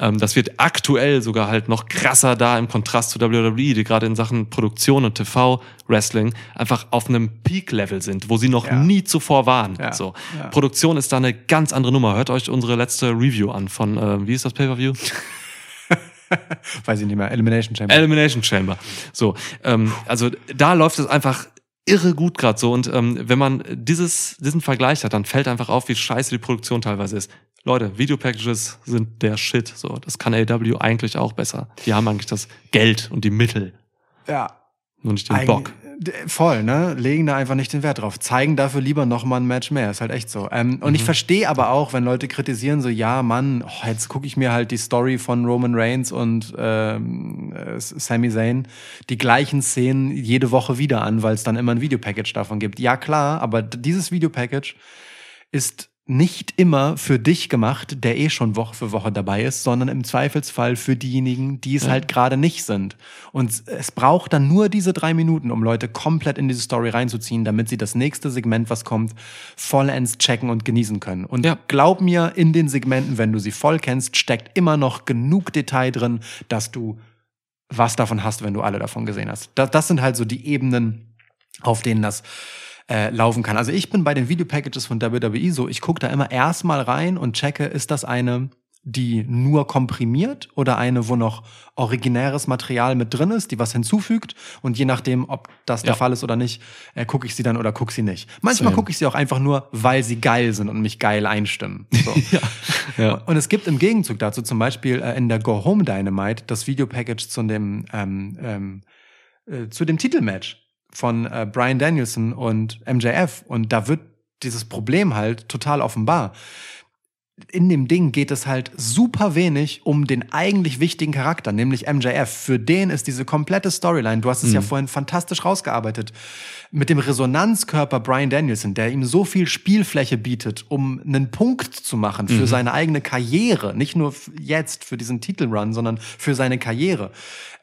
Das wird aktuell sogar halt noch krasser da im Kontrast zu WWE, die gerade in Sachen Produktion und TV-Wrestling einfach auf einem Peak-Level sind, wo sie noch nie zuvor waren. Ja. So. Ja. Produktion ist da eine ganz andere Nummer. Hört euch unsere letzte Review an von, wie ist das Pay-Per-View? Weiß ich nicht mehr. Elimination Chamber. Elimination Chamber. So, also da läuft es einfach irre gut gerade so. Und wenn man diesen Vergleich hat, dann fällt einfach auf, wie scheiße die Produktion teilweise ist. Leute, Videopackages sind der Shit. So, das kann AEW eigentlich auch besser. Die haben eigentlich das Geld und die Mittel. Ja. Nur nicht den Bock. Voll, ne? Legen da einfach nicht den Wert drauf. Zeigen dafür lieber noch mal ein Match mehr. Ist halt echt so. Und ich verstehe aber auch, wenn Leute kritisieren, so, ja, Mann, jetzt gucke ich mir halt die Story von Roman Reigns und Sami Zayn, die gleichen Szenen jede Woche wieder an, weil es dann immer ein Videopackage davon gibt. Ja, klar, aber dieses Videopackage ist nicht immer für dich gemacht, der schon Woche für Woche dabei ist, sondern im Zweifelsfall für diejenigen, die es halt gerade nicht sind. Und es braucht dann nur diese 3 Minuten, um Leute komplett in diese Story reinzuziehen, damit sie das nächste Segment, was kommt, vollends checken und genießen können. Und glaub mir, in den Segmenten, wenn du sie voll kennst, steckt immer noch genug Detail drin, dass du was davon hast, wenn du alle davon gesehen hast. Das sind halt so die Ebenen, auf denen das laufen kann. Also ich bin bei den Videopackages von WWE so, ich gucke da immer erstmal rein und checke, ist das eine, die nur komprimiert oder eine, wo noch originäres Material mit drin ist, die was hinzufügt, und je nachdem, ob das der Fall ist oder nicht, gucke ich sie dann oder gucke sie nicht. Manchmal gucke ich sie auch einfach nur, weil sie geil sind und mich geil einstimmen. So. Und es gibt im Gegenzug dazu zum Beispiel in der Go Home Dynamite das Videopackage zu dem Titelmatch von Bryan Danielson und MJF. Und da wird dieses Problem halt total offenbar. In dem Ding geht es halt super wenig um den eigentlich wichtigen Charakter, nämlich MJF. Für den ist diese komplette Storyline, du hast es ja vorhin fantastisch rausgearbeitet, mit dem Resonanzkörper Bryan Danielson, der ihm so viel Spielfläche bietet, um einen Punkt zu machen für seine eigene Karriere. Nicht nur jetzt für diesen Titelrun, sondern für seine Karriere.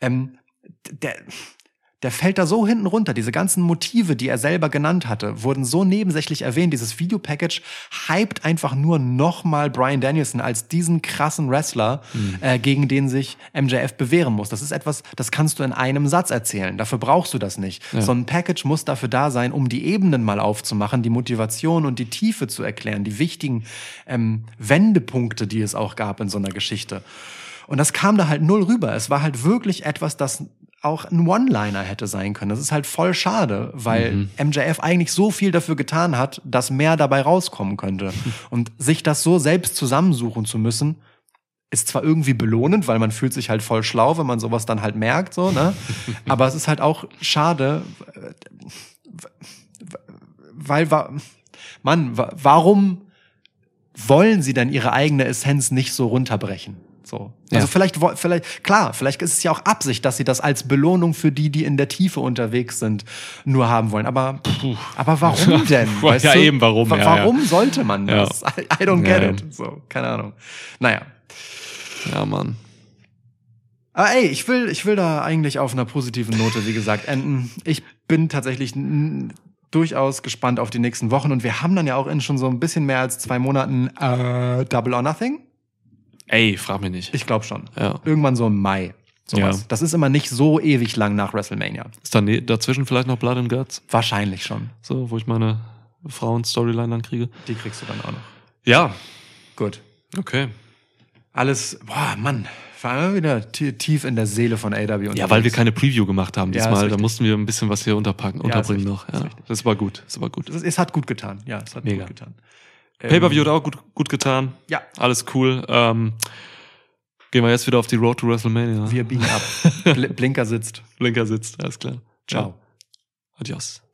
Der fällt da so hinten runter. Diese ganzen Motive, die er selber genannt hatte, wurden so nebensächlich erwähnt. Dieses Videopackage hypt einfach nur nochmal Bryan Danielson als diesen krassen Wrestler, gegen den sich MJF bewähren muss. Das ist etwas, das kannst du in einem Satz erzählen. Dafür brauchst du das nicht. Ja. So ein Package muss dafür da sein, um die Ebenen mal aufzumachen, die Motivation und die Tiefe zu erklären, die wichtigen Wendepunkte, die es auch gab in so einer Geschichte. Und das kam da halt null rüber. Es war halt wirklich etwas, das auch ein One-Liner hätte sein können. Das ist halt voll schade, weil MJF eigentlich so viel dafür getan hat, dass mehr dabei rauskommen könnte. Und sich das so selbst zusammensuchen zu müssen, ist zwar irgendwie belohnend, weil man fühlt sich halt voll schlau, wenn man sowas dann halt merkt, so, ne? Aber es ist halt auch schade, weil, warum wollen sie denn ihre eigene Essenz nicht so runterbrechen? So. Also vielleicht ist es ja auch Absicht, dass sie das als Belohnung für die in der Tiefe unterwegs sind, nur haben wollen. Aber warum denn? Weißt du? Eben warum. Warum sollte man das? I don't get it. So, keine Ahnung. Naja. Ja, Mann. Aber ey, ich will da eigentlich auf einer positiven Note, wie gesagt, enden. Ich bin tatsächlich durchaus gespannt auf die nächsten Wochen, und wir haben dann ja auch in schon so ein bisschen mehr als 2 Monaten Double or Nothing. Ey, frag mich nicht. Ich glaube schon. Ja. Irgendwann so im Mai. Sowas. Ja. Das ist immer nicht so ewig lang nach WrestleMania. Ist dann dazwischen vielleicht noch Blood and Guts? Wahrscheinlich schon. So, wo ich meine Frauen-Storyline dann kriege. Die kriegst du dann auch noch. Ja. Gut. Okay. Alles, Mann, war wieder tief in der Seele von AEW. Ja, weil wir keine Preview gemacht haben diesmal. Da mussten wir ein bisschen was hier unterbringen noch. Ja. Das war gut. Es hat gut getan. Ja, es hat mega gut getan. Pay-Per-View hat auch gut getan. Ja. Alles cool. Gehen wir jetzt wieder auf die Road to WrestleMania. Wir biegen ab. Blinker sitzt. Alles klar. Ciao. Ja. Adios.